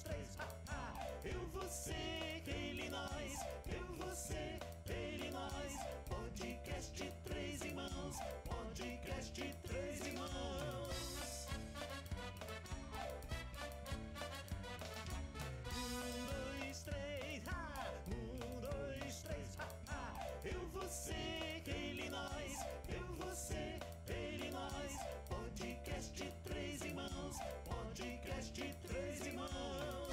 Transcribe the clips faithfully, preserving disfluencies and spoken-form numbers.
três, ha, ha. Eu, você, ele, nós. Eu, você, ele, nós. Podcast Três Irmãos. Podcast Três Irmãos. Um, dois, três, ha. Um, dois, três, ha, ha. Eu, você, ele, nós. Eu, você, ele, nós. Podcast Três Irmãos. Podcast Três Irmãos.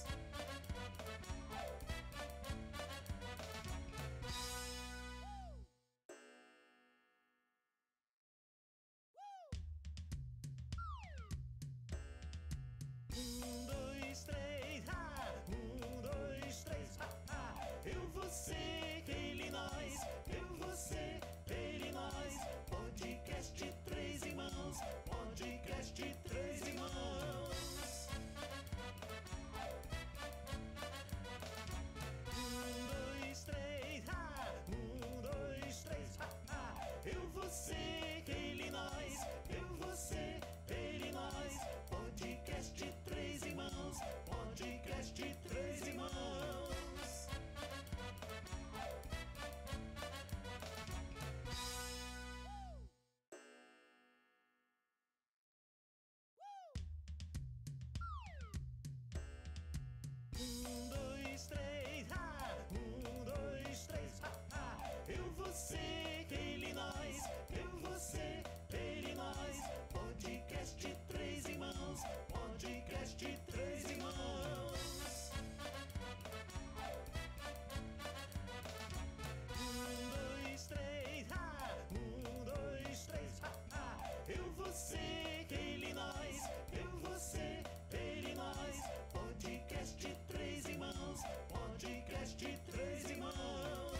Um, dois, três, ha! Um, dois, três, ha, ha! Eu, você, ele, nós. Eu, você, ele, nós. Podcast Três Irmãos. Podcast Três Irmãos. Um, dois, três, ha! Um, dois, três, ha, ha! Eu, você, ele, nós. Eu, você, ele, nós. Podcast Três Irmãos. Podcast Três Irmãos. Um, dois, três, ha! Um, dois, três, ha, ha! Eu, você, ele, nós. Eu, você, ele, nós. Podcast Três Irmãos. Podcast Três Irmãos. Um, dois, três, ha! Um, dois, três, ha, ha! Eu, você, ele, nós. Eu, você, ele, nós. Podcast Três Irmãos. Podcast Três Irmãos.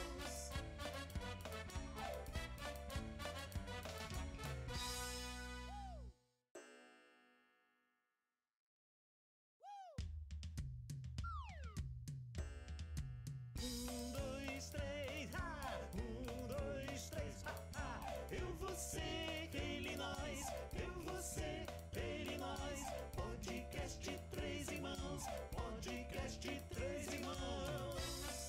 Um, dois, três, ha! Um, dois, três, ha, ha! Eu, você, ele, nós. Eu, você, ele, nós. Podcast Três Irmãos. Podcast Três Irmãos.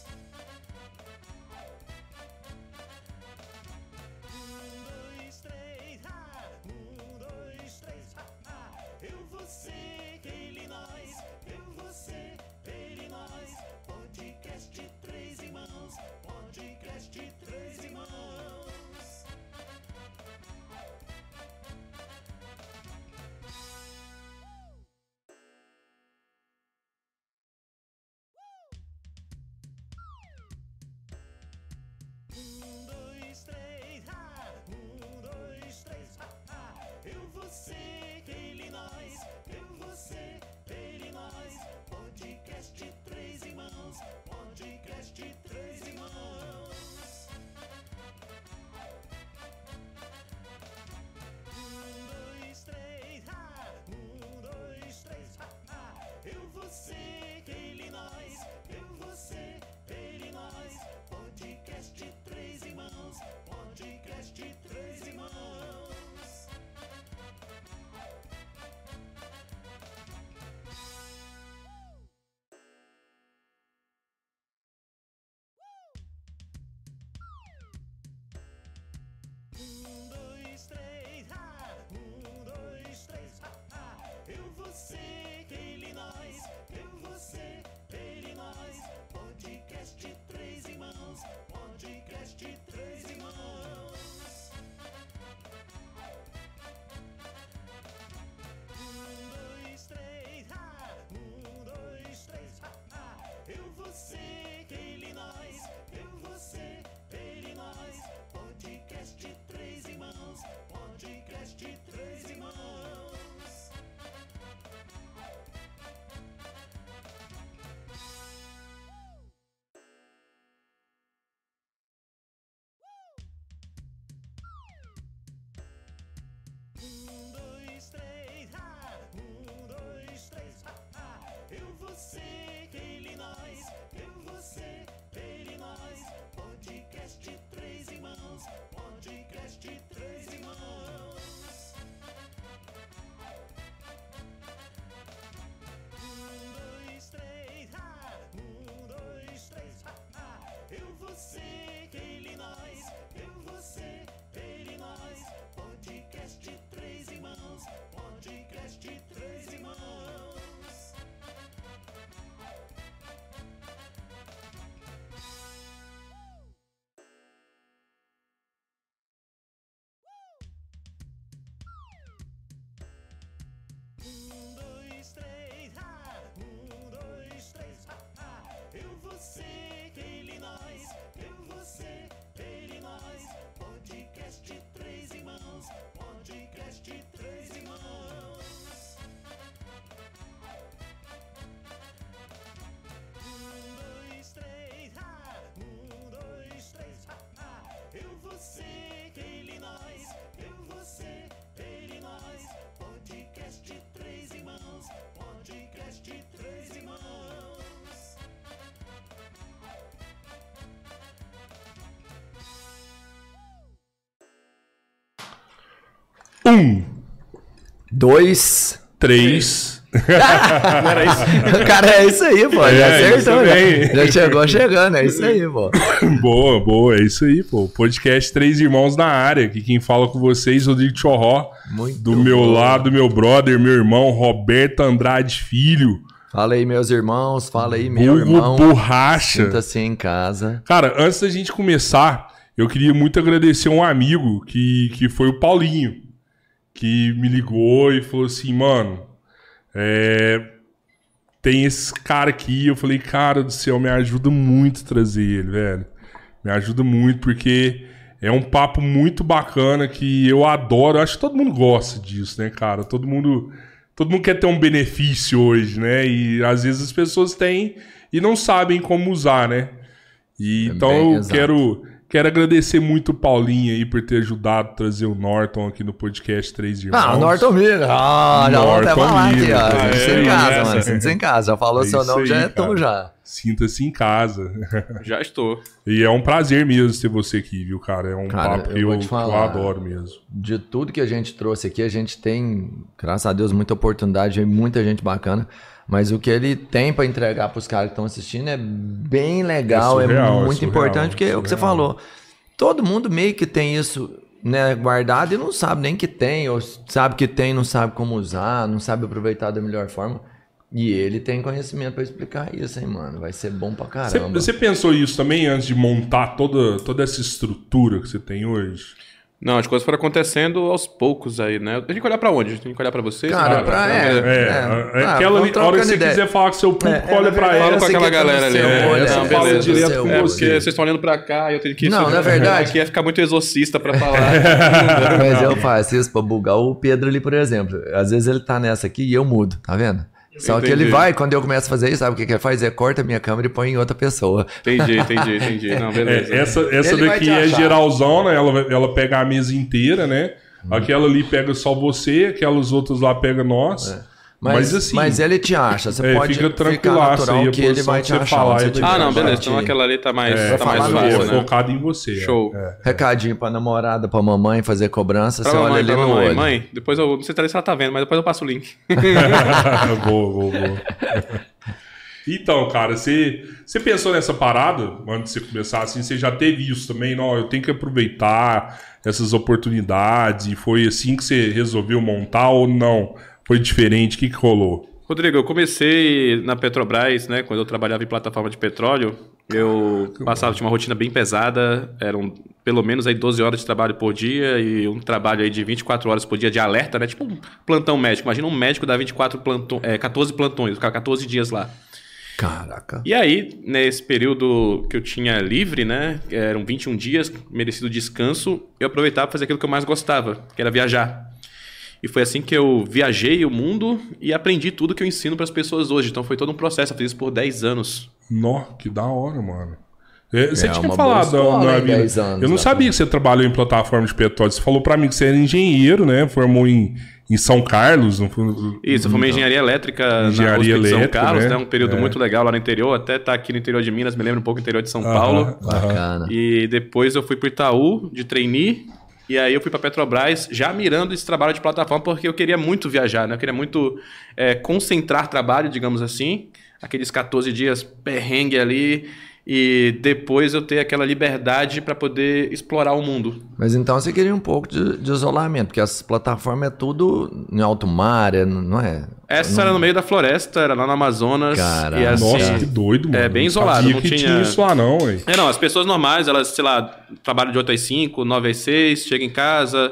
Um, dois, três, ha! Um, dois, três, ha, ha! Eu, você, ele, nós. Eu, você, ele, nós. Podcast Três Irmãos. Podcast Três Irmãos. Um, dois, três, ha! Um, dois, três, ha, ha! Eu, você, ele, nós. Eu, você, ele, nós. Podcast Três Irmãos. Podcast Três Irmãos. Um, dois, três, ha! Um, dois, três, ha, ha! Eu, você, ele, nós. Eu, você, ele, nós. Podcast Três Irmãos. Podcast Três Irmãos. Um, dois, três, ha! Um, dois, três, ha, ha! Eu, você, ele, nós. Eu, você, ele, nós. Podcast Três Irmãos. Podcast Três Irmãos. Um, dois, três, ha! Um, dois, três, ha, ha! Eu, você, ele, nós. Eu, você, ele, nós. Podcast Três Irmãos. Podcast Três Irmãos. Um, dois, três, ha! Um, dois, três, ha, ha! Eu, você, ele, nós. Eu, você, ele, nós. Podcast Três Irmãos. Podcast Três Irmãos. Um, dois, Um, dois, três, ha! Um, dois, três, ha, ha! Eu, você, ele, nós. Eu, você, ele, nós. Podcast Três Irmãos. Podcast Três Irmãos. Um, dois, três, ha! Um, dois, três, ha, ha! Eu, você, ele, nós. Eu, você, ele, nós. Podcast Três Irmãos. Podcast Três Irmãos. Um, Dois. três. Não era isso? Cara, é isso aí, pô. Já É, acertou, isso já. aí. Já chegou chegando, é isso aí, pô. Boa, boa, é isso aí, pô. Podcast Três Irmãos na área. Aqui quem fala com vocês, Rodrigo Chorró. Muito Do meu bom. lado, meu brother, meu irmão, Roberto Andrade Filho. Fala aí, meus irmãos. Fala aí, meu Hugo irmão. Borracha. Sinta-se em casa. Cara, antes da gente começar, eu queria muito agradecer um amigo que, que foi o Paulinho, que me ligou e falou assim, mano, é, tem esse cara aqui. Eu falei, cara do céu, me ajuda muito trazer ele, velho. Me ajuda muito, porque é um papo muito bacana que eu adoro. Eu acho que todo mundo gosta disso, né, cara? Todo mundo, todo mundo quer ter um benefício hoje, né? E às vezes as pessoas têm e não sabem como usar, né? E, É então bem eu exato. quero, quero agradecer muito o Paulinho aí por ter ajudado a trazer o Norton aqui no podcast Três Irmãos. Ah, o Norton Mira. Ah, já vamos até Norton falar aqui, Mira. ó. Ah, Sinta-se é, em casa, essa. mano. Sinta-se em casa. Já falou É seu isso nome, aí, já é cara. tu já. Sinta-se em casa. Já estou. E é um prazer mesmo ter você aqui, viu, cara? É um Cara, papo eu que eu, vou te que eu falar. adoro mesmo. De tudo que a gente trouxe aqui, a gente tem, graças a Deus, muita oportunidade, muita gente bacana. Mas o que ele tem pra entregar pros caras que estão assistindo é bem legal, É é, surreal, é muito surreal, importante, porque é o que você surreal. falou. Todo mundo meio que tem isso, né, guardado e não sabe nem que tem, ou sabe que tem, não sabe como usar, não sabe aproveitar da melhor forma. E ele tem conhecimento pra explicar isso, hein, mano. Vai ser bom pra Você, caramba. você pensou isso também antes de montar toda, toda essa estrutura que você tem hoje? Não, as coisas foram acontecendo aos poucos aí, né? A gente olhar pra onde? A gente tem que olhar pra vocês? Cara, Ah, pra- não, é. beleza. É, é, Ah, aquela vamos ali, a hora que trocando você ideia. quiser falar com seu público, É, é, olha na pra verdade, ela. Fala com esse aquela aqui tá no galera ali. seu né? olho, essa Não, é, fala beleza. direto seu com É, olho. você. porque vocês estão olhando pra cá e eu tenho que... Não, na verdade- Aqui ia ficar muito exorcista pra falar. Mas eu faço isso pra bugar o Pedro ali, por exemplo. Às vezes ele tá nessa aqui e eu mudo, tá vendo? Só que Entendi. ele vai, quando eu começo a fazer isso, sabe o que que ele faz? É corta a minha câmera e põe em outra pessoa. Entendi, entendi, entendi. Não, beleza. É, essa essa Ele vai daqui te é achar. geralzona, ela, vai- ela pega a mesa inteira, né? Hum. Aquela ali pega só você, aquelas outras lá pega nós. Mas, Mas assim, mas ele te acha, você é, pode fica ficar tranquilaço natural aí, a que ele posição vai que te você achar. falar, onde ele você vai Ah, tiver. não, beleza. Vai Então te- aquela ali tá mais, É, tá falar mais no fácil, olho, né? focado em você. Show. É. Recadinho pra namorada, pra mamãe fazer cobrança, Pra você olha mamãe, ali pra no mamãe. olho. Mãe, depois eu... Não sei se ela tá vendo, mas depois eu passo o link. boa, boa, boa. Então, cara, você, você pensou nessa parada antes de você começar assim? Você já teve isso também? Não, eu tenho que aproveitar essas oportunidades. E foi assim que você resolveu montar ou não? Foi diferente? O que, que rolou? Rodrigo, eu comecei na Petrobras, né? Quando eu trabalhava em plataforma de petróleo, eu passava, tinha uma rotina bem pesada, eram pelo menos aí doze horas de trabalho por dia e um trabalho aí de vinte e quatro horas por dia de alerta, né? Tipo um plantão médico. Imagina um médico dar vinte e quatro plantões, é, quatorze plantões, ficar quatorze dias lá. Caraca. E aí, nesse período que eu tinha livre, né? Eram vinte e um dias, merecido descanso, eu aproveitava para fazer aquilo que eu mais gostava, que era viajar. E foi assim que eu viajei o mundo e aprendi tudo que eu ensino para as pessoas hoje. Então foi todo um processo, eu fiz isso por dez anos. Nó, que da hora, mano. É, você É tinha uma falado boa escola, na hein, vida. dez anos, Eu não né? sabia que você trabalhou em plataforma de petróleo. Você falou pra mim que você era engenheiro, né? Formou em, em São Carlos. Não foi... Isso, eu formei em engenharia elétrica Engenharia na U S P de São elétrica, Carlos, né? né? Um período É. muito legal lá no interior, até tá aqui no interior de Minas, me lembra um pouco do interior de São Aham, Paulo. aham. Bacana. E depois eu fui pro Itaú de trainee. E aí eu fui para Petrobras já mirando esse trabalho de plataforma porque eu queria muito viajar, né? Eu queria muito é, concentrar trabalho, digamos assim. Aqueles quatorze dias perrengue ali e depois eu ter aquela liberdade para poder explorar o mundo. Mas então você queria um pouco de, de isolamento, porque essas plataformas é tudo em alto mar, é, não é? Essa não... era no meio da floresta, era lá no Amazonas. Caralho. E assim, Nossa, que doido, mano. É bem Não isolado, sabia não que tinha- tinha isso lá, não, ué. É, não, as pessoas normais, elas, sei lá, trabalham de oito às cinco, nove às seis, chegam em casa,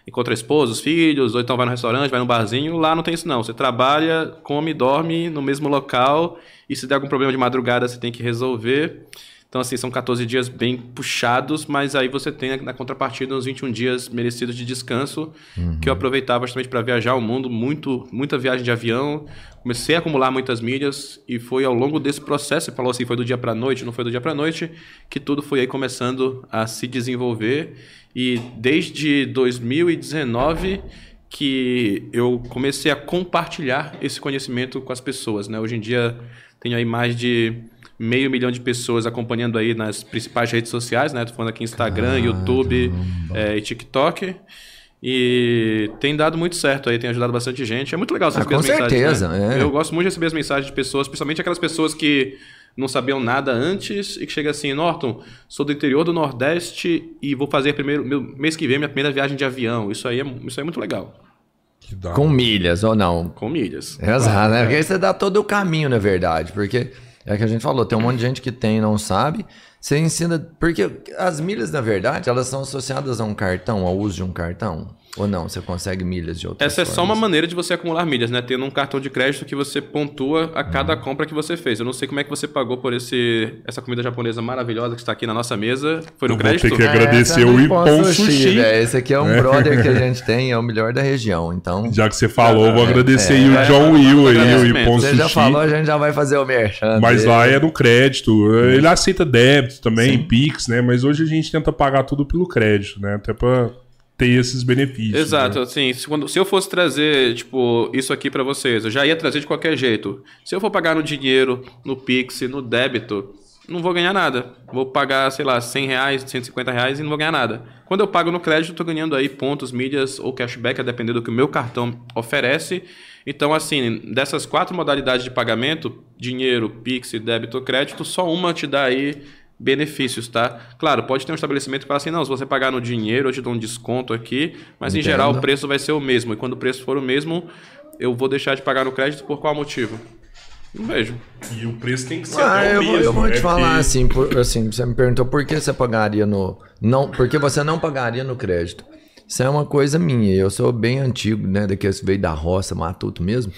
encontra a esposa, os filhos, ou então vai no restaurante, vai no barzinho. Lá não tem isso não. Você trabalha, come e dorme no mesmo local e se der algum problema de madrugada você tem que resolver. Então, assim, são quatorze dias bem puxados, mas aí você tem na contrapartida uns vinte e um dias merecidos de descanso, uhum. que eu aproveitava justamente para viajar o mundo, muito, muita viagem de avião, comecei a acumular muitas milhas e foi ao longo desse processo, você falou assim, foi do dia para a noite, não foi do dia para a noite, que tudo foi aí começando a se desenvolver e desde dois mil e dezenove que eu comecei a compartilhar esse conhecimento com as pessoas, né? Hoje em dia tenho aí mais de meio milhão de pessoas acompanhando aí nas principais redes sociais, né? Tô falando aqui Instagram, Caramba. YouTube é, e TikTok. E tem dado muito certo aí, tem ajudado bastante gente. É muito legal receber ah, as mensagens. Com certeza, né? é. Eu gosto muito de receber as mensagens de pessoas, principalmente aquelas pessoas que não sabiam nada antes e que chega assim, Norton, sou do interior do Nordeste e vou fazer primeiro, meu, mês que vem minha primeira viagem de avião. Isso aí é, isso aí é muito legal. Com milhas ou não? Com milhas. Exato, né? Porque aí você dá todo o caminho, na verdade. Porque é que a gente falou, tem um monte de gente que tem e não sabe. Você ensina... Porque as milhas, na verdade, elas são associadas a um cartão, ao uso de um cartão? Ou não? Você consegue milhas de outras Essa formas? é só uma maneira de você acumular milhas, né? Tendo um cartão de crédito que você pontua a cada hum. compra que você fez. Eu não sei como é que você pagou por esse, essa comida japonesa maravilhosa que está aqui na nossa mesa. Foi no Eu crédito? Vou ter que agradecer é, o Ippon Sushi. sushi. É, esse aqui é um é. brother que a gente tem, é o melhor da região. Então... Já que você falou, eu vou é, agradecer é, aí o é, John Will aí, o Ippon Sushi. Você já falou, a gente já vai fazer o merchan. Mas dele. lá é no crédito. Ele aceita débito também, Sim. Pix, né? Mas hoje a gente tenta pagar tudo pelo crédito, né? Até pra ter esses benefícios. Exato, né? assim, se, quando, se eu fosse trazer, tipo, isso aqui pra vocês, eu já ia trazer de qualquer jeito. Se eu for pagar no dinheiro, no Pix, no débito, não vou ganhar nada. Vou pagar, sei lá, cem reais, cento e cinquenta reais e não vou ganhar nada. Quando eu pago no crédito, eu tô ganhando aí pontos, milhas ou cashback, a depender do que o meu cartão oferece. Então, assim, dessas quatro modalidades de pagamento, dinheiro, Pix, débito ou crédito, só uma te dá aí benefícios, tá? Claro, pode ter um estabelecimento que fala assim, não, se você pagar no dinheiro, eu te dou um desconto aqui, mas Entendo. Em geral o preço vai ser o mesmo. E quando o preço for o mesmo, eu vou deixar de pagar no crédito por qual motivo? Não vejo. E o preço tem que ser ah, até o eu, mesmo. Eu vou te é falar que... assim, por, assim, você me perguntou por que você pagaria no... Não, por que você não pagaria no crédito? Isso é uma coisa minha, eu sou bem antigo, né, daqueles que veio da roça, matuto mesmo.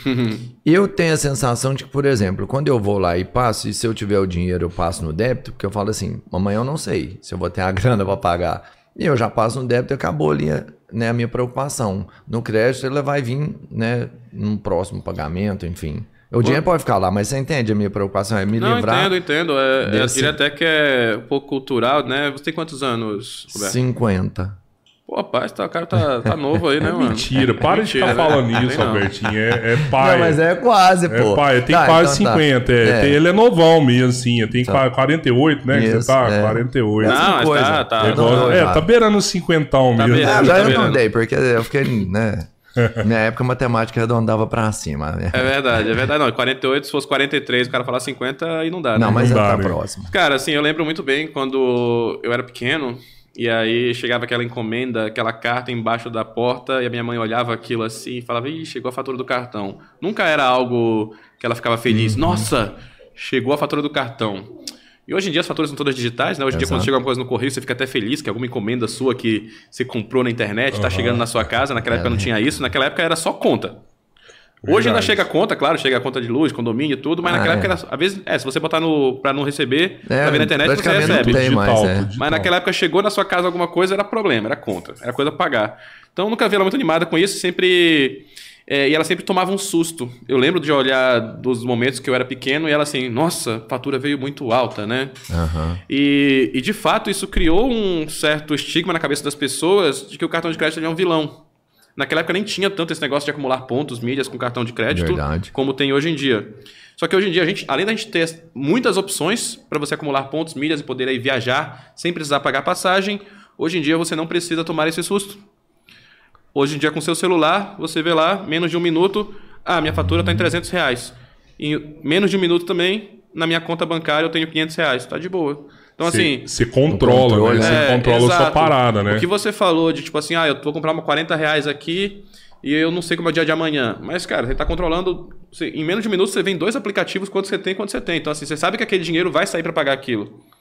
Eu tenho a sensação de que, por exemplo, quando eu vou lá e passo, e se eu tiver o dinheiro eu passo no débito, porque eu falo assim, amanhã eu não sei se eu vou ter a grana para pagar. E eu já passo no débito e acabou ali, né, a minha preocupação. No crédito ele vai vir, né, num próximo pagamento, enfim. O dinheiro pode ficar lá, mas você entende? A minha preocupação é me não, livrar... Não, entendo, entendo. É, desse... Eu diria até que é um pouco cultural, né? Você tem quantos anos, Roberto? cinquenta. Pô, rapaz, tá, o cara tá, tá novo aí, né, é mano? Mentira, para mentira, de ficar né? falando isso, Albertinho. É, é pai. Não, mas é quase, pô. É pai, tem tá, quase então cinquenta. Tá. É, É. Tem, ele é novão mesmo, assim. Tem tá. quarenta e oito, né? Isso, Você tá? é. quarenta e oito. Não, mas coisa. tá, tá. É, igual- é, tá beirando os cinquentão Tá mesmo. beirando. É, já tá arredondei, porque eu fiquei, né... Minha época a matemática arredondava pra cima, né? É verdade, é verdade. Não, quarenta e oito, se fosse quarenta e três, o cara falar cinquenta, aí não dá, né? Não, mas Não já dá, tá né? próximo. Cara, assim, eu lembro muito bem quando eu era pequeno, e aí chegava aquela encomenda, aquela carta embaixo da porta, e a minha mãe olhava aquilo assim e falava, ih, chegou a fatura do cartão. Nunca era algo que ela ficava feliz. Uhum. Nossa, chegou a fatura do cartão. E hoje em dia as faturas são todas digitais, né? Hoje em dia quando chega alguma coisa no correio, você fica até feliz que alguma encomenda sua que você comprou na internet está Uhum. chegando na sua casa. Naquela É, época não né? tinha isso, naquela época era só conta. Verdade. Hoje ainda chega a conta, claro, chega a conta de luz, condomínio e tudo, mas Ah, naquela é. época, era, às vezes, é, se você botar no, pra não receber, É, pra ver na internet, você praticamente recebe. não tem mais, Digital, é. tudo digital. Mas naquela época chegou na sua casa alguma coisa, era problema, era conta, era coisa a pagar. Então nunca vi ela muito animada com isso, sempre... É, e ela sempre tomava um susto. Eu lembro de olhar dos momentos que eu era pequeno e ela assim, nossa, a fatura veio muito alta, né? Aham. E, e de fato isso criou um certo estigma na cabeça das pessoas de que o cartão de crédito é um vilão. Naquela época nem tinha tanto esse negócio de acumular pontos, milhas com cartão de crédito, Verdade. como tem hoje em dia. Só que hoje em dia, a gente, além da gente ter muitas opções para você acumular pontos, milhas e poder aí viajar sem precisar pagar passagem, hoje em dia você não precisa tomar esse susto. Hoje em dia, com seu celular, você vê lá, menos de um minuto, ah, minha fatura está em trezentos reais. Em menos de um minuto também, na minha conta bancária eu tenho quinhentos reais. Tá de boa. Então, assim... Você controla, controle, né? Você é, controla a sua exato. parada, né? O que você falou de, tipo assim, ah, eu vou comprar uma quarenta reais aqui e eu não sei como é o dia de amanhã. Mas, cara, você está controlando... Você, em menos de um minuto, você vê em dois aplicativos quanto você tem e quanto você tem. Então, assim, você sabe que aquele dinheiro vai sair para pagar aquilo.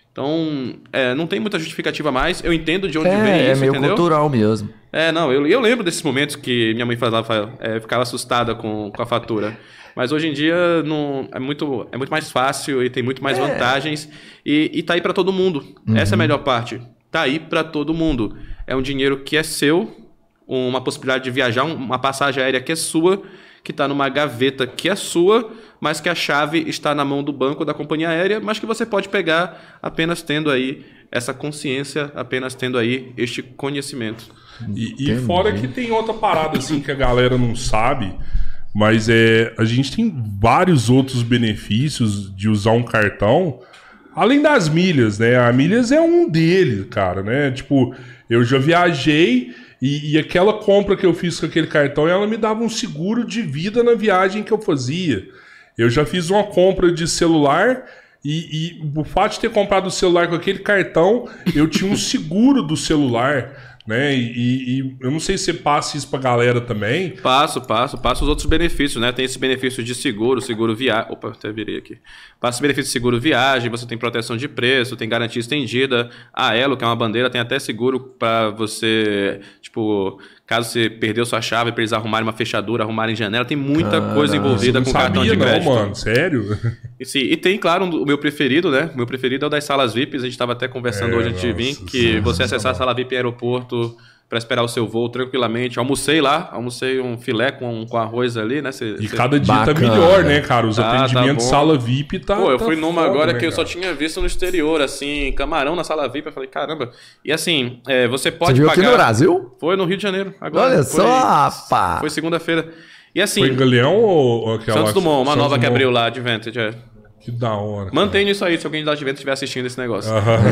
Então, é, não tem muita justificativa mais. Eu entendo de onde É, vem é isso, meio entendeu? cultural mesmo. É, não, eu, eu lembro desses momentos que minha mãe falava, é, ficava assustada com, com a fatura. Mas hoje em dia não, é, muito, é muito mais fácil e tem muito mais É. vantagens. E, e tá aí para todo mundo. Uhum. Essa é a melhor parte. Tá aí para todo mundo. É um dinheiro que é seu, uma possibilidade de viajar, uma passagem aérea que é sua, que está numa gaveta que é sua, mas que a chave está na mão do banco da companhia aérea, mas que você pode pegar apenas tendo aí essa consciência, apenas tendo aí este conhecimento. E, e fora que tem outra parada assim que a galera não sabe, mas é, a gente tem vários outros benefícios de usar um cartão, além das milhas, né? A milhas é um deles, cara, né? Tipo, eu já viajei e, e aquela compra que eu fiz com aquele cartão, ela me dava um seguro de vida na viagem que eu fazia. Eu já fiz uma compra de celular e, e o fato de ter comprado o celular com aquele cartão, eu tinha um seguro do celular, né? E, e, e eu não sei se você passa isso pra galera também. Passo, passo, passo os outros benefícios, né? Tem esse benefício de seguro, seguro viagem. Opa, até virei aqui. Passa o benefício de seguro viagem, você tem proteção de preço, tem garantia estendida. A Elo, que é uma bandeira, tem até seguro para você, tipo, caso você perdeu sua chave para eles arrumarem uma fechadura, arrumarem janela, tem muita Caramba, coisa envolvida Eu com não cartão sabia de crédito. não, mano. Sério? E, sim, e tem, claro, um, o meu preferido, né? O meu preferido é o das salas V I Ps. A gente estava até conversando É, hoje antes de vir, nossa, que sim, você sim, acessar a sim. sala V I P em aeroporto para esperar o seu voo tranquilamente. Almocei lá, almocei um filé com, com arroz ali, né? Cê, E cê... cada dia tá Bacana. melhor, né, cara? Os Tá, tá atendimentos bom. sala V I P tá. Pô, eu tá fui numa foda, agora né, que eu cara? só tinha visto no exterior, assim, camarão na sala V I P. Eu falei, caramba. E assim, é, você Você pode viu pagar... aqui no Brasil? Foi no Rio de Janeiro. Agora, Olha foi... só, rapaz. Foi segunda-feira. E assim, Foi em Galeão ou, ou aquela... Santos Dumont, uma Santos nova que Dumont? abriu lá, de Vantage, é. Que da hora. Mantenha isso aí, se alguém de lá de Vantage estiver assistindo esse negócio.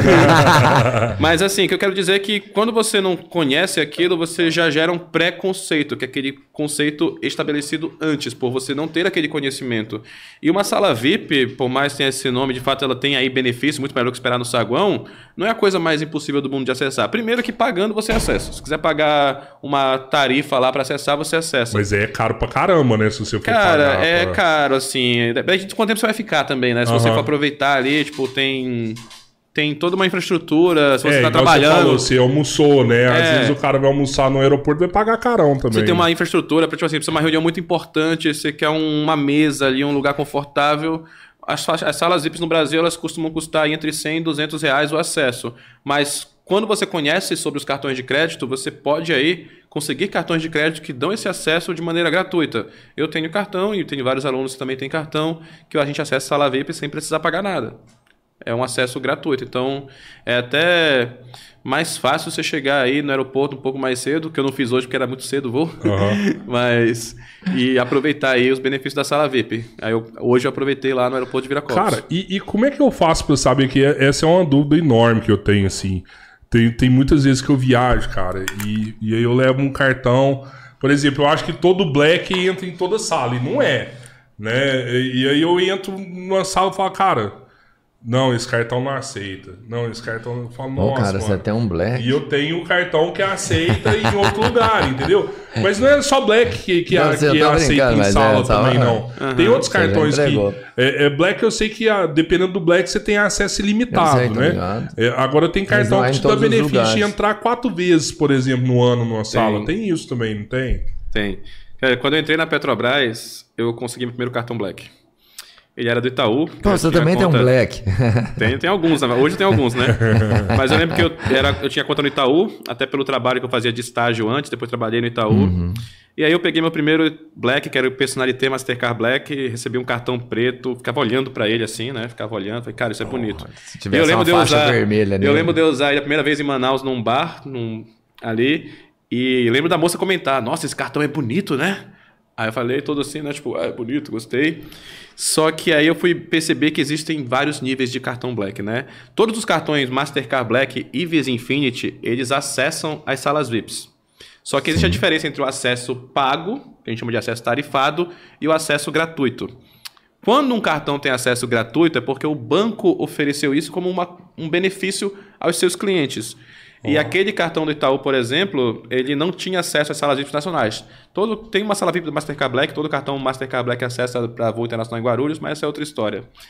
Aham. Mas assim, o que eu quero dizer é que quando você não conhece aquilo, você já gera um pré-conceito, que é aquele conceito estabelecido antes, por você não ter aquele conhecimento. E uma sala V I P, por mais que tenha esse nome, de fato ela tem aí benefício, muito melhor do que esperar no saguão, não é a coisa mais impossível do mundo de acessar. Primeiro que pagando você acessa. Se quiser pagar uma tarifa lá para acessar, você acessa. Mas é caro pra caramba, né? Se você for Cara, pagar. é pra- caro, assim. Depende de quanto tempo você vai ficar também, né? Se você Aham. for aproveitar ali, tipo, tem. Tem toda uma infraestrutura, se você É, tá igual trabalhando. Você, falou, você almoçou, né? Às É. vezes o cara vai almoçar no aeroporto e vai pagar carão também. Você tem uma infraestrutura para, tipo assim, precisa de uma reunião muito importante, você quer um- uma mesa ali, um lugar confortável. As, fa- as salas V I Ps no Brasil, elas costumam custar entre cem e duzentos reais o acesso. Mas quando você conhece sobre os cartões de crédito, você pode aí conseguir cartões de crédito que dão esse acesso de maneira gratuita. Eu tenho cartão e tenho vários alunos que também têm cartão, que a gente acessa a sala V I P sem precisar pagar nada. É um acesso gratuito. Então, é até mais fácil você chegar aí no aeroporto um pouco mais cedo, que eu não fiz hoje porque era muito cedo o voo. Aham. Mas... E aproveitar aí os benefícios da sala V I P. Aí eu, hoje eu aproveitei lá no aeroporto de Viracopos. Cara, e, e como é que eu faço pra saber que é- essa é uma dúvida enorme que eu tenho, assim. Tem, tem muitas vezes que eu viajo, cara, e, e aí eu levo um cartão. Por exemplo, eu acho que todo Black entra em toda sala, e não é, né? E, e aí eu entro numa sala e falo, cara, não, esse cartão não aceita. Não, esse cartão... Eu falo, Pô, nossa, cara, você mano. tem um black. E eu tenho o cartão que aceita em outro lugar, entendeu? Mas não é só Black que, que, Não, a- você que tá aceita brincando, em mas sala é, só- também, não. Aham. Tem outros Você já cartões que... entregou. É, é Black eu sei que, a- dependendo do Black, você tem acesso ilimitado, Eu sei, tô né? ligado. É, agora tem Mas cartão não é que em te dá todos os benefício de lugares. entrar quatro vezes, por exemplo, no ano numa sala. Tem isso também, não tem? Tem. Cara, quando eu entrei na Petrobras, eu consegui meu primeiro cartão Black. Ele era do Itaú. Pô, eu você tinha também tem um conta- black. Tem, tem alguns, né? Hoje tem alguns, né? Mas eu lembro que eu, era, eu tinha conta no Itaú, até pelo trabalho que eu fazia de estágio antes, depois trabalhei no Itaú. Uhum. E aí eu peguei meu primeiro Black, que era o Personalité Mastercard Black, recebi um cartão preto, ficava olhando pra ele assim, né? Ficava olhando, falei, cara, isso é bonito. Se E tivesse eu lembro uma de eu faixa usar, vermelha eu nele. lembro de eu usar ele a primeira vez em Manaus num bar, num, ali, e lembro da moça comentar, nossa, esse cartão é bonito, né? Aí eu falei todo assim, né? Tipo, ah, é bonito, gostei. Só que aí eu fui perceber que existem vários níveis de cartão Black, né? Todos os cartões Mastercard Black e Visa Infinity, eles acessam as salas V I Ps. Só que existe a diferença entre o acesso pago, que a gente chama de acesso tarifado, e o acesso gratuito. Quando um cartão tem acesso gratuito, é porque o banco ofereceu isso como uma, um benefício aos seus clientes. E aquele cartão do Itaú, por exemplo, ele não tinha acesso às salas V I Ps nacionais. Todo, tem uma sala V I P do Mastercard Black, todo cartão Mastercard Black acessa para voo internacional em Guarulhos, mas essa é outra história.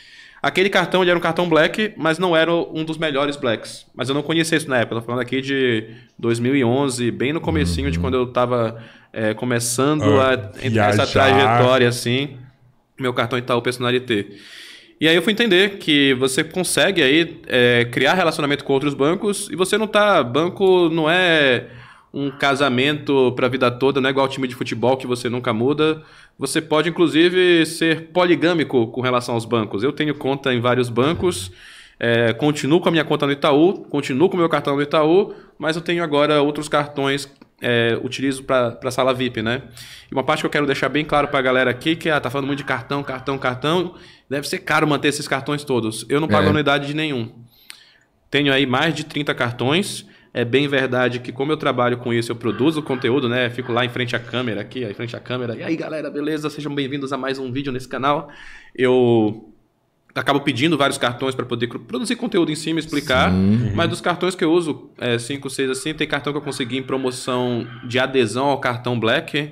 Aquele cartão, ele era um cartão black, mas não era um dos melhores blacks. Mas eu não conhecia isso na época. Eu tô falando aqui de dois mil e onze, bem no comecinho uhum. de quando eu tava é, começando ah, a entrar nessa trajetória, assim. Meu cartão Itaú Personalité. E aí eu fui entender que você consegue aí é, criar relacionamento com outros bancos e você não tá... Banco não é um casamento pra vida toda, não é igual time de futebol que você nunca muda. Você pode, inclusive, ser poligâmico com relação aos bancos. Eu tenho conta em vários bancos, é, continuo com a minha conta no Itaú, continuo com o meu cartão no Itaú, mas eu tenho agora outros cartões, é, utilizo para a sala V I P, né? E uma parte que eu quero deixar bem claro para a galera aqui, que ah, tá falando muito de cartão, cartão, cartão, deve ser caro manter esses cartões todos. Eu não pago é. anuidade de nenhum. Tenho aí mais de trinta cartões. É bem verdade que como eu trabalho com isso, eu produzo conteúdo, né? Fico lá em frente à câmera, aqui, em frente à câmera. E aí, galera, beleza? Sejam bem-vindos a mais um vídeo nesse canal. Eu acabo pedindo vários cartões para poder produzir conteúdo em cima, explicar. Sim. Mas dos cartões que eu uso, é, cinco, seis assim, tem cartão que eu consegui em promoção de adesão ao cartão Black,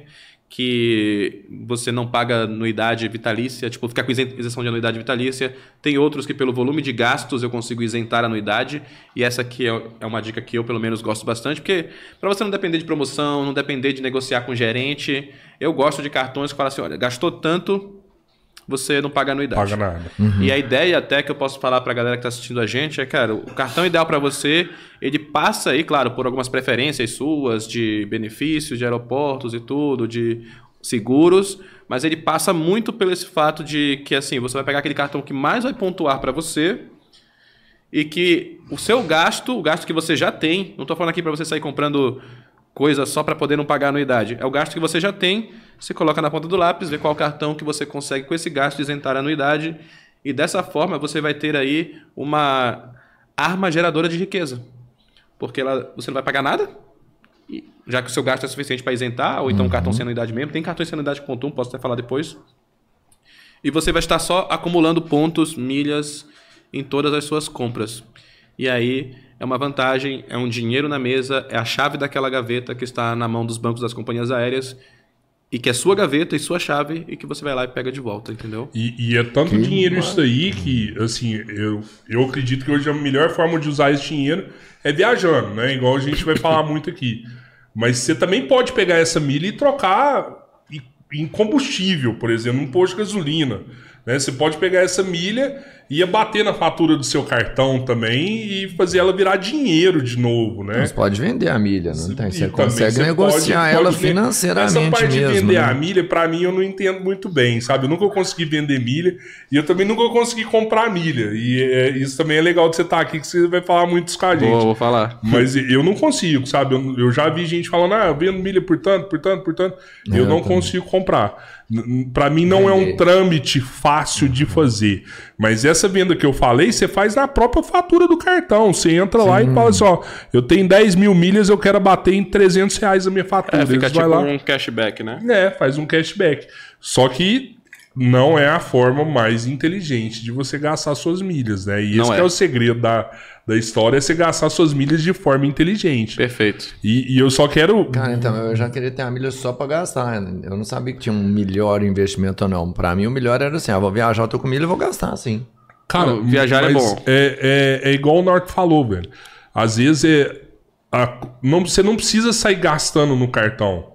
que você não paga anuidade vitalícia, tipo, ficar com isenção de anuidade vitalícia. Tem outros que pelo volume de gastos eu consigo isentar a anuidade, e essa aqui é uma dica que eu pelo menos gosto bastante, porque para você não depender de promoção, não depender de negociar com o gerente, eu gosto de cartões que falam assim, olha, gastou tanto, você não paga anuidade. Paga nada. Uhum. E a ideia até que eu posso falar para a galera que está assistindo a gente é, cara, o cartão ideal para você, ele passa aí, claro, por algumas preferências suas de benefícios, de aeroportos e tudo, de seguros, mas ele passa muito pelo esse fato de que, assim, você vai pegar aquele cartão que mais vai pontuar para você e que o seu gasto, o gasto que você já tem, não estou falando aqui para você sair comprando coisa só para poder não pagar anuidade, é o gasto que você já tem. Você coloca na ponta do lápis, vê qual cartão que você consegue com esse gasto isentar a anuidade, e dessa forma você vai ter aí uma arma geradora de riqueza, porque ela, você não vai pagar nada, e, já que o seu gasto é suficiente para isentar, ou então um cartão sem anuidade mesmo, tem cartões sem anuidade com ponto um, posso até falar depois, e você vai estar só acumulando pontos, milhas em todas as suas compras. E aí é uma vantagem, é um dinheiro na mesa, é a chave daquela gaveta que está na mão dos bancos das companhias aéreas, e que é sua gaveta e sua chave, e que você vai lá e pega de volta, entendeu? E, e é tanto que dinheiro isso aí que, assim, eu, eu acredito que hoje a melhor forma de usar esse dinheiro é viajando, né? Igual a gente vai falar muito aqui. Mas você também pode pegar essa milha e trocar em combustível, por exemplo, num posto de gasolina, né? Você pode pegar essa milha e ia bater na fatura do seu cartão também e fazer ela virar dinheiro de novo, né? Você pode vender a milha, não tem? Você consegue você negociar pode, ela pode financeiramente mesmo. Essa parte mesmo, de vender, né, a milha, pra mim, eu não entendo muito bem, sabe? Eu nunca consegui vender milha e eu também nunca consegui comprar milha. E é, isso também é legal de você estar aqui, que você vai falar muito isso com a gente. Vou, vou falar. Mas eu não consigo, sabe? Eu, eu já vi gente falando, ah, eu vendo milha por tanto, por tanto, por tanto. É, eu não eu consigo comprar. Pra mim não vender. É um trâmite fácil de fazer. Mas essa venda que eu falei, você faz na própria fatura do cartão. Você entra Sim. lá e fala assim, ó, eu tenho dez mil milhas, eu quero bater em trezentos reais a minha fatura. É, fica Eles tipo vai lá, um cashback, né? É, faz um cashback. Só que não é a forma mais inteligente de você gastar suas milhas, né? E esse é. é o segredo da, da história, é você gastar suas milhas de forma inteligente. Perfeito. E, e eu só quero... Cara, então, eu já queria ter uma milha só pra gastar. Eu não sabia que tinha um melhor investimento ou não. Pra mim, o melhor era assim, ah, vou viajar, eu tô com milha, eu vou gastar, sim. Cara, não, viajar é bom. É, é, é igual o Norte falou, velho. Às vezes, é, a, não, você não precisa sair gastando no cartão.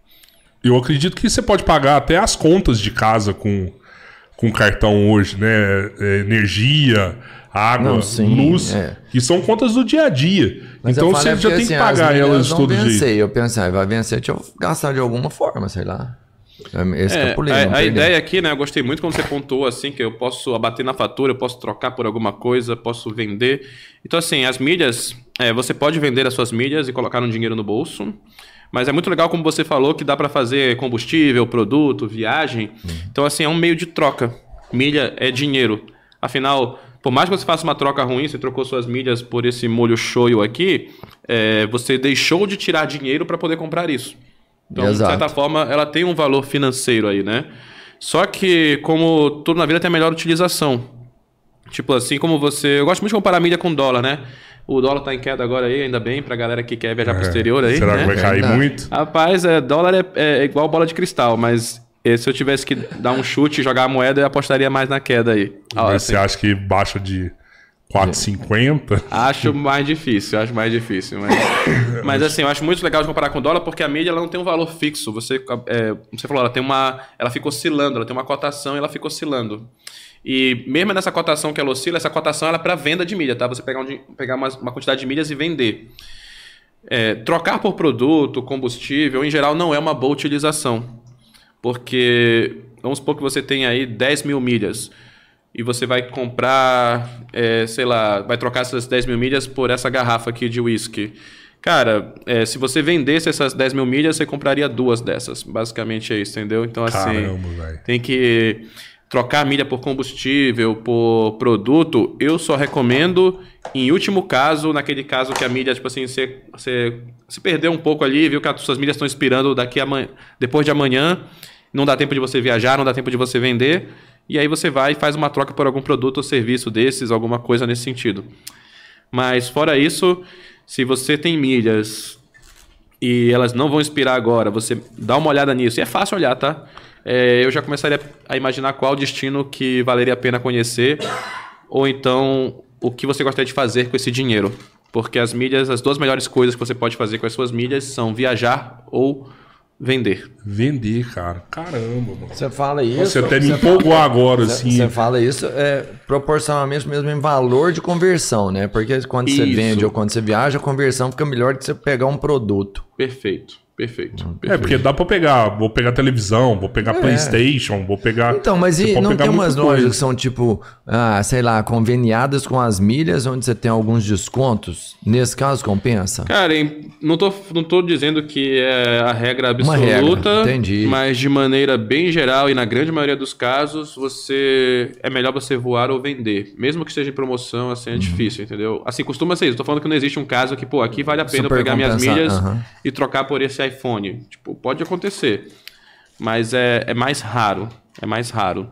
Eu acredito que você pode pagar até as contas de casa com, com cartão hoje, né? É, energia, água, não, sim, luz, é. que são contas do dia a dia. Mas então você é já tem assim, que pagar elas de todo vencer. jeito. Eu pensei, ah, vai vencer, deixa eu gastar de alguma forma, sei lá. Esse é, que eu pulei, a, a ideia aqui, né? Eu gostei muito quando você pontuou assim, que eu posso abater na fatura, eu posso trocar por alguma coisa, posso vender. Então, assim, as milhas, é, você pode vender as suas milhas e colocar um dinheiro no bolso. Mas é muito legal, como você falou, que dá para fazer combustível, produto, viagem. Uhum. Então, assim, é um meio de troca. Milha é dinheiro. Afinal, por mais que você faça uma troca ruim, você trocou suas milhas por esse molho shoyu aqui, é, você deixou de tirar dinheiro para poder comprar isso. Então, Exato. de certa forma, ela tem um valor financeiro aí, né? Só que, como tudo na vida tem a melhor utilização. Tipo assim, como você... Eu gosto muito de comparar a milha com dólar, né? O dólar tá em queda agora aí, ainda bem, pra galera que quer viajar pro exterior aí. Será né? que vai cair muito? Rapaz, é, dólar é, é igual bola de cristal, mas E se eu tivesse que dar um chute e jogar a moeda, eu apostaria mais na queda aí. Ah, Mas assim, você acha que baixa de quatro e cinquenta? Acho mais difícil, acho mais difícil. Mas, mas assim, eu acho muito legal de comparar com o dólar, porque a mídia ela não tem um valor fixo. Você, é, você falou, ela tem uma. Ela fica oscilando, ela tem uma cotação e ela fica oscilando. E mesmo nessa cotação que ela oscila, essa cotação ela é para venda de mídia, tá? Você pegar, um, pegar uma, uma quantidade de milhas e vender. É, trocar por produto, combustível, em geral, não é uma boa utilização. Porque, vamos supor que você tem aí dez mil milhas e você vai comprar, é, sei lá, vai trocar essas dez mil milhas por essa garrafa aqui de whisky. Cara, é, se você vendesse essas dez mil milhas, você compraria duas dessas. Basicamente é isso, entendeu? Então, assim, Caramba, velho. tem que trocar milha por combustível, por produto. Eu só recomendo, em último caso, naquele caso que a milha, tipo assim, você, você se perdeu um pouco ali, viu que as suas milhas estão expirando daqui a amanhã, depois de amanhã, não dá tempo de você viajar, não dá tempo de você vender, e aí você vai e faz uma troca por algum produto ou serviço desses, alguma coisa nesse sentido. Mas fora isso, se você tem milhas e elas não vão expirar agora, você dá uma olhada nisso, e é fácil olhar, tá? É, eu já começaria a imaginar qual destino que valeria a pena conhecer, ou então o que você gostaria de fazer com esse dinheiro. Porque as milhas, as duas melhores coisas que você pode fazer com as suas milhas são viajar ou vender. Vender, cara. Caramba, mano. Você fala isso... Você até me empolgou agora, Você, assim. você fala isso é, proporcionalmente mesmo em valor de conversão, né? Porque quando você Isso. vende ou quando você viaja, a conversão fica melhor do que você pegar um produto. Perfeito, perfeito. É, perfeito. porque dá pra pegar, vou pegar televisão, vou pegar É. PlayStation, vou pegar... Então, mas Você e pode não pegar tem umas muita lojas coisa. que são tipo, ah, sei lá, conveniadas com as milhas, onde você tem alguns descontos? Nesse caso, compensa? Cara, em- não tô, não tô dizendo que é a regra Uma regra, absoluta, entendi. mas de maneira bem geral e na grande maioria dos casos, você é melhor você voar ou vender. Mesmo que seja em promoção, assim, é Uhum. difícil, entendeu? Assim, costuma ser isso. Tô falando que não existe um caso que, pô, aqui vale a pena eu Super pegar minhas compensar, milhas aham. e trocar por esse iPhone. Tipo, pode acontecer, mas é, é mais raro. É mais raro.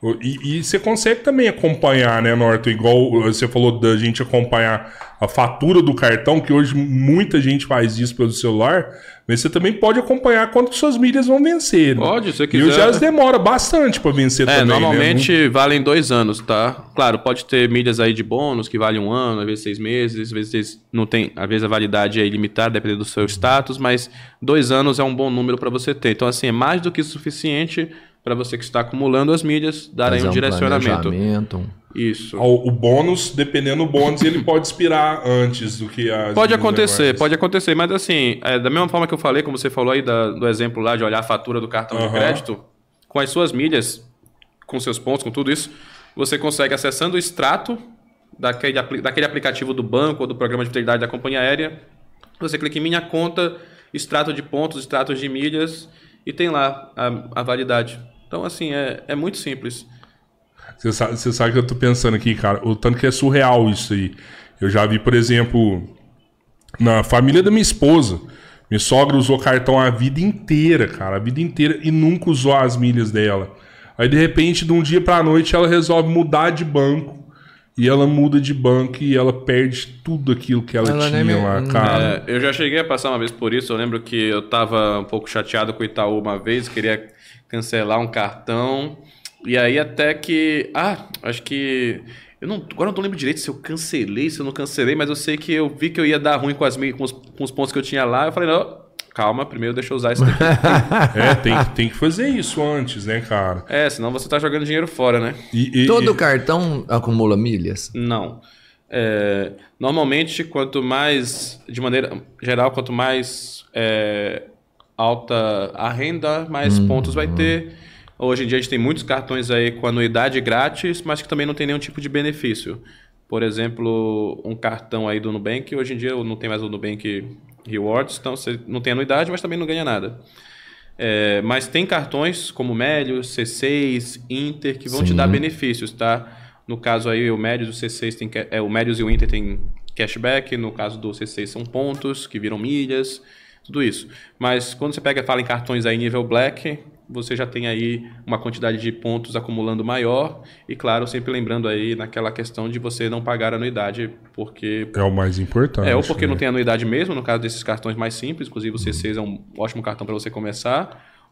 E, e você consegue também acompanhar, né, Norton? Igual você falou da gente acompanhar a fatura do cartão, que hoje muita gente faz isso pelo celular, mas você também pode acompanhar quanto suas milhas vão vencer. né? Pode, se você E quiser. hoje elas demoram bastante pra vencer É, também, normalmente né? valem dois anos, tá? Claro, pode ter milhas aí de bônus que valem um ano, às vezes seis meses, às vezes não tem, às vezes a validade é ilimitada, dependendo do seu status, mas dois anos é um bom número para você ter. Então, assim, é mais do que suficiente para você que está acumulando as milhas, dar aí Fazer um direcionamento. planejamento. Isso. O, o bônus, dependendo do bônus, ele pode expirar antes do que as... Pode milhas acontecer, normais. pode acontecer, mas assim, é, da mesma forma que eu falei, como você falou aí da- do exemplo lá de olhar a fatura do cartão de Aham. crédito, com as suas milhas, com seus pontos, com tudo isso, você consegue, acessando o extrato daquele, apli- daquele aplicativo do banco ou do programa de fidelidade da companhia aérea, você clica em minha conta, extrato de pontos, extrato de milhas, e tem lá a, a validade. Então, assim, é, é muito simples. Você sabe, você sabe que eu tô pensando aqui, cara, o tanto que é surreal isso aí. Eu já vi, por exemplo, na família da minha esposa, minha sogra usou cartão a vida inteira, cara, a vida inteira, e nunca usou as milhas dela. Aí, de repente, de um dia pra noite, ela resolve mudar de banco, e ela muda de banco e ela perde tudo aquilo que ela, Ela nem tinha me- lá, cara. É, eu já cheguei a passar uma vez por isso. Eu lembro que eu tava um pouco chateado com o Itaú uma vez, queria cancelar um cartão. E aí até que... Ah, acho que... Eu não, agora eu não lembro direito se eu cancelei, se eu não cancelei, mas eu sei que eu vi que eu ia dar ruim com, as, mi- com, os, com os pontos que eu tinha lá. Eu falei, não, calma, primeiro deixa eu usar isso daqui. É, tem, que- tem que fazer isso antes, né, cara? É, senão você tá jogando dinheiro fora, né? E, e- Todo e- cartão acumula milhas? Não. É, normalmente, quanto mais, de maneira geral, quanto mais é, alta a renda, mais pontos vai ter. Hoje em dia a gente tem muitos cartões aí com anuidade grátis, mas que também não tem nenhum tipo de benefício. Por exemplo, um cartão aí do Nubank, hoje em dia não tem mais o Nubank Rewards, então você não tem anuidade, mas também não ganha nada. É, mas tem cartões como Melios, C seis, Inter, que vão te Sim. dar benefícios, tá? No caso aí, o Melios e o C seis tem, ca- é, o Melios e o Inter tem cashback, no caso do C seis são pontos, que viram milhas, tudo isso. Mas quando você pega e fala em cartões aí nível Black, você já tem aí uma quantidade de pontos acumulando maior e, claro, sempre lembrando aí naquela questão de você não pagar anuidade, porque... É o mais importante. É, ou porque né? não tem anuidade mesmo, no caso desses cartões mais simples, inclusive o C seis é um ótimo cartão para você começar,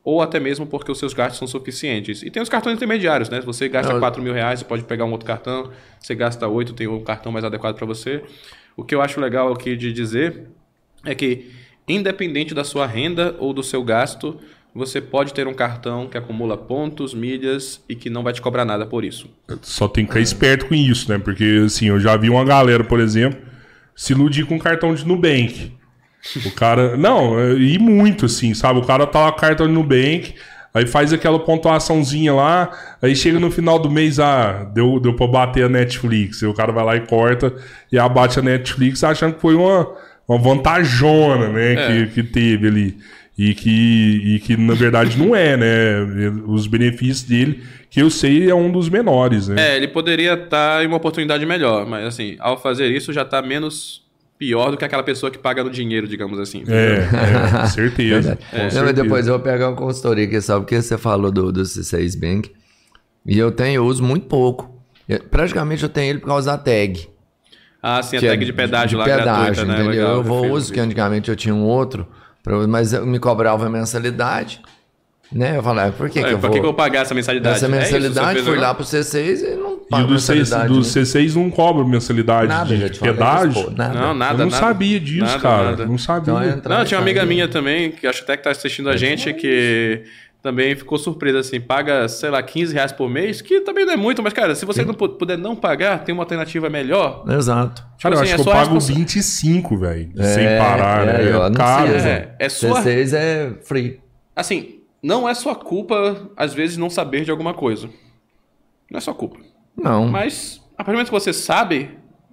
ou até mesmo porque os seus gastos são suficientes. E tem os cartões intermediários, né? Se você gasta quatro mil reais, você pode pegar um outro cartão. Você gasta oito, tem um cartão mais adequado para você. O que eu acho legal aqui de dizer é que, independente da sua renda ou do seu gasto, você pode ter um cartão que acumula pontos, milhas e que não vai te cobrar nada por isso. Só tem que ficar esperto com isso, né? Porque, assim, eu já vi uma galera, por exemplo, se iludir com cartão de Nubank. O cara... Não, e muito, assim, sabe? O cara tá lá com cartão de Nubank, aí faz aquela pontuaçãozinha lá, aí chega no final do mês, ah, deu, deu pra bater a Netflix. Aí o cara vai lá e corta e abate a Netflix achando que foi uma, uma vantajona, né? É. Que, que teve ali. E que, e que, na verdade, não é, né? Os benefícios dele, que eu sei, é um dos menores, né? É, ele poderia estar em uma oportunidade melhor, mas assim, ao fazer isso já está menos pior do que aquela pessoa que paga no dinheiro, digamos assim. É, é, com certeza. com Não, mas certeza. depois eu vou pegar uma consultoria aqui, sabe? Porque você falou do, do C seis Bank. E eu tenho, eu uso muito pouco. Eu- praticamente eu tenho ele por causa da tag. Ah, sim, a que tag é de pedágio de lá pedágio, gratuita, né? entendeu? Legal, eu vou fiz uso, que isso. antigamente eu tinha um outro, pra- mas eu me cobrava a mensalidade. Né? Eu falei, ah, por que, É, que eu pra vou... que que eu vou pagar essa mensalidade? Essa É isso, mensalidade, você fez fui agora? lá pro C seis e não E pago o do, C, mensalidade. do né? C seis não cobra mensalidade Nada, já de te falei pedágio? isso, pô, nada. Não, nada, eu não nada. sabia disso, Nada, cara. nada. Não sabia. Então, entra- Não, tinha uma amiga Sai, minha também, que acho até que tá assistindo a gente, que também ficou surpresa, assim, paga, sei lá, quinze reais por mês, que também não é muito, mas, cara, se você não pu- puder não pagar, tem uma alternativa melhor. Exato. Cara, eu assim, acho é que eu só pago responsa- vinte e cinco, velho. É, sem parar, é, né? ó, não Caro. precisa. É, é sua- C seis é free. Assim, não é sua culpa, às vezes, não saber de alguma coisa. Não é sua culpa. Não. Mas, a partir do momento que você sabe,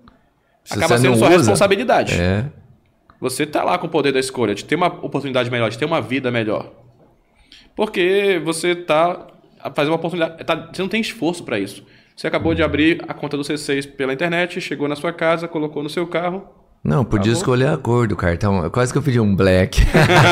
Se acaba você sendo não sua usa, responsabilidade. É. Você tá lá com o poder da escolha, de ter uma oportunidade melhor, de ter uma vida melhor. Porque você tá fazendo uma oportunidade. Tá, você não tem esforço para isso. Você acabou de abrir a conta do C seis pela internet, chegou na sua casa, colocou no seu carro. Não, podia Tá bom. escolher a cor do cartão. Quase que eu pedi um black.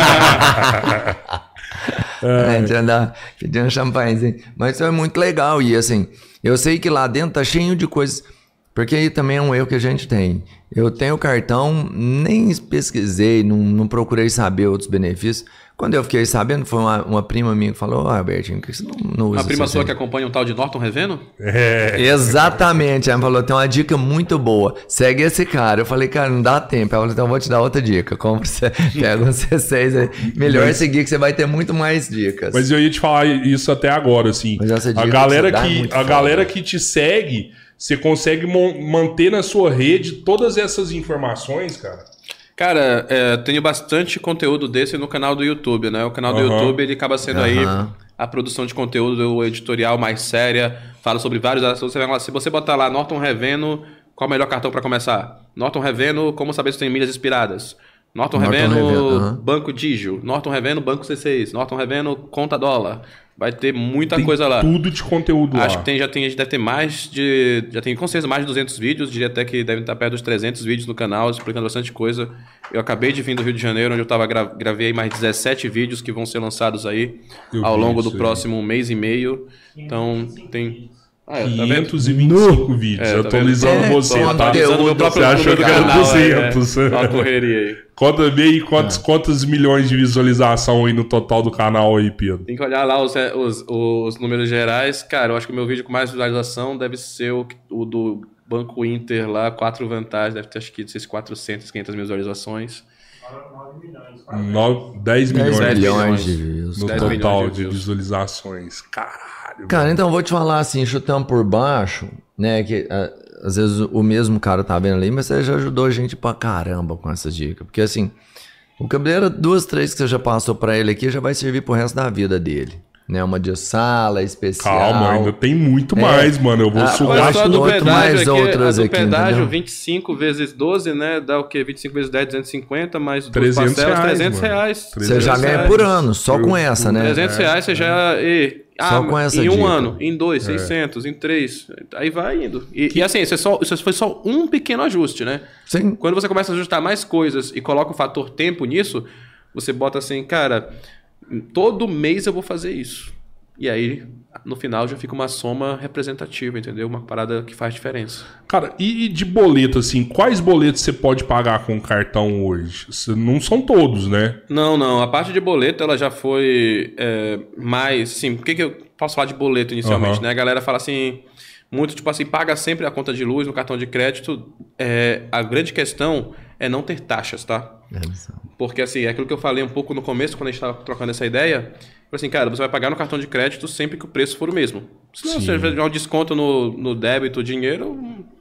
A gente anda pedindo champanhezinho. Mas isso é muito legal. E assim, eu sei que lá dentro tá cheio de coisas. Porque aí também é um erro que a gente tem. Eu tenho o cartão, nem pesquisei, não, não procurei saber outros benefícios. Quando eu fiquei sabendo, foi uma, uma prima minha que falou: Ó, oh, Albertinho, por que você não, não usa Uma prima isso sua aí?" que acompanha um tal de Norton Reveno? É. Exatamente. Ela falou: tem uma dica muito boa. Segue esse cara. Eu falei: cara, não dá tempo. Ela falou: então eu vou te dar outra dica. Compra, você pega um C seis aí. Melhor Mas- seguir que você vai ter muito mais dicas. Mas eu ia te falar isso até agora, assim. Mas essa A dica galera, que você dá é que, muito a foda. galera que te segue, você consegue mon- manter na sua rede todas essas informações, cara? Cara, é, tenho bastante conteúdo desse no canal do YouTube, né? O canal do Aham. YouTube, ele acaba sendo aí Aham. a produção de conteúdo editorial mais séria, fala sobre vários assuntos. Você vai lá, se você botar lá Norton Reveno, qual o melhor cartão para começar? Norton Reveno, como saber se tem milhas expiradas? Norton, Norton Reveno, Reveno, aham. Banco Digio. Norton Reveno, Banco C seis. Norton Reveno, Conta Dólar. Vai ter muita Tem coisa lá. tudo de conteúdo Acho lá. que tem, já tem, a gente deve ter mais de. Já tem com certeza mais de duzentos vídeos, diria até que devem estar perto dos trezentos vídeos no canal, explicando bastante coisa. Eu acabei de vir do Rio de Janeiro, onde eu tava, gra gravei mais dezessete vídeos que vão ser lançados aí Eu ao vi longo isso do aí. próximo mês e meio. Então, tem. Ah, é, tá vendo? quinhentos e vinte e cinco vídeos, É, tá atualizando vendo? você, É, tá? Atualizando o meu próprio Você número achou do que era canal, duzentos. É, uma correria aí. Conta bem aí quantos, quantos milhões de visualização aí no total do canal aí, Pedro. Tem que olhar lá os, os, os números gerais. Cara, eu acho que o meu vídeo com mais visualização deve ser o, o do Banco Inter lá, quatro vantagens, deve ter acho que esses quatrocentas, quinhentas mil visualizações. Nove- dez milhões, dez milhões milhões de views. no dez cara. total milhões de de views. visualizações. Caralho. Cara, então eu vou te falar assim, chutando por baixo, né? Que ah, às vezes o mesmo cara tá vendo ali, mas você já ajudou a gente pra caramba com essas dicas. Porque assim, o cabeleira, duas, três que você já passou pra ele aqui, já vai servir pro resto da vida dele. Né? Uma de sala especial. Calma, ainda tem muito mais, mano. Eu vou Ah, sugar. eu Olha acho só, que do outro pedágio mais aqui, outras a do aqui, pedágio, entendeu? vinte e cinco vezes doze, né? Dá o quê? vinte e cinco vezes dez, duzentos e cinquenta, mais duas trezentos parcelas, reais, trezentos mano. reais. Você já trezentos ganha reais. por ano, só com essa, né? trezentos reais você já... E, Só ah, com essa em um dica. ano, em dois, seiscentos, em três. Aí vai indo. E, e assim, isso, é só, isso foi só um pequeno ajuste, né? Sim. Quando você começa a ajustar mais coisas e coloca o fator tempo nisso, você bota assim, cara, todo mês eu vou fazer isso. E aí, no final, já fica uma soma representativa, entendeu? Uma parada que faz diferença. Cara, e, e de boleto, assim, quais boletos você pode pagar com cartão hoje? Cê- Não são todos, né? Não, não. A parte de boleto, ela já foi é, mais... Assim, por que, que eu posso falar de boleto inicialmente, Aham. né? A galera fala assim... Muito, tipo assim, paga sempre a conta de luz no cartão de crédito. É, a grande questão é não ter taxas, tá? Porque, assim, é aquilo que eu falei um pouco no começo, quando a gente estava trocando essa ideia. Falei assim, cara, você vai pagar no cartão de crédito sempre que o preço for o mesmo. Se não, Sim. você tiver um desconto no, no débito, dinheiro,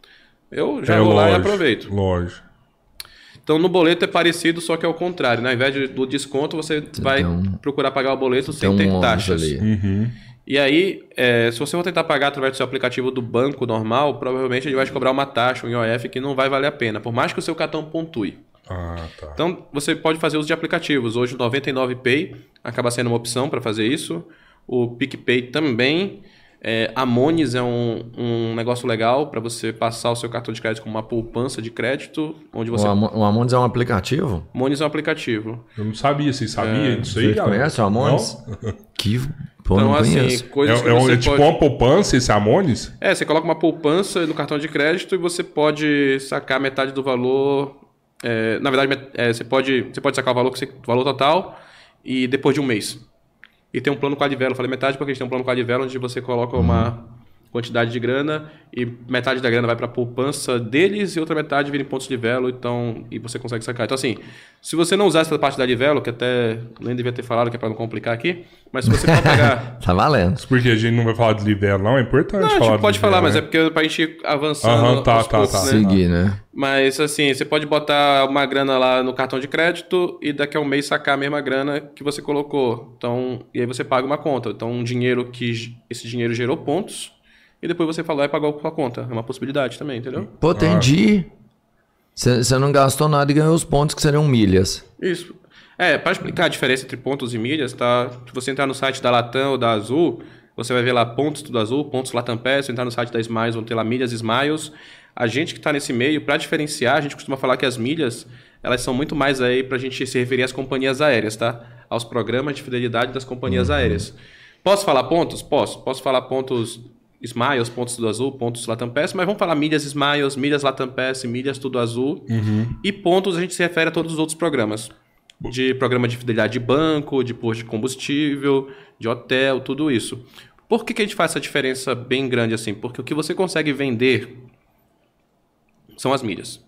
eu já É vou lá e lógico, aproveito. Lógico. Então, no boleto é parecido, só que é o contrário, né? Ao invés de- do desconto, você vai tem um- procurar pagar o boleto Tem sem um ter ônus taxas. ali. Uhum. E aí, é, se você for tentar pagar através do seu aplicativo do banco normal, provavelmente ele vai te cobrar uma taxa, um I O F, que não vai valer a pena, por mais que o seu cartão pontue. Ah, tá. Então, você pode fazer uso de aplicativos. Hoje, o noventa e nove Pay acaba sendo uma opção para fazer isso. O PicPay também. É, a Mones é um, um negócio legal para você passar o seu cartão de crédito com uma poupança de crédito, onde você... O Amo- o Amondes é um aplicativo? Mones é um aplicativo. Eu não sabia, vocês sabiam disso aí, Você galera? conhece o Amondes? Não? Que... Pô, Então, não assim, conheço. É, coisas que é um- você é tipo pode... uma poupança esse Amones? É, você coloca uma poupança no cartão de crédito e você pode sacar metade do valor. é, na verdade, met- é, você, pode, você pode sacar o valor, que você- o valor total e depois de um mês. E tem um plano quadrivelo. Eu falei metade porque a gente tem um plano quadrivelo onde você coloca uma quantidade de grana e metade da grana vai para a poupança deles e outra metade vira em pontos de velo, então, e você consegue sacar. Então, assim, se você não usar essa parte da Livelo, que até nem devia ter falado, que é para não complicar aqui, mas se você for pegar... Tá valendo. Porque a gente não vai falar de Livelo, não. É importante Não, a falar gente pode de falar, Livelo, mas né? é porque pra gente ir avançando Aham, tá, aos tá, poucos, tá. né? Seguir, né? Mas assim, você pode botar uma grana lá no cartão de crédito e daqui a um mês sacar a mesma grana que você colocou. Então, e aí você paga uma conta. Então, um dinheiro que esse dinheiro gerou pontos e depois você falou e pagou com a conta. É uma possibilidade também, entendeu? Pô, entendi. Você não gastou nada e ganhou os pontos que seriam milhas. Isso. É, para explicar a diferença entre pontos e milhas, tá? Se você entrar no site da Latam ou da Azul, você vai ver lá pontos tudo azul, pontos Latam Pass. Se entrar no site da Smiles, vão ter lá milhas Smiles. A gente que está nesse meio, para diferenciar, a gente costuma falar que as milhas, elas são muito mais aí para a gente se referir às companhias aéreas, tá? Aos programas de fidelidade das companhias Uhum. aéreas. Posso falar pontos? Posso. Posso falar pontos Smiles, pontos Tudo Azul, pontos Latam Pass, mas vamos falar milhas Smiles, milhas Latam Pass, milhas Tudo Azul. E pontos a gente se refere a todos os outros programas. De programa de fidelidade de banco, de posto de combustível, de hotel, tudo isso. Por que, que a gente faz essa diferença bem grande assim? Porque o que você consegue vender são as milhas.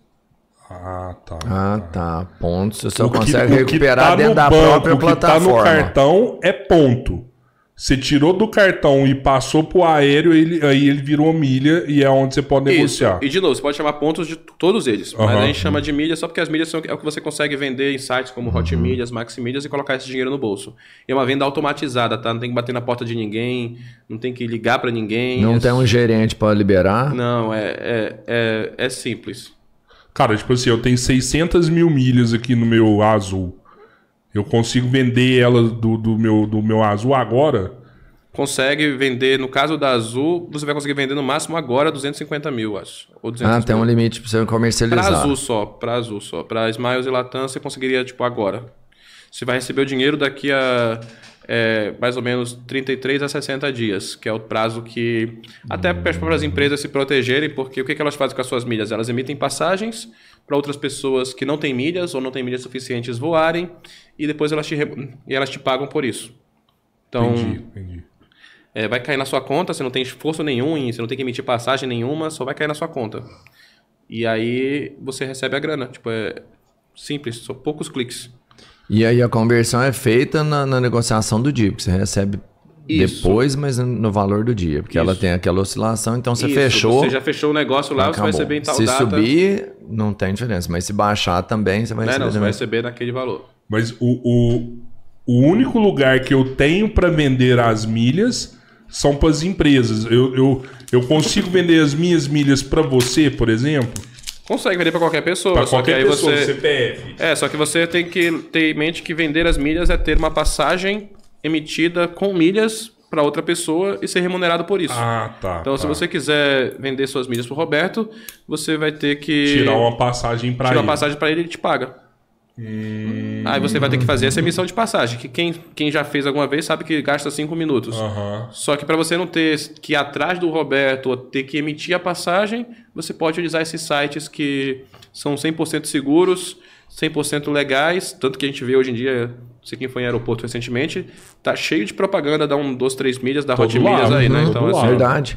Ah, tá. Ah, tá. Pontos você só O que- consegue o que recuperar tá dentro no da banco, própria o que tá plataforma. no cartão é ponto. Você tirou do cartão e passou pro aéreo, ele, aí ele virou milha e é onde você pode negociar. E de novo, você pode chamar pontos de todos eles. Mas Aham. a gente chama de milhas só porque as milhas são é o que você consegue vender em sites como Hot Milhas, Maxi Milhas e colocar esse dinheiro no bolso. E é uma venda automatizada, tá? Não tem que bater na porta de ninguém, não tem que ligar para ninguém. Não é... tem um gerente para liberar. Não, é, é, é, é simples. Cara, tipo assim, eu tenho seiscentas mil milhas aqui no meu Azul. Eu consigo vender elas do, do, meu, do meu Azul agora? Consegue vender, no caso da Azul, você vai conseguir vender no máximo agora duzentos e cinquenta mil, acho. Ou duzentos Ah, tem um mil. limite para você Pra comercializar. Azul só, pra Azul só. Pra Smiles e Latam você conseguiria, tipo, agora. Você vai receber o dinheiro daqui a é, mais ou menos trinta e três a sessenta dias, que é o prazo que até peço para as empresas se protegerem, porque o que que elas fazem com as suas milhas? Elas emitem passagens para outras pessoas que não têm milhas ou não têm milhas suficientes voarem e depois elas te, re- e elas te pagam por isso. Então, Entendi, entendi. é, vai cair na sua conta, você não tem esforço nenhum, em- você não tem que emitir passagem nenhuma, só vai cair na sua conta. E aí você recebe a grana. Tipo, é simples, são poucos cliques. E aí a conversão é feita na, na negociação do dia, porque você recebe Isso. depois, mas no valor do dia, porque ela Isso. tem aquela oscilação, então você Isso, fechou. Você já fechou o negócio lá, você vai acabou. receber em tal se data. subir, não tem diferença, mas se baixar também, você vai Né, receber. não, você também. vai receber naquele valor. Mas o, o, o único lugar que eu tenho para vender as milhas são para as empresas. Eu, eu, eu consigo vender as minhas milhas para você, por exemplo? Consegue vender para qualquer pessoa, Para só que qualquer aí pessoa, você... C P F. É, só que você tem que ter em mente que vender as milhas é ter uma passagem emitida com milhas para outra pessoa e ser remunerado por isso. Ah, tá. Então, tá. se você quiser vender suas milhas pro Roberto, você vai ter que Tirar uma passagem para tirar ele. uma passagem para ele e ele te paga. Hum. Aí você vai ter que fazer essa emissão de passagem, que quem, quem já fez alguma vez sabe que gasta cinco minutos. Uhum. Só que para você não ter que ir atrás do Roberto ou ter que emitir a passagem, você pode utilizar esses sites que são cem por cento seguros, cem por cento legais, tanto que a gente vê hoje em dia, não sei quem foi em aeroporto recentemente, tá cheio de propaganda da um, dois, três milhas, da Hot Milhas aí, né? Então, assim, verdade.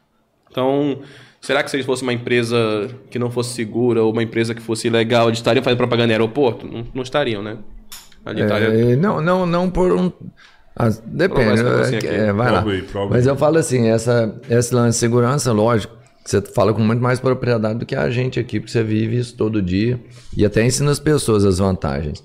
Então, será que se eles fosse uma empresa que não fosse segura ou uma empresa que fosse ilegal, eles estariam fazendo propaganda em aeroporto? Não, não estariam, né? Ali É, estaria... não, não, não por um... Ah, depende, é, vai lá. Prova aí, prova Mas aí. eu falo assim, essa, esse lance de segurança, lógico, você fala com muito mais propriedade do que a gente aqui, porque você vive isso todo dia e até ensina as pessoas as vantagens.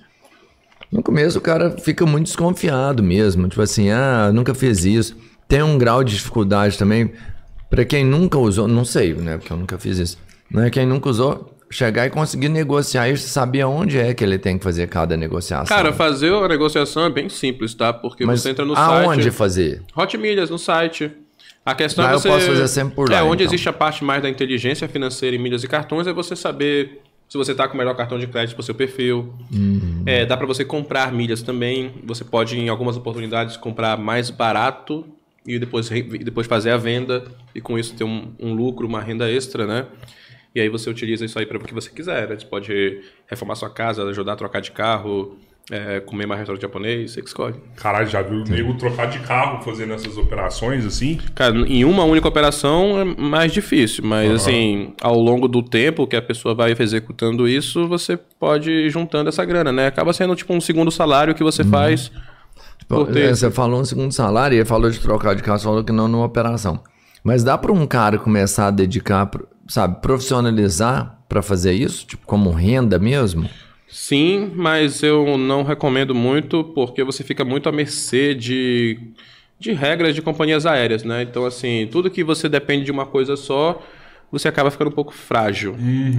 No começo o cara fica muito desconfiado mesmo, tipo assim, ah, nunca fiz isso. Tem um grau de dificuldade também, para quem nunca usou, não sei, né, porque eu nunca fiz isso, não é quem nunca usou, chegar e conseguir negociar e saber onde é que ele tem que fazer cada negociação. Cara, fazer a negociação é bem simples, tá? Porque Mas você entra no aonde site... fazer? Hot Milhas, no site. A questão Lá é eu você... posso fazer sempre por lá, É, onde então. existe a parte mais da inteligência financeira em milhas e cartões é você saber se você tá com o melhor cartão de crédito pro seu perfil. Uhum. É, dá para você comprar milhas também. Você pode, em algumas oportunidades, comprar mais barato e depois, re- depois fazer a venda e com isso ter um, um lucro, uma renda extra, né? E aí você utiliza isso aí para o que você quiser, né? Você pode reformar sua casa, ajudar a trocar de carro, é, comer mais restaurante japonês, você que escolhe. Caralho, já viu o nego trocar de carro fazendo essas operações assim? Cara, em uma única operação é mais difícil, mas Uhum. assim, ao longo do tempo que a pessoa vai executando isso, você pode ir juntando essa grana, né? Acaba sendo tipo um segundo salário que você faz por É, ter... você falou um segundo salário e ele falou de trocar de carro, você falou que não numa operação. Mas dá para um cara começar a dedicar, pro- sabe, profissionalizar para fazer isso? Tipo, como renda mesmo? Sim, mas eu não recomendo muito porque você fica muito à mercê de, de regras de companhias aéreas, né? Então, assim, tudo que você depende de uma coisa só, você acaba ficando um pouco frágil.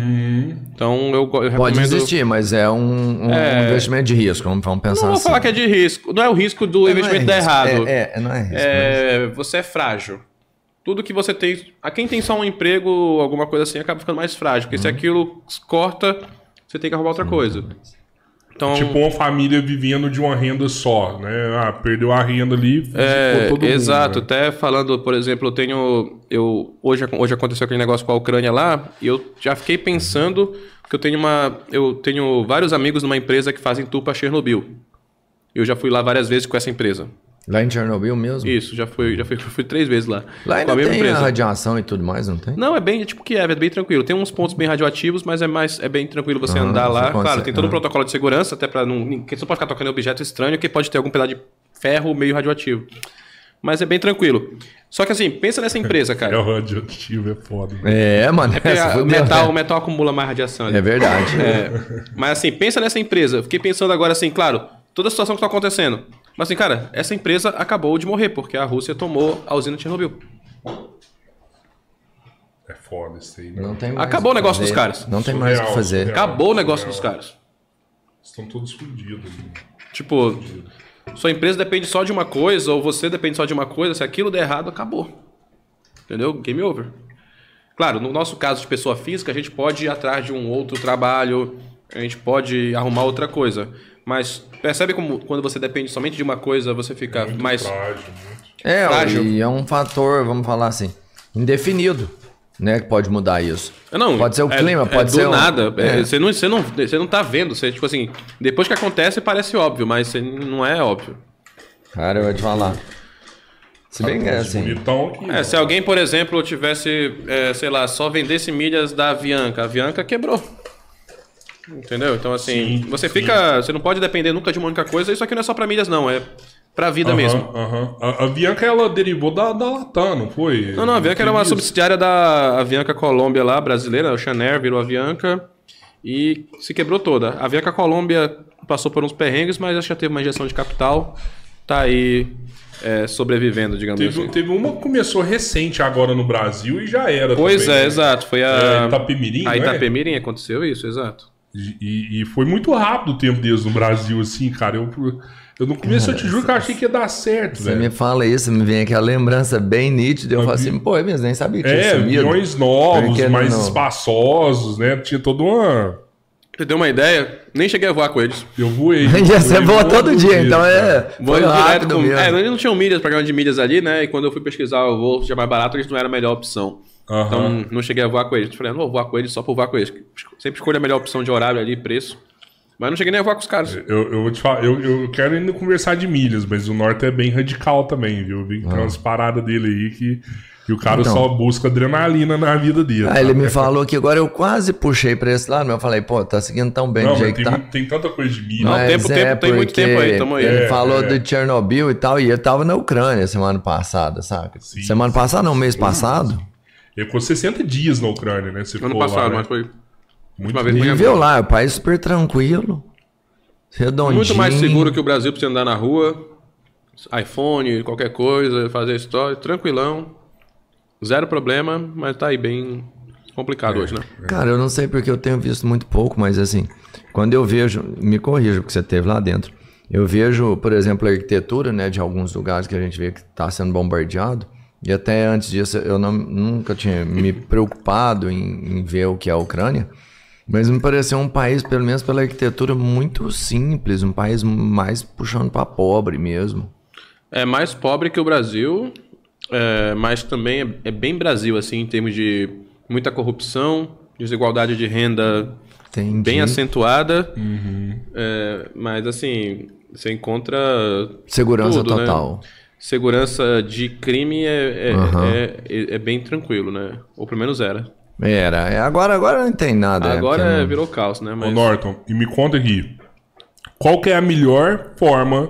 Então, eu, go- eu Pode recomendo... existir, mas é um, um É. investimento de risco, vamos, vamos pensar Não vou assim. falar que é de risco. Não é o risco do É, investimento não é dar risco. errado. É, é, não é risco. É, você é frágil. Tudo que você tem... A quem tem só um emprego, alguma coisa assim, acaba ficando mais frágil. Porque se Uhum. aquilo corta, você tem que arrumar outra coisa. Então, Tipo uma família vivendo de uma renda só, né? Ah, perdeu a renda ali, ficou é, todo mundo. exato. Né? Até falando, por exemplo, eu tenho... Eu, hoje, hoje aconteceu aquele negócio com a Ucrânia lá, e eu já fiquei pensando que eu tenho uma... Eu tenho vários amigos numa empresa que fazem tour para Chernobyl. Eu já fui lá várias vezes com essa empresa. Lá em Chernobyl mesmo? Isso, já fui, já fui, fui três vezes lá. Lá com ainda a mesma tem empresa. a radiação e tudo mais, não tem? Não, é bem, é tipo que é, é bem tranquilo. Tem uns pontos bem radioativos, mas é mais é bem tranquilo você Ah, andar você lá. consegue- Claro, tem todo um ah. protocolo de segurança, até pra não... Porque você não pode ficar tocando em objeto estranho, que pode ter algum pedaço de ferro meio radioativo. Mas é bem tranquilo. Só que assim, pensa nessa empresa, É cara. o radioativo, é foda. É, mano. É porque essa a- foi o, mesmo, metal, né? o metal acumula mais radiação ali. É verdade. É, mas assim, pensa nessa empresa. Eu fiquei pensando agora assim, claro, toda a situação que tá acontecendo. Mas assim, cara, essa empresa acabou de morrer, porque a Rússia tomou a usina de Chernobyl. É foda isso aí, né? Não tem mais Acabou o que negócio fazer. dos caras. Não tem mais o que Surreal, fazer. surreal. Acabou o negócio Surreal. dos caras. Estão todos fodidos. Né? Tipo, sua empresa depende só de uma coisa, ou você depende só de uma coisa, se aquilo der errado, acabou. Entendeu? Game over. Claro, no nosso caso de pessoa física, a gente pode ir atrás de um outro trabalho, a gente pode arrumar outra coisa. Mas percebe como quando você depende somente de uma coisa, você fica Muito mais... frágil, muito. É, Frágil. e é um fator, vamos falar assim, indefinido, né? Que pode mudar isso. Não, Pode ser o é- clima, é pode do ser um- nada. É, É. Você, não, você, não, você não tá vendo. Você, tipo assim, depois que acontece parece óbvio, mas você não é óbvio. Cara, eu vou te falar. Se bem que é Os assim. bonitão aqui. É, ó. se alguém, por exemplo, tivesse, é, sei lá, só vendesse milhas da Avianca, a Avianca quebrou. Entendeu? Então, assim, Sim, você sim. fica. Você não pode depender nunca de uma única coisa. Isso aqui não é só pra milhas, não. É pra vida Aham, mesmo. aham. A, a Bianca, ela derivou da, da Latam, não foi? Não, não, a Avianca era uma Isso. subsidiária da Avianca Colômbia lá, brasileira. O Chanair virou Avianca e se quebrou toda. A Avianca Colômbia passou por uns perrengues, mas acho que já teve uma injeção de capital. Tá aí é, sobrevivendo, digamos Teve, assim. teve uma que começou recente agora no Brasil e já era. Pois também, é, né? exato. Foi É, a. Itapemirim, a não é? Itapemirim aconteceu isso, exato. E, e foi muito rápido o tempo deles no Brasil, assim, cara. Eu, eu no começo eu te juro que eu achei que ia dar certo, Você velho. me fala isso, me vem aquela lembrança bem nítida. Eu falo assim, pô, eu mesmo nem sabia que tinha É, sumido. aviões novos, Porque mais não- espaçosos, né? Tinha toda uma... Você deu uma ideia? Nem cheguei a voar com eles. Eu voei. Você voa todo dia, então é. Vou foi direto rápido com... mesmo. É, eles não tinham milhas, programa de milhas ali, né? E quando eu fui pesquisar o voo já mais barato, eles não eram a melhor opção. Aham. Então não cheguei a voar com eles. Eu falei, não vou voar com eles só por voar com eles. Sempre escolho a melhor opção de horário ali, preço. Mas não cheguei nem a voar com os caras. Eu, eu vou te falar, eu, eu quero ainda conversar de milhas, mas o Norte é bem radical também, viu? Eu vi que tem umas paradas dele aí que, que o cara Então. só busca adrenalina na vida dele. Aí tá? ele me falou que agora eu quase puxei pra esse lado, mas eu falei, pô, tá seguindo tão bem Não, do mas jeito tem, que tá. muito- tem tanta coisa de milha. Não, Mas tempo, tempo, tem muito porque tempo aí, tamo aí. Ele É, falou é. de Chernobyl e tal, e ele tava na Ucrânia semana passada, saca? Sim, semana sim, passada, não, sim. mês passado. Ele ficou sessenta dias na Ucrânia, né? Você Ano ficou passado, lá, né? mas foi. Muito Última vez que eu Viveu lá, o país super tranquilo, redondinho. Muito mais seguro que o Brasil pra você andar na rua. iPhone, qualquer coisa, fazer história, tranquilão. Zero problema, mas tá aí bem complicado hoje, né? Cara, eu não sei porque eu tenho visto muito pouco, mas assim, quando eu vejo, me corrija porque você teve lá dentro, eu vejo, por exemplo, a arquitetura, né, de alguns lugares que a gente vê que está sendo bombardeado, e até antes disso eu não, nunca tinha me preocupado em, em ver o que é a Ucrânia, mas me pareceu um país, pelo menos pela arquitetura, muito simples, um país mais puxando para pobre mesmo. É mais pobre que o Brasil, é, mas também é, é bem Brasil, assim, em termos de muita corrupção, desigualdade de renda Entendi. bem acentuada. É, mas, assim, você encontra Segurança tudo, né? total. Segurança de crime é, é, Aham. é, é- é bem tranquilo, né? Ou pelo menos era. Era, é, agora, agora não tem nada. Agora é, porque é, não- virou caos, né? Ô, Mas Norton, e me conta aqui. Qual que é a melhor forma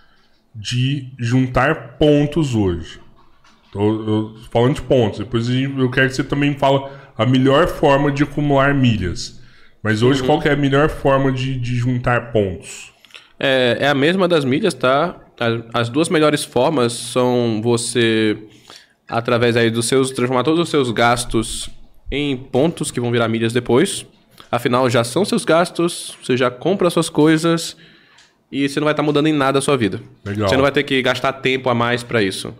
de juntar pontos hoje? Tô, eu- falando de pontos. Depois eu quero que você também fale a melhor forma de acumular milhas. Mas hoje, qual que é a melhor forma de, de juntar pontos? É, é a mesma das milhas, tá? As, as duas melhores formas são você, através aí dos seus, transformar todos os seus gastos em pontos que vão virar milhas depois. Afinal, já são seus gastos, você já compra as suas coisas e você não vai estar mudando em nada a sua vida. Legal. Você não vai ter que gastar tempo a mais para isso.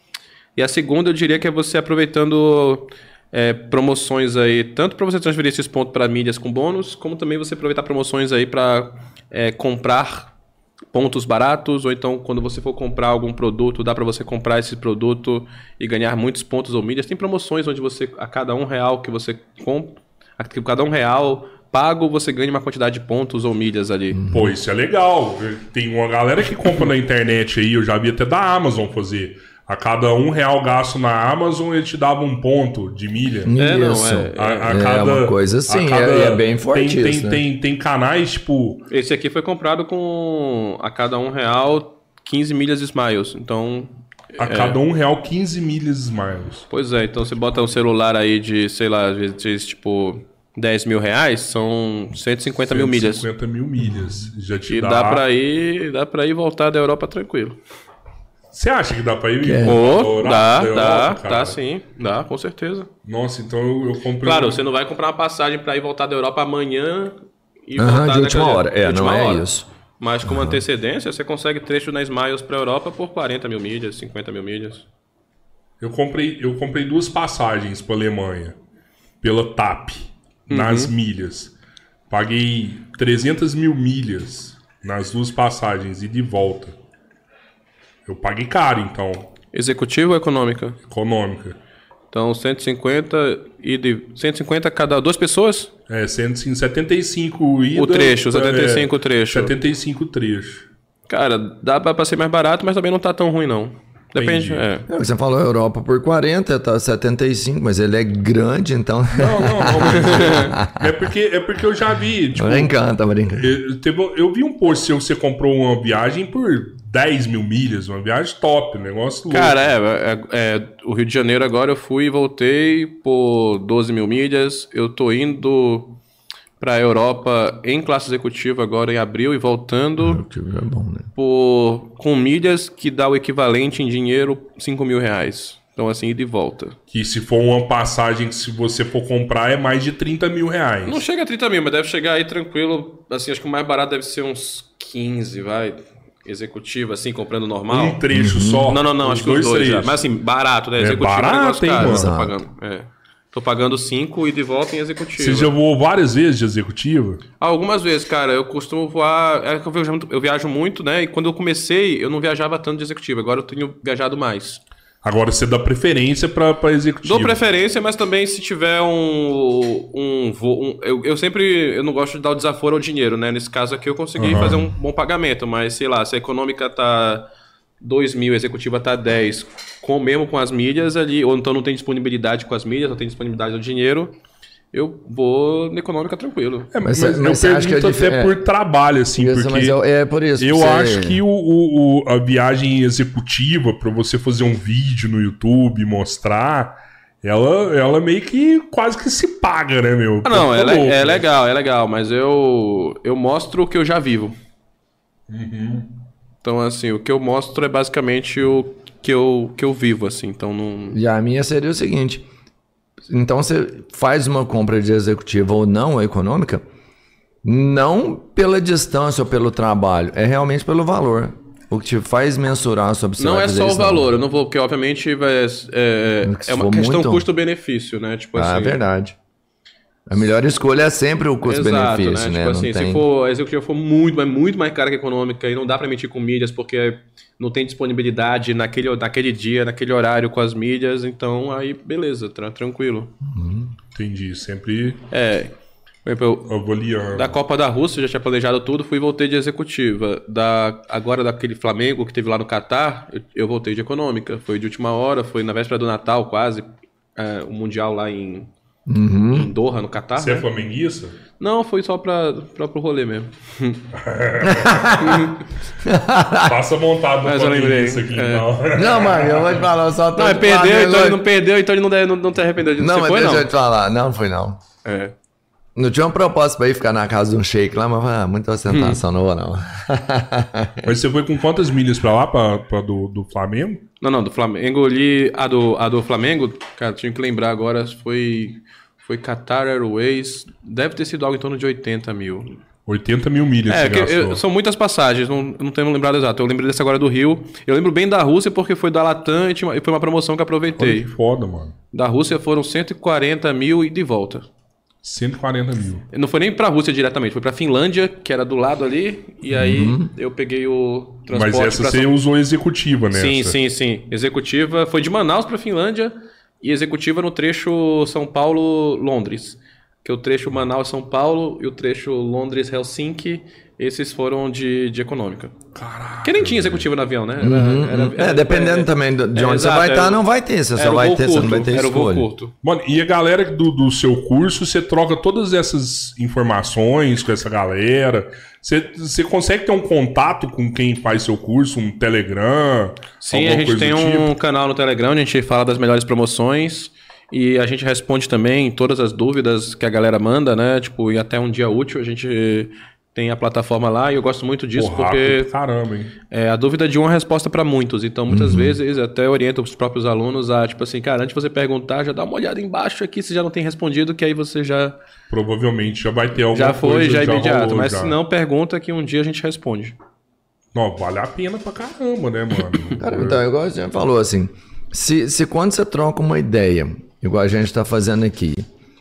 E a segunda, eu diria que é você aproveitando é, promoções aí, tanto para você transferir esses pontos para milhas com bônus, como também você aproveitar promoções aí para é, comprar pontos baratos, ou então quando você for comprar algum produto, dá para você comprar esse produto e ganhar muitos pontos ou milhas. Tem promoções onde você, a cada um real que você compra, a cada um real pago, você ganha uma quantidade de pontos ou milhas ali. Pô, isso é legal. Tem uma galera que compra na internet aí, eu já vi até da Amazon fazer. A cada um real gasto na Amazon, ele te dava um ponto de milha. É, não, Isso. é- A, a É cada, uma coisa assim, a cada- é- é bem forte tem, isso, tem, né? tem, tem canais, tipo... Esse aqui foi comprado com a cada um real quinze milhas Smiles. Então, A cada um real, quinze milhas Smiles. pois é, então você bota um celular aí de, sei lá, às vezes tipo dez mil reais, são cento e cinquenta mil milhas. cento e cinquenta mil milhas. Já te E dá... dá pra ir, dá pra ir voltar da Europa tranquilo. Você acha que dá pra ir? Pô, pra dá, da Europa, dá, cara? dá sim, dá, com certeza. Nossa, então eu, eu comprei... Claro, um- você não vai comprar uma passagem pra ir voltar da Europa amanhã e Aham, voltar de daqui a última dia. hora. É, De última não é hora. isso. Mas com antecedência, você consegue trecho na Smiles pra Europa por quarenta mil milhas, cinquenta mil milhas. Eu comprei, eu comprei duas passagens pra Alemanha. Pela T A P. Uhum. Nas milhas. Paguei trezentas mil milhas nas duas passagens e de volta. Eu paguei caro, então. Executivo ou econômica? Econômica. Então, cento e cinquenta e de cento e cinquenta cada duas pessoas? É, cento e setenta e cinco ida... O trecho, setenta e cinco é, o trecho. setenta e cinco trecho. Cara, dá pra pra ser mais barato, mas também não tá tão ruim, não. Depende, Entendi. é. É, você falou Europa por quarenta, tá setenta e cinco, mas ele é grande, então. Não, não, não. Mas é, porque, é porque eu já vi, tipo... brincando, tá brincando. Eu, teve- eu vi um post seu que você comprou uma viagem por dez mil milhas, uma viagem top, um negócio louco. Cara, é, é, é, o Rio de Janeiro agora eu fui e voltei por doze mil milhas. Eu tô indo pra Europa em classe executiva agora em abril e voltando É bom, né? por, com milhas que dá o equivalente em dinheiro cinco mil reais. Então assim, ida e volta. Que se for uma passagem que se você for comprar é mais de trinta mil reais. Não chega a trinta mil, mas deve chegar aí tranquilo. Assim, acho que o mais barato deve ser uns quinze, vai. Executivo, assim, comprando normal. Um trecho só. Não, não, não, os acho que os dois já. trechos. Mas assim, barato, né? É Executivo barato, é um negócio hein, caro, mano? você tá Exato. pagando. É. Tô pagando cinco e de volta em executiva. Você já voou várias vezes de executiva? Algumas vezes, cara. Eu costumo voar... É que eu viajo, muito, eu viajo muito, né? E quando eu comecei, eu não viajava tanto de executiva. Agora eu tenho viajado mais. Agora você dá preferência pra, pra executiva. Dou preferência, mas também se tiver um... um, um eu, eu sempre... Eu não gosto de dar o desaforo ao dinheiro, né? Nesse caso aqui eu consegui uhum. fazer um bom pagamento. Mas, sei lá, se a econômica tá dois mil, a executiva tá dez, com, mesmo com as milhas ali, ou então não tem disponibilidade com as milhas, não tem disponibilidade do dinheiro, eu vou na econômica tranquilo. É, mas, mas, mas eu pergunto até é, por trabalho, assim, isso, porque mas é, é por isso, eu você... acho que o, o, a viagem executiva, para você fazer um vídeo no YouTube, mostrar, ela, ela meio que quase que se paga, né, meu? Ah, não, é, louco, é né? legal, é legal, mas eu, eu mostro o que eu já vivo. Uhum. Então, assim, o que eu mostro é basicamente o que eu, que eu vivo, assim, então não... E a minha seria o seguinte, então você faz uma compra de executiva ou não, econômica, não pela distância ou pelo trabalho, é realmente pelo valor. O que te faz mensurar sobre se Não vai é só o valor, eu não vou, porque obviamente vai, é, é uma questão muito... custo-benefício, né? Tipo ah, assim, é verdade. A melhor escolha é sempre o custo-benefício, né? né? Tipo assim, tem... se for, a executiva for muito, mas muito mais cara que a econômica e não dá para emitir com milhas porque não tem disponibilidade naquele, naquele dia, naquele horário com as milhas, então aí beleza, tra tranquilo. Uhum. Entendi, sempre é, eu, avaliando. Da Copa da Rússia, eu já tinha planejado tudo, fui e voltei de executiva. Da, agora daquele Flamengo que teve lá no Catar, eu, eu voltei de econômica. Foi de última hora, foi na véspera do Natal quase, é, o Mundial lá em... Uhum. em Doha, no Catar. Você né? é flamenguista? Não, foi só pra, pra pro rolê mesmo. Passa montado no flamenguista aqui, é. então. Não, mano, eu vou te falar, eu só tô... Não, ele perdeu, então ele não perdeu, então ele não, deve, não, não te arrependeu de não, você mas foi, deixa não? eu te falar, não, não foi não. É. Não tinha uma proposta pra ir ficar na casa de um shake lá, mas ah, muita ostentação, hum. não vou não. Mas você foi com quantas milhas pra lá, pra, pra do, do Flamengo? Não, não, do Flamengo ali, a do, a do Flamengo, cara, tinha que lembrar agora, foi, foi Qatar Airways, deve ter sido algo em torno de oitenta mil. oitenta mil milhas, é, que eu, são muitas passagens, não, não tenho lembrado exato. Eu lembrei dessa agora do Rio. Eu lembro bem da Rússia porque foi da Latam e, tinha, e foi uma promoção que eu aproveitei. Olha que foda, mano. Da Rússia foram cento e quarenta mil e de volta. cento e quarenta mil. Não foi nem pra Rússia diretamente, foi pra Finlândia, que era do lado ali, e aí uhum. eu peguei o transporte. Mas essa pra você São... usou executiva, né? Sim, sim, sim. Executiva foi de Manaus pra Finlândia e executiva no trecho São Paulo-Londres. Que é o trecho Manaus-São Paulo e o trecho Londres-Helsinki, esses foram de, de econômica. Caraca. Porque nem tinha executiva no avião, né? Era, uhum. era, era, é, dependendo é, também de onde é, você exato, vai estar, era, não vai ter. Você só vai ter, curto, você não vai ter era escolha. O voo curto. Mano, e a galera do, do seu curso, você troca todas essas informações com essa galera? Você, você consegue ter um contato com quem faz seu curso, um Telegram? Sim, a gente tem um tipo? canal no Telegram, onde a gente fala das melhores promoções. E a gente responde também todas as dúvidas que a galera manda, né? Tipo, e até um dia útil a gente tem a plataforma lá e eu gosto muito disso. Pô, porque rápido, caramba, hein? É, a dúvida de uma resposta para muitos. Então, muitas uhum. vezes, até oriento os próprios alunos a, tipo assim, cara, antes de você perguntar, já dá uma olhada embaixo aqui se já não tem respondido, que aí você já... Provavelmente já vai ter alguma já foi, coisa. Já foi, já é imediato. Rolou, mas já. se não, pergunta que um dia a gente responde. Não, vale a pena pra caramba, né, mano? Cara, então, igual você falou, assim, se, se quando você troca uma ideia... Igual a gente está fazendo aqui.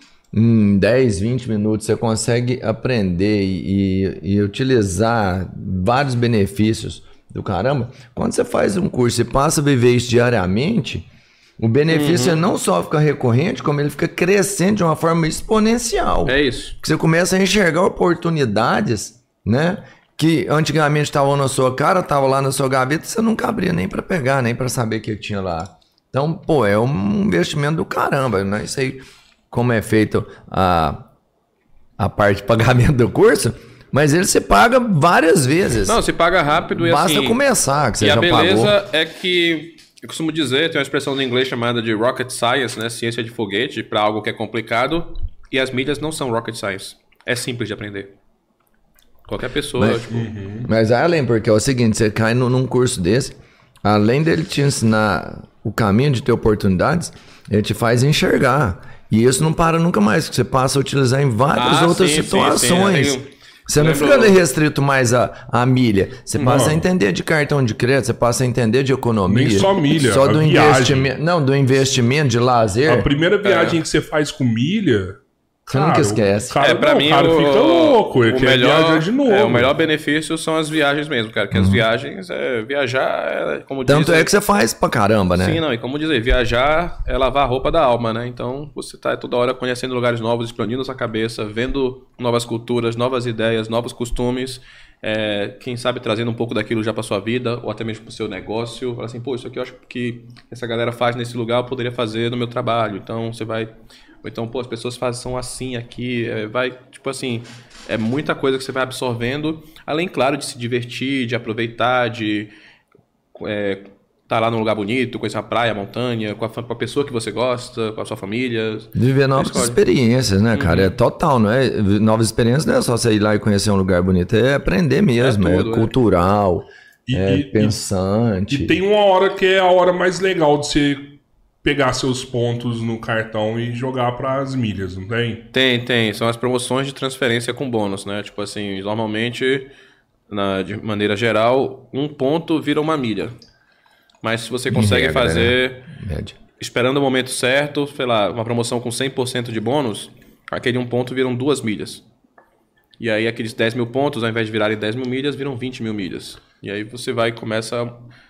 Em dez, vinte minutos você consegue aprender e, e utilizar vários benefícios do caramba. Quando você faz um curso e passa a viver isso diariamente, o benefício uhum. não só fica recorrente, como ele fica crescendo de uma forma exponencial. É isso. Porque você começa a enxergar oportunidades, né? Que antigamente estavam na sua cara, estavam lá na sua gaveta, você nunca abria nem para pegar, nem para saber que tinha lá. Então, pô, é um investimento do caramba, não é isso aí como é feito a, a parte de pagamento do curso, mas ele se paga várias vezes. Não, se paga rápido e basta assim... começar, que você e já a beleza pagou. É que, eu costumo dizer, tem uma expressão em inglês chamada de rocket science, né, ciência de foguete, para algo que é complicado, e as milhas não são rocket science. É simples de aprender. Qualquer pessoa, mas, tipo... Uhum. Mas além, porque é o seguinte, você cai no, num curso desse, além dele te ensinar o caminho de ter oportunidades, ele te faz enxergar. E isso não para nunca mais, porque você passa a utilizar em várias ah, outras sim, situações. Sim, sim. Você não Lembro- fica restrito mais a, a milha. Você passa Não. a entender de cartão de crédito, você passa a entender de economia. Nem só milha, Só a do viagem. investimento. Não, do investimento, de lazer. A primeira viagem que você faz com milha... Você nunca esquece. O cara, É, pra não, mim, o cara o, fica louco, ele o quer melhor, viajar de novo. É, o melhor benefício são as viagens mesmo, cara. Que as viagens, é, viajar, é, como Tanto diz... é que você faz pra caramba, né? Sim, não, e como dizer, viajar é lavar a roupa da alma, né? Então, você tá toda hora conhecendo lugares novos, expandindo sua cabeça, vendo novas culturas, novas ideias, novos costumes, é, quem sabe trazendo um pouco daquilo já pra sua vida, ou até mesmo pro seu negócio. Fala assim, pô, isso aqui eu acho que essa galera faz nesse lugar, eu poderia fazer no meu trabalho. Então, você vai... Ou então, pô, as pessoas fazem, são assim aqui, é, vai, tipo assim, é muita coisa que você vai absorvendo, além, claro, de se divertir, de aproveitar, de é, tá lá num lugar bonito, conhecer a praia, a montanha, com a, fa- com a pessoa que você gosta, com a sua família. Viver novas Escolhe. experiências, né, cara? É total, não é? Novas experiências não é só você ir lá e conhecer um lugar bonito, é aprender mesmo, é, É tudo, é. cultural, E- é e- pensante. E tem uma hora que é a hora mais legal de você pegar seus pontos no cartão e jogar para as milhas, não tem? Tem, tem. São as promoções de transferência com bônus, né? Tipo assim, normalmente, na, de maneira geral, um ponto vira uma milha. Mas se você consegue regra, fazer, Média. esperando o momento certo, sei lá, uma promoção com cem por cento de bônus, aquele um ponto viram duas milhas. E aí aqueles dez mil pontos, ao invés de virarem dez mil milhas, viram vinte mil milhas. E aí você vai e começa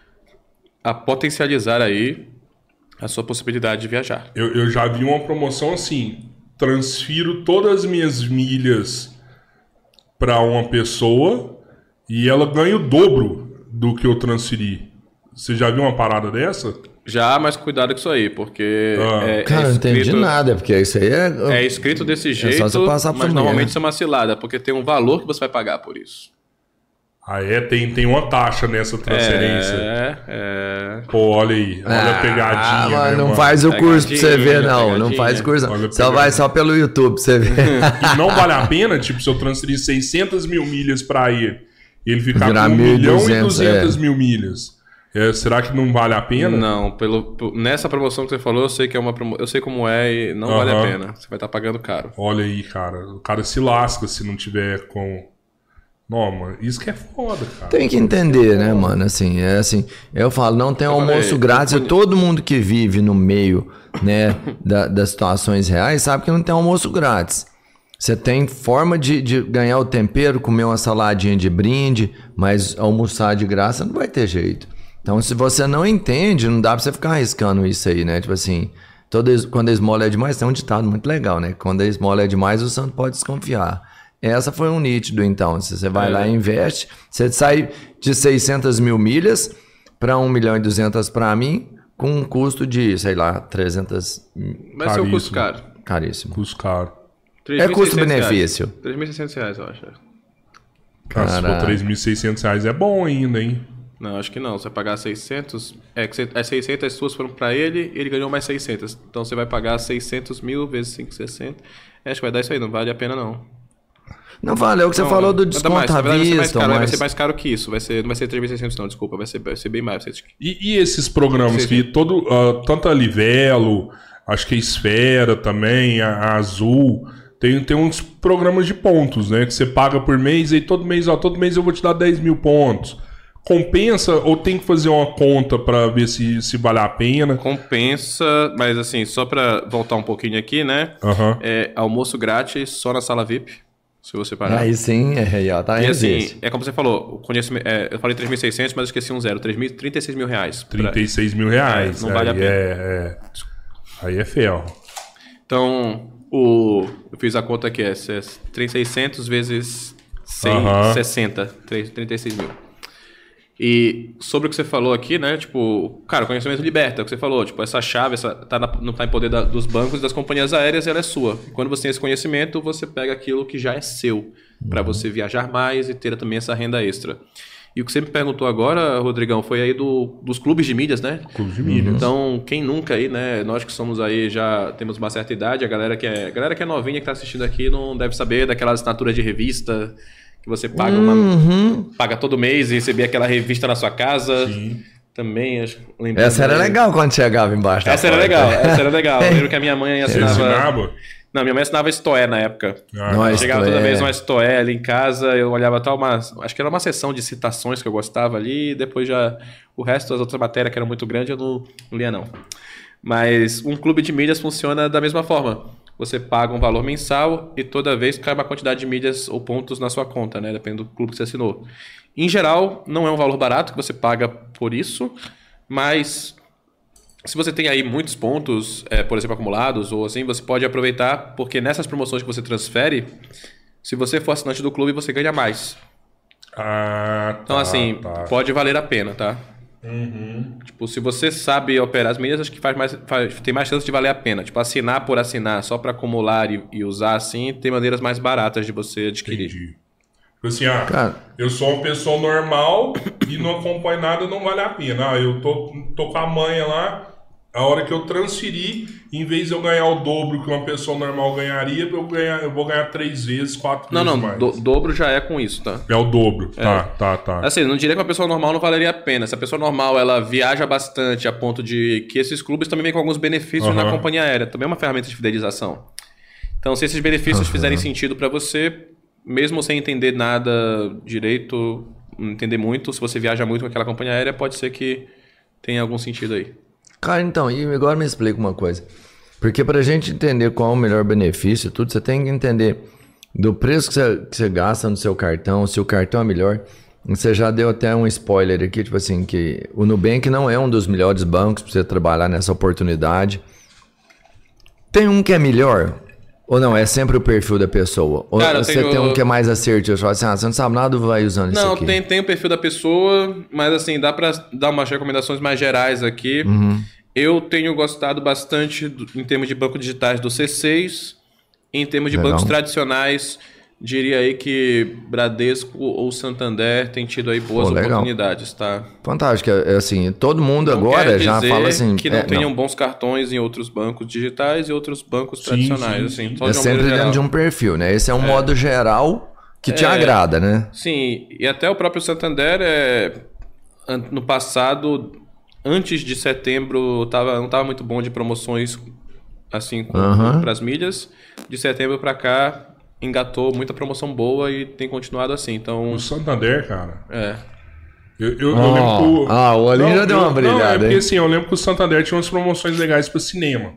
a, a potencializar aí a sua possibilidade de viajar. Eu, eu já vi uma promoção assim, transfiro todas as minhas milhas para uma pessoa e ela ganha o dobro do que eu transferi. Você já viu uma parada dessa? Já, mas cuidado com isso aí, porque Ah. é, Cara, é não entendi escrito, nada, porque isso aí é... é escrito desse jeito, só você passar por mas meio, normalmente né? isso é uma cilada, porque tem um valor que você vai pagar por isso. Ah, é? Tem, tem uma taxa nessa transferência. É, é... Pô, olha aí. Olha a pegadinha, Ah, né, mano, não mano? faz o curso pra você ver, Pegadinha, não. Não pegadinha. faz curso, Olha não. a Só pegadinha. vai só pelo YouTube pra você ver. E não vale a pena, tipo, se eu transferir seiscentas mil milhas para ele, ele ficar Virar com um milhão e mil e duzentos, duzentas mil milhas. É, será que não vale a pena? Não, pelo, p- nessa promoção que você falou, eu sei que é uma promo... eu sei como é e não vale a Aham. pena. Você vai estar pagando caro. Olha aí, cara. O cara se lasca se não tiver com... Não, mano, isso que é foda, cara. Tem que entender, né, mano? Assim, é assim, eu falo, não tem Eu almoço falei, grátis. eu E todo mundo que vive no meio, né, da- das situações reais sabe que não tem almoço grátis. Você tem forma de, de ganhar o tempero, comer uma saladinha de brinde, mas almoçar de graça não vai ter jeito. Então, se você não entende, não dá pra você ficar arriscando isso aí, né? Tipo assim, toda, es- quando a esmola é demais, tem um ditado muito legal, né? Quando a esmola é demais, o santo pode desconfiar. Essa foi um nítido, então. Se você vai É. lá e investe, você sai de seiscentas mil milhas para um milhão e duzentas para mim, com um custo de, sei lá, trezentas... Vai ser um custo Caríssimo. caro. Caríssimo. Custo caro. É custo-benefício. três mil e seiscentos reais, eu acho. Cara, se for Caraca. três mil e seiscentos reais é bom ainda, hein? Não, acho que não. Você vai pagar seiscentos... É que você, as seiscentas suas foram pra ele e ele ganhou mais seiscentas. Então você vai pagar seiscentos mil vezes quinhentos e sessenta. É, acho que vai dar isso aí. Não vale a pena, não. Não vale, é o que você Não, falou não. do Nada desconto mais. à Na verdade, vai ser mais vista, caro, vai mas... ser mais caro que isso. Vai ser, não vai ser três mil e seiscentos não, desculpa. Vai ser, vai ser bem mais. Vai ser- E, e esses programas Sim, que todo, ah, tanto a Livelo, acho que a Esfera também, a, a Azul, tem, tem uns programas de pontos, né? Que você paga por mês e todo mês, ó, todo mês eu vou te dar dez mil pontos. Compensa ou tem que fazer uma conta pra ver se, se vale a pena? Compensa, mas assim, só pra voltar um pouquinho aqui, né? Aham. É almoço grátis só na sala V I P, se você parar. Aí sim, é, aí, ó, tá E assim, existe. é como você falou, o conhecimento, é, eu falei três mil e seiscentos, mas eu esqueci um zero, três mil, trinta e seis mil reais. pra- trinta e seis mil reais. É, não vale aí a pena. É, é, aí é ferro. Então, o, eu fiz a conta aqui, é se- trinta e seiscentos vezes Aham. sessenta, trinta e seis mil. E sobre o que você falou aqui, né? Tipo, cara, o conhecimento liberta, é o que você falou. Tipo, essa chave essa, tá na- não está em poder da- dos bancos e das companhias aéreas, ela é sua. E quando você tem esse conhecimento, você pega aquilo que já é seu, para você viajar mais e ter também essa renda extra. E o que você me perguntou agora, Rodrigão, foi aí do, dos clubes de mídias, né? Clube de milhas. Então, quem nunca aí, né? Nós que somos aí, já temos uma certa idade, a galera que é, a galera que é novinha que tá assistindo aqui não deve saber daquelas assinaturas de revista que você paga, uma, Uhum. paga todo mês e receber aquela revista na sua casa. Sim. Também, acho, lembrando Essa era aí. legal quando chegava embaixo da Essa era porta. legal, essa era legal. Eu lembro que a minha mãe Você assinava. assinava? Não, minha mãe assinava Stoé na época. Ah, Não, tá. é Chegava Stoé. toda vez uma Stoé ali em casa, eu olhava tal uma... Acho que era uma seção de citações que eu gostava ali, e depois já... O resto das outras matérias que eram muito grandes eu não, não lia não. Mas um clube de milhas funciona da mesma forma. Você paga um valor mensal e toda vez cai uma quantidade de milhas ou pontos na sua conta, né? Depende do clube que você assinou. Em geral, não é um valor barato que você paga por isso, mas... Se você tem aí muitos pontos, é, por exemplo, acumulados ou assim, você pode aproveitar, porque nessas promoções que você transfere, se você for assinante do clube, você ganha mais. Ah, tá, Então, assim, tá. pode valer a pena, tá? Uhum. Tipo, se você sabe operar as milhas, acho que faz mais, faz, tem mais chance de valer a pena. Tipo, assinar por assinar, só para acumular e, e usar assim, tem maneiras mais baratas de você adquirir. Entendi. Tipo assim, ah, Cara. eu sou uma pessoa normal e não acompanho nada, não vale a pena. Ah, eu tô, tô com a manha lá, a hora que eu transferir, em vez de eu ganhar o dobro que uma pessoa normal ganharia, eu, ganhar, eu vou ganhar três vezes, quatro Não, vezes não, mais. do, dobro já é com isso, tá? É o dobro. Tá, tá, tá. Assim, não diria que uma pessoa normal não valeria a pena. Se a pessoa normal ela viaja bastante a ponto de que esses clubes também vêm com alguns benefícios Uhum. na companhia aérea. Também é uma ferramenta de fidelização. Então, se esses benefícios Uhum. fizerem sentido para você, mesmo sem entender nada direito, não entender muito, se você viaja muito com aquela companhia aérea, pode ser que tenha algum sentido aí. Cara, então, e agora me explica uma coisa. Porque pra gente entender qual é o melhor benefício, tudo, você tem que entender do preço que você, que você gasta no seu cartão, se o cartão é melhor. Você já deu até um spoiler aqui, tipo assim, que o Nubank não é um dos melhores bancos pra você trabalhar nessa oportunidade. Tem um que é melhor? Ou não? É sempre o perfil da pessoa? Ou Cara, você tenho- tem um que é mais assertivo? Você fala assim, ah, você não sabe nada, vai usando isso Não, aqui. tem, tem o perfil da pessoa, mas assim, dá pra dar umas recomendações mais gerais aqui. Uhum. Eu tenho gostado bastante, do- em termos de bancos digitais, do C seis. Em termos de Legal. bancos tradicionais, diria aí que Bradesco ou Santander tem tido aí boas Pô, legal. oportunidades, tá? Fantástico. É, é assim, todo mundo Não agora quer já dizer fala assim... que não é, tenham bons cartões em outros bancos digitais e outros bancos Sim, tradicionais, sim, assim. sim. Só É de uma sempre maneira dentro de geral. um perfil, né? Esse é um modo geral que te É. agrada, né? Sim, e até o próprio Santander, é, an- no passado, antes de setembro, tava, não estava muito bom de promoções assim Aham. para as milhas. De setembro para cá, engatou muita promoção boa e tem continuado assim. Então, O Santander, cara. é. Eu, eu, eu Ó, lembro que o. ah, o Olinho Não, já deu eu- uma Não, é brilhada, porque hein? assim, eu lembro que o Santander tinha umas promoções legais pro cinema.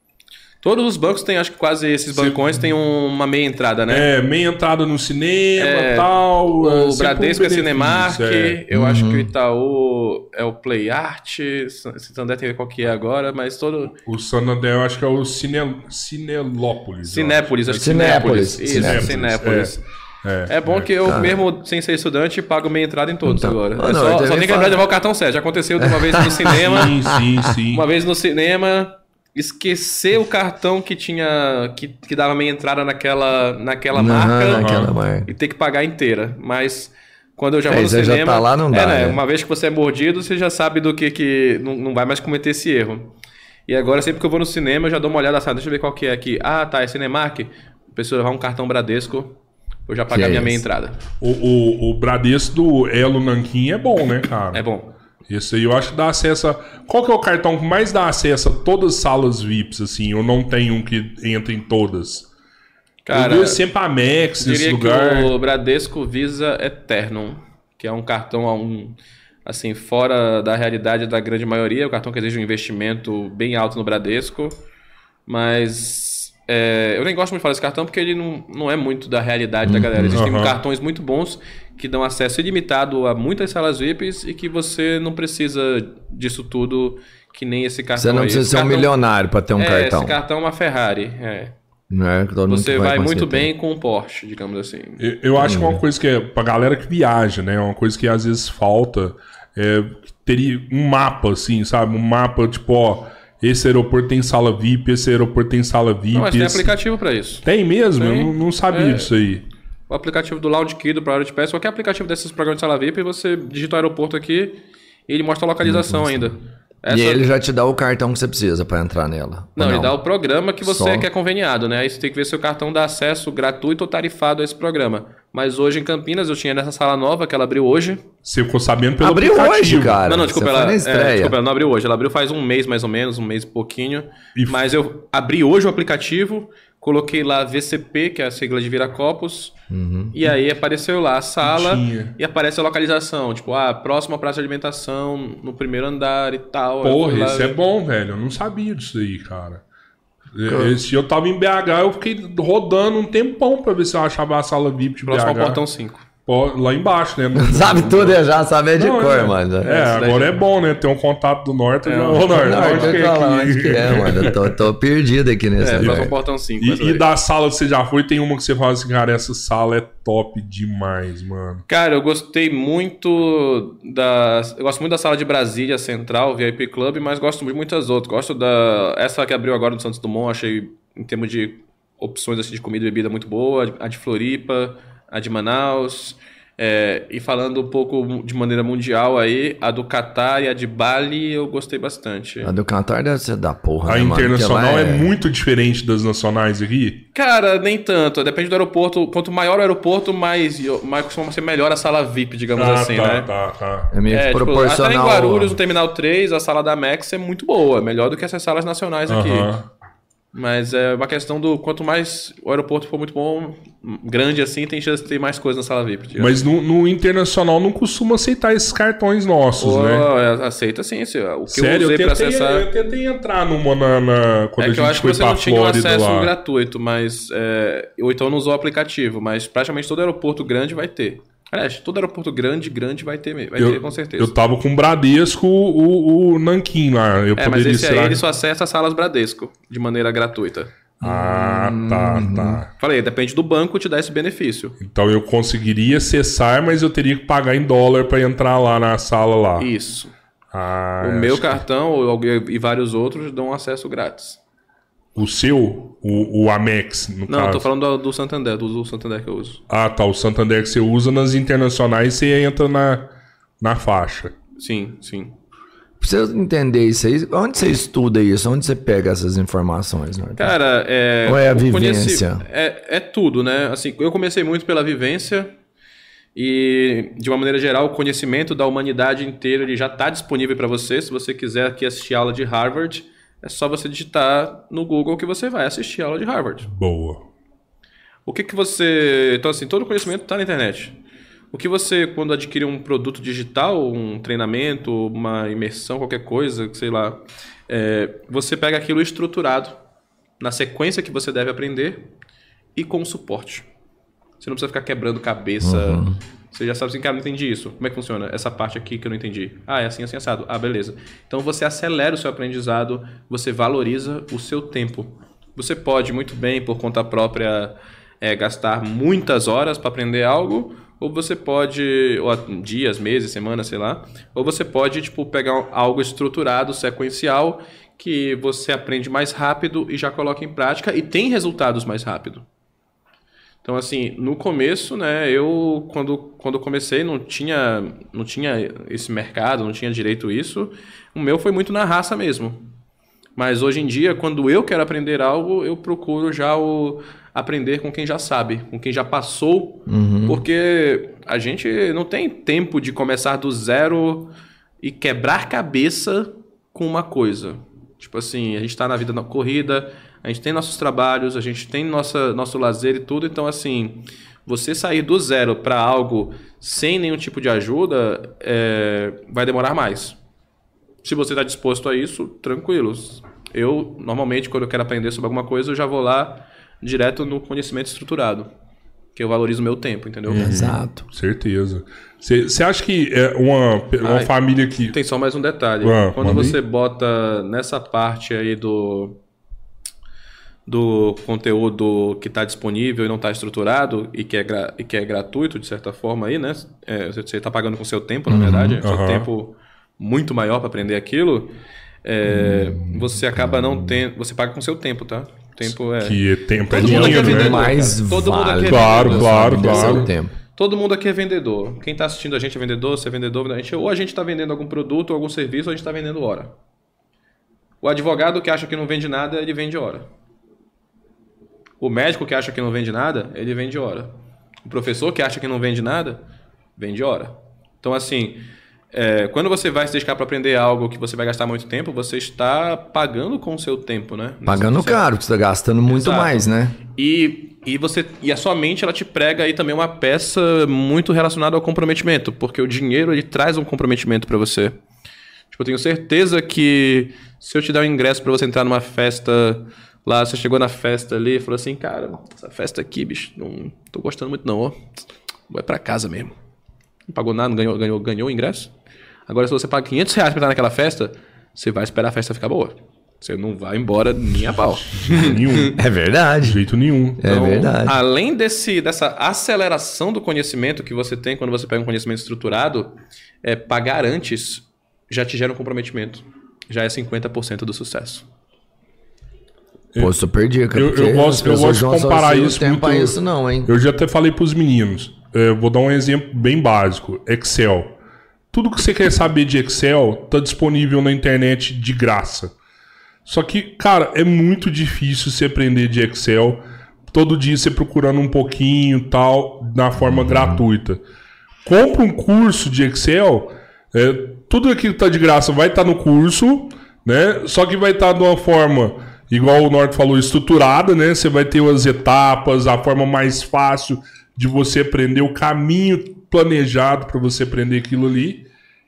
Todos os bancos têm, acho que quase esses bancões têm um- uma meia entrada, né? É, meia entrada no cinema É, tal. O é, sempre Bradesco um é Cinemark, benefício, é. eu acho que o Itaú é o Play Art, Santander tem que ver qual que é agora, mas todo... O Santander eu acho que é o Cine... Cinelópolis. eu Cinépolis, acho que Cinépolis. Cinépolis. Isso, Cinépolis, Cinépolis. É, É bom que eu, mesmo sem ser estudante, pago meia entrada em todos Então, agora. ah, É não, só eu também só tem que falo- lembrar de levar o cartão certo. Já aconteceu de uma vez no cinema, Sim, sim, sim. uma vez no cinema, esquecer o cartão que tinha que, que dava meia entrada naquela, naquela Aham, marca naquela marca. e ter que pagar inteira. Mas quando eu já É, vou no você já cinema, tá lá, não é, dá, né? né? Uma vez que você é mordido, você já sabe do que que não, não vai mais cometer esse erro. E agora sempre que eu vou no cinema, eu já dou uma olhada, sabe? Deixa eu ver qual que é aqui. Ah, tá, é Cinemark. Preciso levar um cartão Bradesco. Eu já pagar Que é minha meia esse? entrada. O, o, o Bradesco do Elo Nanquim é bom, né, cara? É bom. Esse aí eu acho que dá acesso a... Qual que é o cartão que mais dá acesso a todas as salas V I Ps, assim? Ou não tem um que entra em todas? Cara, eu vejo sempre a Amex nesse diria lugar. que o Bradesco Visa Eternum, que é um cartão a um, assim, fora da realidade da grande maioria, o cartão que exige um investimento bem alto no Bradesco, mas é, eu nem gosto muito de falar desse cartão porque ele não, não é muito da realidade da galera. Existem Uhum. cartões muito bons que dão acesso ilimitado a muitas salas V I Ps e que você não precisa disso tudo que nem esse cartão Você não aí. precisa Esse ser um cartão- milionário pra ter um é, cartão. esse cartão é uma Ferrari, é. Né? Que todo mundo Você vai vai conseguir muito ter. bem com o Porsche, digamos assim. Eu, eu acho que é uma coisa que é pra galera que viaja, né? Uma coisa que às vezes falta. É, teria um mapa, assim, sabe? Um mapa, tipo, ó, esse aeroporto tem sala V I P, esse aeroporto tem sala V I P. Não, mas tem esse- aplicativo pra isso. Tem mesmo? Tem. Eu não, não sabia É. disso aí. O aplicativo do Lounge Key, do Priority Pass, qualquer aplicativo desses programas de sala V I P, você digita o aeroporto aqui e ele mostra a localização ainda. Essa- E ele já te dá o cartão que você precisa pra entrar nela. Não, Ou ele dá o programa que você Só. quer conveniado, né? Aí você tem que ver se o cartão dá acesso gratuito ou tarifado a esse programa. Mas hoje em Campinas, eu tinha nessa sala nova, que ela abriu hoje. Você ficou sabendo pelo Abriu aplicativo. hoje, cara. não, não, desculpa, Você foi ela, na é, estreia. desculpa, ela não abriu hoje. Ela abriu faz um mês mais ou menos, um mês e pouquinho. E- Mas eu abri hoje o aplicativo, coloquei lá V C P, que é a sigla de Viracopos, Uhum. e aí apareceu lá a sala Tinha. e aparece a localização, tipo, ah, próxima praça de alimentação, no primeiro andar e tal. Eu Porra, fui lá isso é ver. bom, velho. Eu não sabia disso aí, cara. Esse dia eu tava em B H, eu fiquei rodando um tempão pra ver se eu achava a sala V I P de Próximo ao B H. portão cinco. Pô, lá embaixo, né? No- Sabe tudo é já, sabe é de Não, cor, é, mano. É, isso daí agora já- é bom, né? Ter um contato do norte. eu já- É, Ô, norte, Não, onde deixa que eu é falar aqui? onde que é, mano. Eu tô, tô perdido aqui nesse É, próximo ao lugar. portão cinco. E, essa e daí. da sala que você já foi, tem uma que você fala assim, cara, essa sala é top demais, mano. Cara, eu gostei muito da. Eu gosto muito da sala de Brasília Central, V I P Club, mas gosto muito de muitas outras. Gosto da. Essa que abriu agora no Santos Dumont, achei, em termos de opções assim, de comida e bebida, muito boa. A de Floripa, a de Manaus. É, e falando um pouco de maneira mundial aí, a do Catar e a de Bali eu gostei bastante. A do Qatar deve ser da porra, A né, mano? Porque internacional lá é... muito diferente das nacionais aqui. Cara, nem tanto. Depende do aeroporto. Quanto maior o aeroporto, mais, mais costuma ser melhor a sala V I P, digamos Ah, assim, tá, né? tá, tá. É meio É, que tipo, proporcional. até em Guarulhos, no Terminal três, a sala da Max é muito boa. Melhor do que essas salas nacionais aqui. Aham. Mas é uma questão do quanto mais o aeroporto for muito bom, grande assim, tem chance de ter mais coisa na sala V I P. digamos. Mas no, no internacional não costuma aceitar esses cartões nossos, Pô, né? é, aceita sim. Esse, o que Sério, eu eu usei pra tentei, acessar. eu tentei entrar numa na, na- quando É a que eu gente acho que foi você pra não tinha um Flórida acesso lá. gratuito, mas. É, ou então não usou o aplicativo, mas praticamente todo aeroporto grande vai ter. Aliás, todo aeroporto grande, grande vai ter, vai Eu, ter com certeza. eu tava com o Bradesco, o, o Nanquim lá. Eu É, mas poderia esse ser. aí ele só acessa as salas Bradesco de maneira gratuita. Ah, tá, tá. Falei, depende do banco te dar esse benefício. Então eu conseguiria acessar, mas eu teria que pagar em dólar pra entrar lá na sala lá. Isso. Ah, o meu acho que- cartão ou- e vários outros dão acesso grátis. O seu, o, o Amex, no Não, caso. tô falando do, do Santander, do, do Santander que eu uso. Ah, tá. O Santander que você usa nas internacionais, você entra na, na faixa. Sim, sim. Pra você entender isso aí, onde você estuda isso? Onde você pega essas informações, Norton? Cara, é... Ou é a eu conheci- vivência? É, é tudo, né? Assim, eu comecei muito pela vivência e, de uma maneira geral, o conhecimento da humanidade inteira ele já está disponível para você. Se você quiser aqui assistir aula de Harvard, é só você digitar no Google que você vai assistir a aula de Harvard. Boa. O que que você... Então, assim, todo o conhecimento está na internet. O que você, quando adquire um produto digital, um treinamento, uma imersão, qualquer coisa, sei lá, é, você pega aquilo estruturado na sequência que você deve aprender e com suporte. Você não precisa ficar quebrando cabeça. Uhum. Você já sabe assim, cara, não entendi isso. Como é que funciona? Essa parte aqui que eu não entendi. Ah, é assim, assim, assado. Ah, beleza. Então você acelera o seu aprendizado, você valoriza o seu tempo. Você pode, muito bem, por conta própria, é, gastar muitas horas para aprender algo, ou você pode, ou dias, meses, semanas, sei lá, ou você pode, tipo, pegar algo estruturado, sequencial, que você aprende mais rápido e já coloca em prática e tem resultados mais rápido. Então, assim, no começo, né, eu, quando, quando comecei, não tinha, não tinha esse mercado, não tinha direito isso. O meu foi muito na raça mesmo. Mas hoje em dia, quando eu quero aprender algo, eu procuro já o, aprender com quem já sabe, com quem já passou, Uhum. porque a gente não tem tempo de começar do zero e quebrar cabeça com uma coisa. Tipo assim, a gente está na vida na corrida, a gente tem nossos trabalhos, a gente tem nossa, nosso lazer e tudo, então assim, você sair do zero para algo sem nenhum tipo de ajuda, é, vai demorar mais. Se você está disposto a isso, tranquilo. Eu, normalmente, quando eu quero aprender sobre alguma coisa, eu já vou lá direto no conhecimento estruturado, que eu valorizo o meu tempo, entendeu? Exato. Certeza. Você acha que é uma, uma Ai, família que... Tem só mais um detalhe. Ah, Quando manda aí. você bota nessa parte aí do, do conteúdo que está disponível e não está estruturado e que, é gra, e que é gratuito, de certa forma, aí, né? É, você está pagando com seu tempo, na verdade. É seu aham. tempo muito maior para aprender aquilo. É, Hum, você acaba não tendo... Você paga com seu tempo, tá? Tempo é... Que tempo é Todo mundo aqui é dinheiro, né? vendedor. Mais cara. Todo mundo aqui vale. é Claro, vendedor. claro, Sabe, claro. seu tempo. Todo mundo aqui é vendedor. Quem está assistindo a gente é vendedor, você é vendedor. A gente, ou a gente está vendendo algum produto, ou algum serviço, ou a gente está vendendo hora. O advogado que acha que não vende nada, ele vende hora. O médico que acha que não vende nada, ele vende hora. O professor que acha que não vende nada, vende hora. Então, assim, é, quando você vai se dedicar para aprender algo que você vai gastar muito tempo, você está pagando com o seu tempo, né? Pagando você... caro, porque você está gastando muito Exato. mais, né? E, e, você, e a sua mente, ela te prega aí também uma peça muito relacionada ao comprometimento, porque o dinheiro, ele traz um comprometimento para você. Tipo, eu tenho certeza que se eu te der um ingresso para você entrar numa festa lá, você chegou na festa ali e falou assim, cara, essa festa aqui, bicho, não tô gostando muito não, ó. Vai para casa mesmo. Não pagou nada, não ganhou, ganhou, ganhou o ingresso. Agora, se você paga quinhentos reais pra estar naquela festa, você vai esperar a festa ficar boa. Você não vai embora nem a pau. Nenhum. É verdade. De jeito nenhum. É Então, verdade. além desse, dessa aceleração do conhecimento que você tem quando você pega um conhecimento estruturado, é, pagar antes já te gera um comprometimento. Já é cinquenta por cento do sucesso. Pô, super dica. Eu, porque eu as gosto, eu pessoas gosto de não comparar associam isso tempo muito. a isso não, hein? Eu já até falei pros meninos. É, vou dar um exemplo bem básico. Excel. Tudo que você quer saber de Excel tá disponível na internet de graça. Só que, cara, é muito difícil você aprender de Excel. Todo dia você procurando um pouquinho tal, na forma uhum. gratuita. Compra um curso de Excel. É, tudo aquilo que tá de graça vai estar tá no curso, né? Só que vai estar tá de uma forma, igual o Norton falou, estruturada, né? Você vai ter as etapas, a forma mais fácil de você aprender, o caminho planejado para você aprender aquilo ali.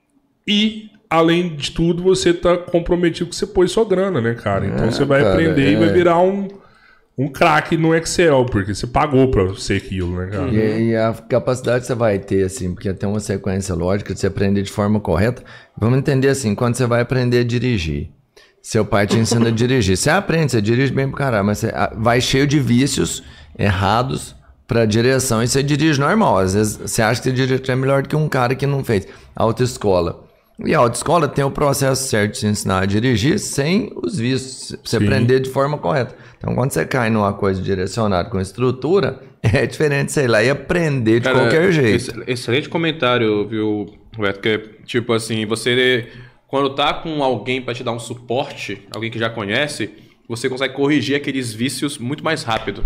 E, além de tudo, você tá comprometido que você pôs sua grana, né, cara? Então é, você vai cara, aprender é... e vai virar um, um craque no Excel, porque você pagou para ser aquilo, né, cara? E, e a capacidade que você vai ter, assim, porque tem uma sequência lógica de você aprender de forma correta. Vamos entender assim, quando você vai aprender a dirigir, seu pai te ensina a dirigir. Você aprende, você dirige bem pro caralho, mas você vai cheio de vícios errados para direção e você dirige normal. Às vezes você acha que você dirige é melhor do que um cara que não fez autoescola. E a autoescola tem o processo certo de se ensinar a dirigir sem os vícios, pra você Sim. aprender de forma correta. Então, quando você cai numa coisa direcionada com estrutura, é diferente, sei lá, e aprender de Cara, qualquer jeito. Excelente comentário, viu, Roberto? Que, tipo assim, você, quando tá com alguém para te dar um suporte, alguém que já conhece, você consegue corrigir aqueles vícios muito mais rápido.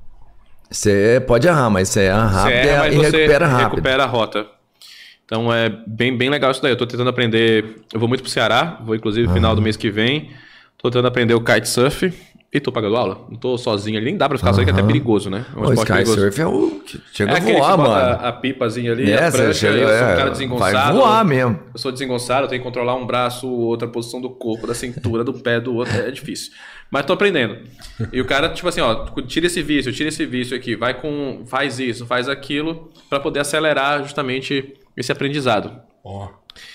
Você pode errar, mas você erra rápido você erra, mas e você recupera rápido. recupera a rota. Então é bem, bem legal isso daí. Eu tô tentando aprender. Eu vou muito pro Ceará, vou inclusive no uhum. final do mês que vem. Tô tentando aprender o kitesurf e tô pagando aula. Não tô sozinho ali, nem dá pra ficar uhum. sozinho, que é até perigoso, né? É um o kitesurf é o. Chega é a voar, mano. A, a pipazinha ali, é, a prancha, chega, eu sou um é, cara desengonçado. Vai voar mesmo. Eu sou desengonçado, eu tenho que controlar um braço, outra posição do corpo, da cintura, do pé, do outro. É difícil. Mas tô aprendendo. E o cara, tipo assim, ó, tira esse vício, tira esse vício aqui, vai com. Faz isso, faz aquilo, pra poder acelerar justamente esse aprendizado. Ó. Oh.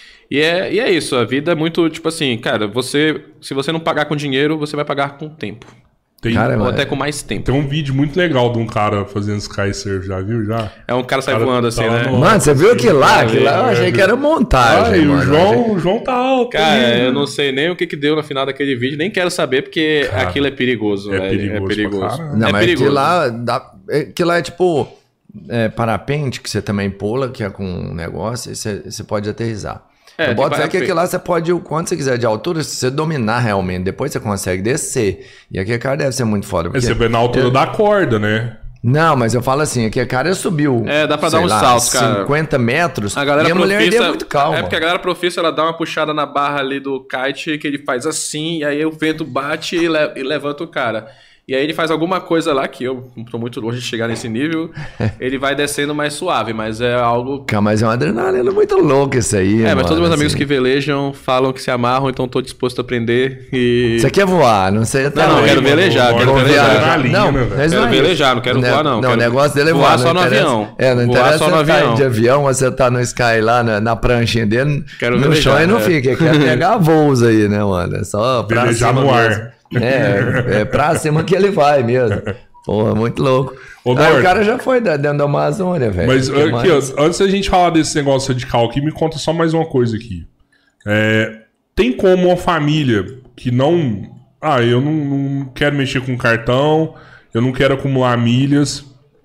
E é, e é isso, a vida é muito, tipo assim, cara, você, se você não pagar com dinheiro, você vai pagar com tempo. Tem, cara, ou mano, até com mais tempo. Tem um vídeo muito legal de um cara fazendo sky surf, já viu? Já? É um cara sai voando assim, tá né? No... Mano, você viu aquilo lá? Aquilo lá eu achei é, que era montagem, ah, mano. o João, o João tá alto. Cara, aí, eu não sei nem o que que deu no final daquele vídeo, nem quero saber, porque cara, aquilo é perigoso. É velho. perigoso. É perigoso. Não, é mas perigoso. aquilo lá, dá, aquilo lá é tipo é, parapente, que você também pula, que é com um negócio, e você, você pode aterrissar. É, eu boto fé que aquilo lá você pode ir o quanto você quiser de altura, se você dominar realmente, depois você consegue descer. E aquele cara deve ser muito foda. Porque você vê na altura eu... da corda, né? Não, mas eu falo assim, aquele cara subiu. É, dá pra dar uns saltos, cara. cinquenta metros. A galera e a profissa, mulher deu muito calma. É porque a galera profissa, ela dá uma puxada na barra ali do kite, que ele faz assim, e aí o vento bate e, le- e levanta o cara. E aí ele faz alguma coisa lá, que eu tô muito longe de chegar nesse nível, ele vai descendo mais suave, mas é algo... Cara, mas é uma adrenalina muito louca isso aí, É, mano, mas todos meus assim. amigos que velejam falam que se amarram, então tô disposto a aprender e... Você quer voar, não sei... Não, não, eu quero velejar, quero velejar. Não, não, mas quero não é velejar, não quero não, voar, não. Não, o quero negócio dele é voar. Voar só no avião. É, não voar interessa só no você avião. tá de avião, ou você tá no Sky lá, na, na pranchinha dele, Quero no velejar, chão e não é. fica, quer pegar voos aí, né, mano? É só pra Velejar cima no mesmo. ar. É, é pra cima que ele vai mesmo. Porra, muito louco. Ô, Aí Norton, o cara já foi dentro da Amazônia, velho. Mas Que aqui, mais? ó, antes da gente falar desse negócio radical aqui, me conta só mais uma coisa aqui. É, tem como uma família que não... Ah, eu não, não quero mexer com cartão, eu não quero acumular milhas.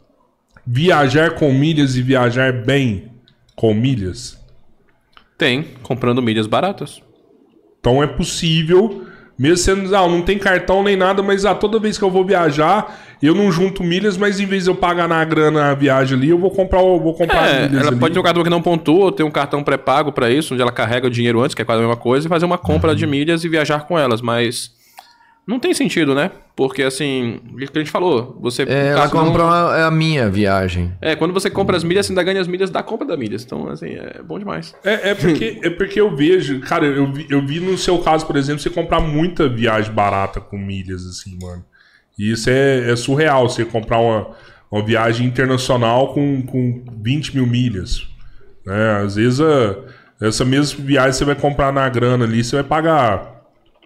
Viajar com milhas e viajar bem com milhas? Tem, comprando milhas baratas. Então é possível Mesmo sendo, ah, não tem cartão nem nada, mas ah, toda vez que eu vou viajar, eu não junto milhas, mas em vez de eu pagar na grana a viagem ali, eu vou comprar, eu vou comprar É, milhas ela ali. pode ter um cartão que não pontua, ou ter um cartão pré-pago pra isso, onde ela carrega o dinheiro antes, que é quase a mesma coisa, e fazer uma compra Uhum. de milhas e viajar com elas, mas não tem sentido, né? Porque assim, o que a gente falou, você... É, ela caso não- comprou a, a minha viagem. É, quando você compra as milhas, você ainda ganha as milhas da compra das milhas. Então, assim, é bom demais. É, é, porque, é porque eu vejo, cara, eu vi, eu vi no seu caso, por exemplo, você comprar muita viagem barata com milhas, assim, mano. E isso é, é surreal, você comprar uma, uma viagem internacional com, com vinte mil milhas. Né? Às vezes, a, essa mesma viagem você vai comprar na grana ali, você vai pagar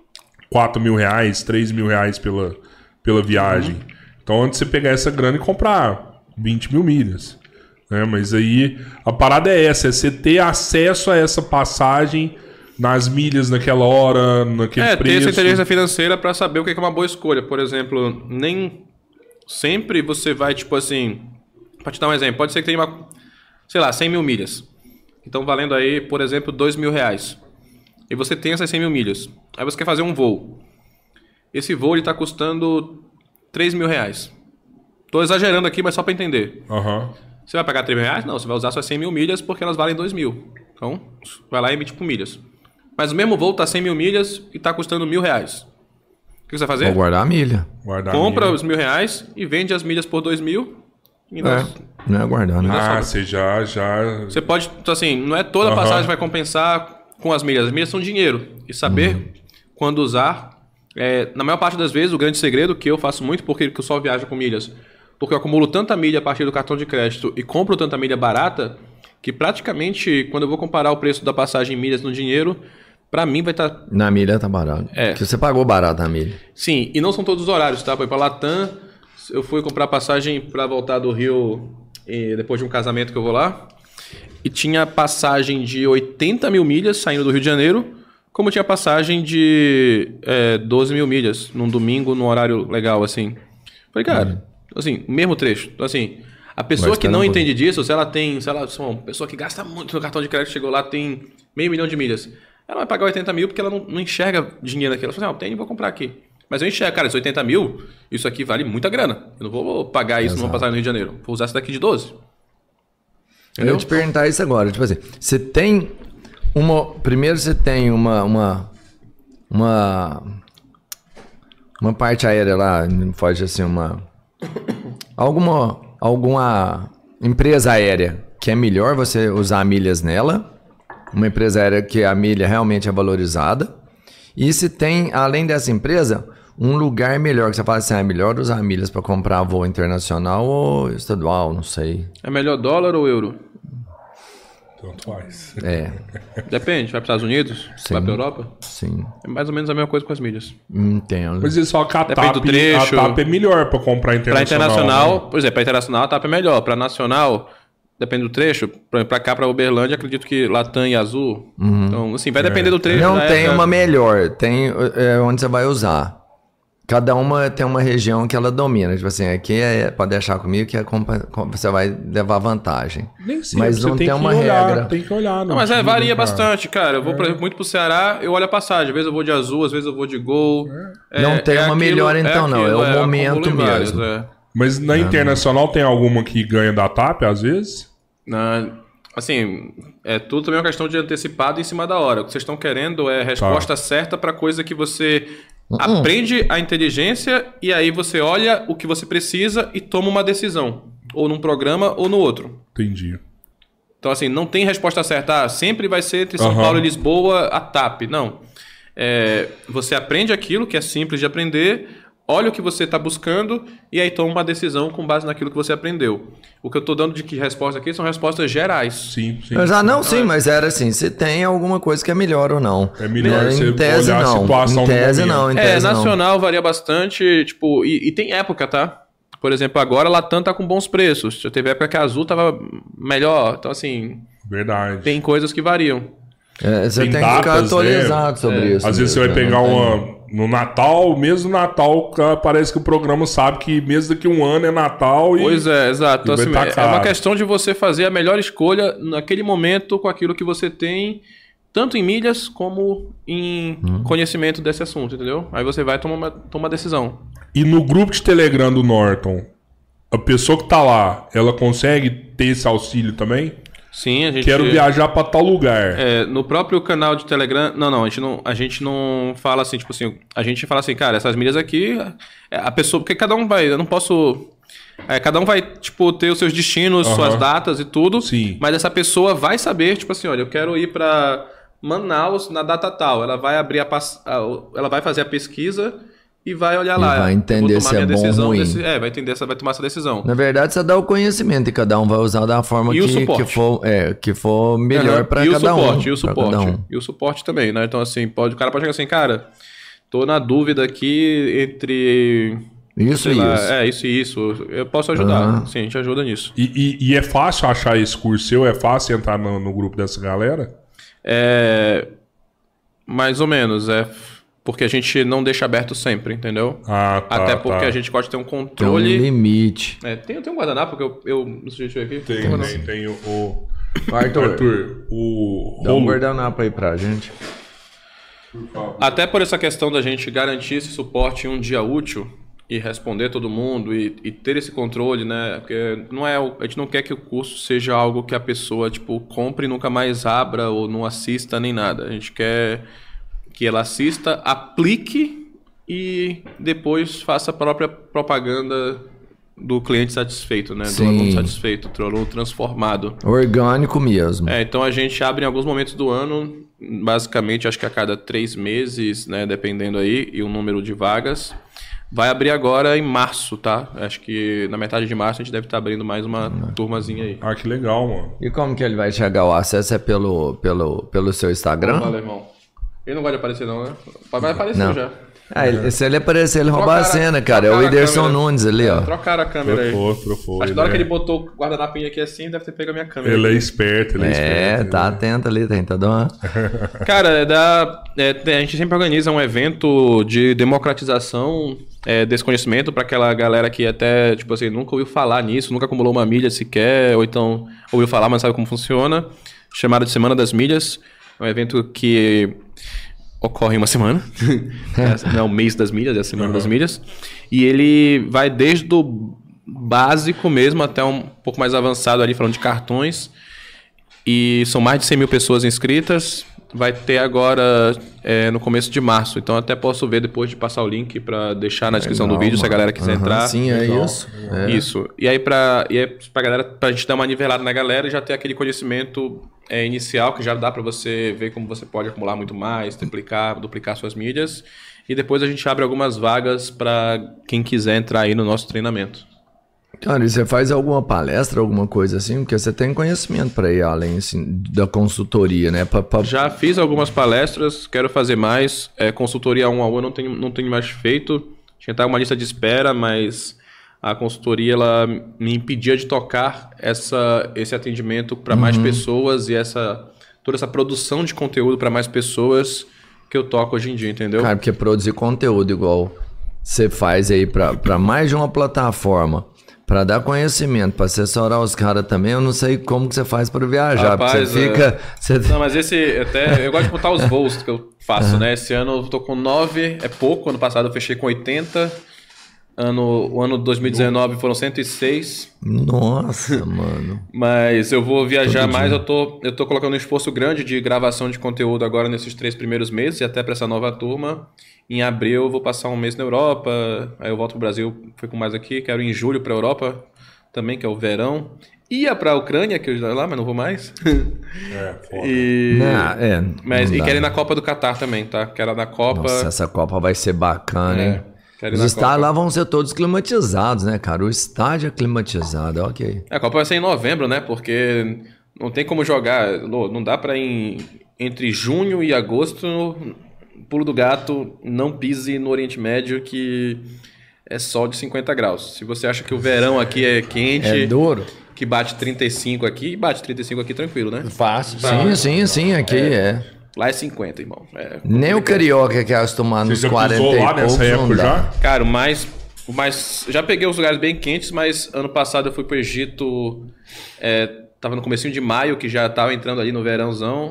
quatro mil reais, três mil reais pela, pela viagem. Uhum. Então, antes de você pegar essa grana e comprar vinte mil milhas. Né? Mas aí, a parada é essa, é você ter acesso a essa passagem nas milhas naquela hora, naquele É, preço. ter essa inteligência financeira pra saber o que é uma boa escolha. Por exemplo, nem sempre você vai, tipo assim... Pra te dar um exemplo, pode ser que tenha uma... Sei lá, cem mil milhas. Então, valendo aí, por exemplo, dois mil reais. E você tem essas cem mil milhas. Aí você quer fazer um voo. Esse voo ele tá custando três mil reais. Tô exagerando aqui, mas só para entender. Uhum. Você vai pagar três mil reais? Não, você vai usar suas cem mil milhas porque elas valem dois mil. Então, vai lá e emite por milhas. Mas o mesmo voo tá cem mil milhas e tá custando mil reais. O que você vai fazer? Vou guardar a milha. Guardar Compra milha. os mil reais e vende as milhas por dois mil. E É, nós... não é guardar, né? Ah, você já, já... Você pode, então, assim, não é toda Uhum. passagem vai compensar com as milhas. As milhas são dinheiro. E saber uhum. quando usar. É, na maior parte das vezes, o grande segredo que eu faço muito, porque eu só viajo com milhas, porque eu acumulo tanta milha a partir do cartão de crédito e compro tanta milha barata, que praticamente, quando eu vou comparar o preço da passagem em milhas no dinheiro, pra mim vai estar... Tá... Na milha tá barato. É. Porque você pagou barato na milha. Sim, e não são todos os horários, tá? Foi pra Latam, eu fui comprar passagem pra voltar do Rio e depois de um casamento que eu vou lá, e tinha passagem de oitenta mil milhas saindo do Rio de Janeiro, como tinha passagem de é, doze mil milhas num domingo, num horário legal, assim. Falei, cara, uhum. assim, mesmo trecho. Então, assim, a pessoa que não um entende disso, se ela tem, se ela é uma pessoa que gasta muito no cartão de crédito, chegou lá, tem meio milhão de milhas, ela vai pagar oitenta mil porque ela não, não enxerga dinheiro naquilo. Ela fala assim, ah, eu tenho, vou comprar aqui. Mas eu enxergo, cara, esses oitenta mil, isso aqui vale muita grana. Eu não vou pagar isso Exato. numa passagem no Rio de Janeiro. Vou usar essa daqui de doze. Entendeu? Eu ia te perguntar isso agora. Tipo assim, você tem uma... Primeiro você tem uma... Uma... Uma, uma parte aérea lá, pode assim, uma... Alguma... Alguma empresa aérea que é melhor você usar milhas nela. Uma empresa aérea que a milha realmente é valorizada. E se tem, além dessa empresa, um lugar melhor, que você fala assim, ah, é melhor usar milhas para comprar voo internacional ou estadual, não sei. É melhor dólar ou euro? Tanto faz. É. Depende, vai para os Estados Unidos? Sim. Vai para Europa? Sim. É mais ou menos a mesma coisa com as milhas. Entendo. Mas é só que a Depende do TAP, trecho. a TAP é melhor para comprar Para internacional. internacional, né? por exemplo, para internacional a TAP é melhor. Para nacional, depende do trecho. Para cá, para Uberlândia, acredito que Latam e Azul. Uhum. Então, assim, vai depender do trecho. Não tem época. uma melhor, tem é, onde você vai usar. Cada uma tem uma região que ela domina. Tipo assim, aqui é pode deixar comigo que é compa, com, você vai levar vantagem. Nem sempre, mas não você tem, tem uma olhar, regra. Tem que olhar. Não, mas é, varia cara. bastante, cara. Eu vou É. pra, muito pro Ceará, eu olho a passagem. Às vezes eu vou de Azul, às vezes eu vou de Gol. É. É, Não tem é uma aquilo, melhor então, não. É o eu momento acumulo em vários, mesmo. é. Mas na internacional tem alguma que ganha da TAP, às vezes? Na, assim, é tudo também uma questão de antecipado em cima da hora. O que vocês estão querendo é a resposta Tá. certa pra coisa que você Uh-uh. aprende a inteligência e aí você olha o que você precisa e toma uma decisão. Ou num programa ou no outro. Entendi. Então, assim, não tem resposta certa. Ah, sempre vai ser entre São Uhum. Paulo e Lisboa a TAP. Não. É, você aprende aquilo que é simples de aprender, olha o que você está buscando e aí toma uma decisão com base naquilo que você aprendeu. O que eu estou dando de que resposta aqui são respostas gerais. Sim, sim. Eu já não, sim, mas era assim, se tem alguma coisa que é melhor ou não. É melhor Em você tese, olhar a não. situação Em do tese momento. não, em É, tese não. nacional varia bastante, tipo, e, e tem época, tá? Por exemplo, agora a Latam tá com bons preços. Já teve época que a Azul tava melhor. Então, assim, Verdade. tem coisas que variam. É, você Tem tem, que ficar datas, atualizado né? sobre É. isso. Às vezes você vai mesmo, pegar não tem- uma... No Natal, mesmo no Natal, parece que o programa sabe que mesmo daqui a um ano é Natal e... Pois é, exato. Então, vai assim, tá é caro. uma questão de você fazer a melhor escolha naquele momento com aquilo que você tem, tanto em milhas como em Hum. conhecimento desse assunto, entendeu? Aí você vai tomar uma, tomar uma decisão. E no grupo de Telegram do Norton, a pessoa que tá lá, ela consegue ter esse auxílio também? Sim, a gente... Quero viajar pra tal lugar. É, no próprio canal de Telegram... Não, não a, gente não, a gente não fala assim, tipo assim... A gente fala assim, cara, essas milhas aqui... A pessoa... Porque cada um vai... Eu não posso... É, cada um vai, tipo, ter os seus destinos, Aham. suas datas e tudo. Sim. Mas essa pessoa vai saber, tipo assim, olha, eu quero ir pra Manaus na data tal. Ela vai abrir a... pass- a- Ela vai fazer a pesquisa... E vai olhar E lá. vai eu entender vou tomar se é minha bom ou decisão ruim. desse- É, vai entender, se vai tomar essa decisão. Na verdade, você dá o conhecimento e cada um vai usar da forma E o que, suporte. que, for, é, que for melhor Aham. para E o cada suporte, um. E o pra cada suporte, um. e o suporte também, né? Então, assim, pode, o cara pode chegar assim, cara, tô na dúvida aqui entre... Isso sei e lá, isso. é, isso e isso. Eu posso ajudar. Aham. Sim, a gente ajuda nisso. E, e- e é fácil achar esse curso seu? É fácil entrar no, no grupo dessa galera? É... Mais ou menos, é... Porque a gente não deixa aberto sempre, entendeu? Ah, tá. Até porque tá. a gente gosta de ter um Tem um controle... limite. É, tem, tem um guardanapo que eu... eu não sei se eu aqui. Tem, guardanapo. tem, tem o, o... Arthur, Arthur, o dá um rolo. guardanapo aí pra gente. Até por essa questão da gente garantir esse suporte em um dia útil e responder todo mundo e, e ter esse controle, né? Porque não é, o- a gente não quer que o curso seja algo que a pessoa tipo compre e nunca mais abra ou não assista nem nada. A gente quer que ela assista, aplique e depois faça a própria propaganda do cliente satisfeito, né? Do Sim. aluno satisfeito, do aluno transformado. Orgânico mesmo. É, então a gente abre em alguns momentos do ano, basicamente acho que a cada três meses, né, dependendo aí, e o número de vagas. Vai abrir agora em março, tá? Acho que na metade de março a gente deve estar abrindo mais uma turmazinha aí. Ah, que legal, mano. E como que ele vai chegar? O acesso é pelo, pelo, pelo seu Instagram? Valeu, irmão. Ele não gosta de aparecer não, né? Vai aparecer Não. já. Ah, ele- se ele aparecer, ele rouba a Trocaram- cena, cara. É o trocaram a Whindersson câmera. Nunes ali, ó. Trocaram a câmera aí. Trocou, trocou. Acho que na hora que ele, ele botou o guardanapinho aqui assim, deve ter pego a minha câmera. é, ele é esperto, ele é, É, esperto. tá atento ali, tem toda uma... Cara, é da, é, tem- a gente sempre organiza um evento de democratização é, desse conhecimento para aquela galera que até, tipo assim, nunca ouviu falar nisso, nunca acumulou uma milha sequer, ou então ouviu falar, mas não sabe como funciona. Chamado de Semana das Milhas. É um evento que ocorre em uma semana. É, não é o mês das milhas, é a Semana das Milhas. E ele vai desde o básico mesmo até um pouco mais avançado ali, falando de cartões. E são mais de cem mil pessoas inscritas. Vai ter agora é, no começo de março. Então até posso ver depois de passar o link para deixar na descrição Legal, do vídeo, se a mano. galera quiser Aham, entrar. Sim, é Legal. isso. É. Isso. E aí pra, e aí pra galera, pra gente dar uma nivelada na galera e já ter aquele conhecimento é, inicial que já dá pra você ver como você pode acumular muito mais, triplicar, duplicar suas mídias. E depois a gente abre algumas vagas pra quem quiser entrar aí no nosso treinamento. Cara, e você faz alguma palestra, alguma coisa assim? Porque você tem conhecimento pra ir além assim, da consultoria, né? Pra, pra... Já fiz algumas palestras, quero fazer mais. É, consultoria um a um eu não tenho, não tenho mais feito. Tinha até uma lista de espera, mas a consultoria ela me impedia de tocar essa, esse atendimento para mais pessoas e essa, toda essa produção de conteúdo para mais pessoas que eu toco hoje em dia, entendeu? Cara, porque produzir conteúdo igual você faz aí pra, pra mais de uma plataforma, pra dar conhecimento, pra assessorar os caras também, eu não sei como que você faz pra viajar. Rapaz, porque você é. fica... Você... Não, mas esse até. Eu gosto de botar os voos que eu faço, né? Esse ano eu tô com nove, é pouco. Ano passado eu fechei com oitenta. Ano, o ano dois mil e dezenove foram cento e seis. Nossa, mano. Mas eu vou viajar Todo mais. dia. Eu tô, eu tô colocando um esforço grande de gravação de conteúdo agora nesses três primeiros meses e até pra essa nova turma. Em abril eu vou passar um mês na Europa. Aí eu volto pro Brasil, fui com mais aqui. Quero ir em julho pra Europa também, que é o verão. Ia pra Ucrânia, que eu já lá, mas não vou mais. É, foda. e... Não, é, Mas, não e dá. quero ir na Copa do Catar também, tá? Quero ir na Copa. Nossa, essa Copa vai ser bacana, É, hein? quero ir Os na estádios Copa. lá vão ser todos climatizados, né, cara? O estádio é climatizado, ok. A Copa vai ser em novembro, né? Porque não tem como jogar. Não não dá pra ir em- entre junho e agosto. Pulo do gato, não pise no Oriente Médio, que é sol de cinquenta graus. Se você acha que o verão aqui é quente, É duro? que bate trinta e cinco aqui, bate trinta e cinco aqui tranquilo, né? Fácil. Sim, sim, sim, aqui é. Lá é cinquenta, irmão. É Nem o carioca que é acostumado Você nos já quarenta pisou e lá poucos nessa não época dá. já? Cara, o mais, o mais... Já peguei os lugares bem quentes, mas ano passado eu fui pro Egito, é, tava no comecinho de maio, que já tava entrando ali no verãozão.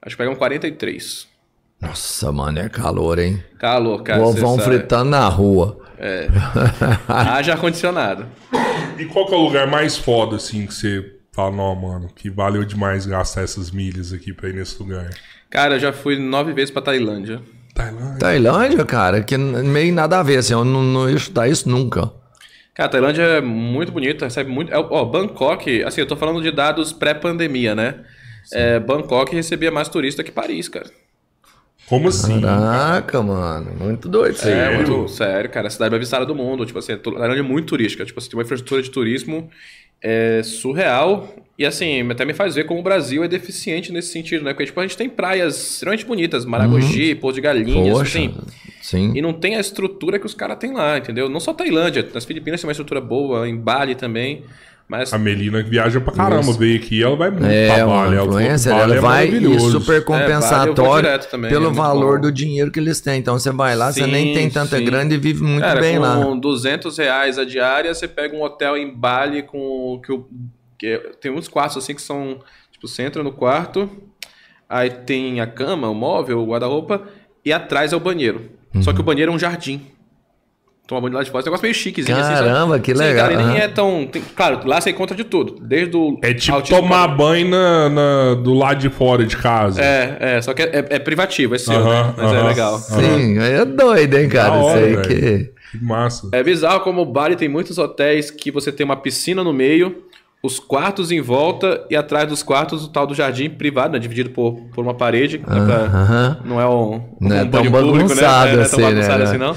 Acho que pegamos quarenta e três. Nossa, mano, é calor, hein? Calor, cara. O cê ovão sabe. fritando na rua. É. Haja ar-condicionado. E qual que é o lugar mais foda, assim, que você fala, não, mano, que valeu demais gastar essas milhas aqui pra ir nesse lugar? Cara, eu já fui nove vezes pra Tailândia. Tailândia? Tailândia, cara, que meio nada a ver, assim, eu não, não ia chutar isso nunca. Cara, a Tailândia é muito bonita, recebe muito... é, Ó, Bangkok, assim, eu tô falando de dados pré-pandemia, né? É, Bangkok recebia mais turista que Paris, cara. Como assim? Caraca, mano, muito doido isso aí. É, Sério? muito sério, cara. A cidade mais visitada do mundo. Tipo assim, a Tailândia é muito turística. Tipo assim, tem uma infraestrutura de turismo é, surreal. E assim, até me faz ver como o Brasil é deficiente nesse sentido, né? Porque tipo, a gente tem praias extremamente bonitas, Maragogi, Porto de Galinhas, Poxa, assim. sim. E não tem a estrutura que os caras têm lá, entendeu? Não só Tailândia, nas Filipinas tem uma estrutura boa, em Bali também. Mas A Melina viaja pra caramba, Isso. veio aqui, ela vai muito É, pra uma Bali. Ela falou que influencer, Bali ela é vai e maravilhoso. super É, Bali eu vou compensatório direto também, é pelo muito valor bom. do dinheiro que eles têm. Então você vai lá, você nem Sim, tem tanta sim. grana e vive muito Cara, bem com lá. duzentos reais a diária, você pega um hotel em Bali com... Que, o- que é- tem uns quartos assim que são... Tipo, você entra no quarto, aí tem a cama, o móvel, o guarda-roupa, e atrás é o banheiro. Uhum. Só que o banheiro é um jardim. Toma banho lá de fora. É um negócio meio chiquezinho. assim, sabe? Caramba, que Sim, legal. cara, e nem Aham. é tão... tem- claro, lá você encontra de tudo. Desde o... É tipo altinho do tomar cabelo. banho na, na- do lado de fora de casa. É, é, só que é, é- é privativo, é seu, Aham, né? Mas é aham. legal. Sim, aí é doido, hein, cara? Da Isso hora, aí velho. que. Que massa. É bizarro como o Bali tem muitos hotéis que você tem uma piscina no meio, os quartos em volta e atrás dos quartos o tal do jardim privado, né? Dividido por, por uma parede. Né? Pra- Aham. não é um, Não é um tão banho público, né? bagunçado É, não é assim, tão bagunçado né? assim, não.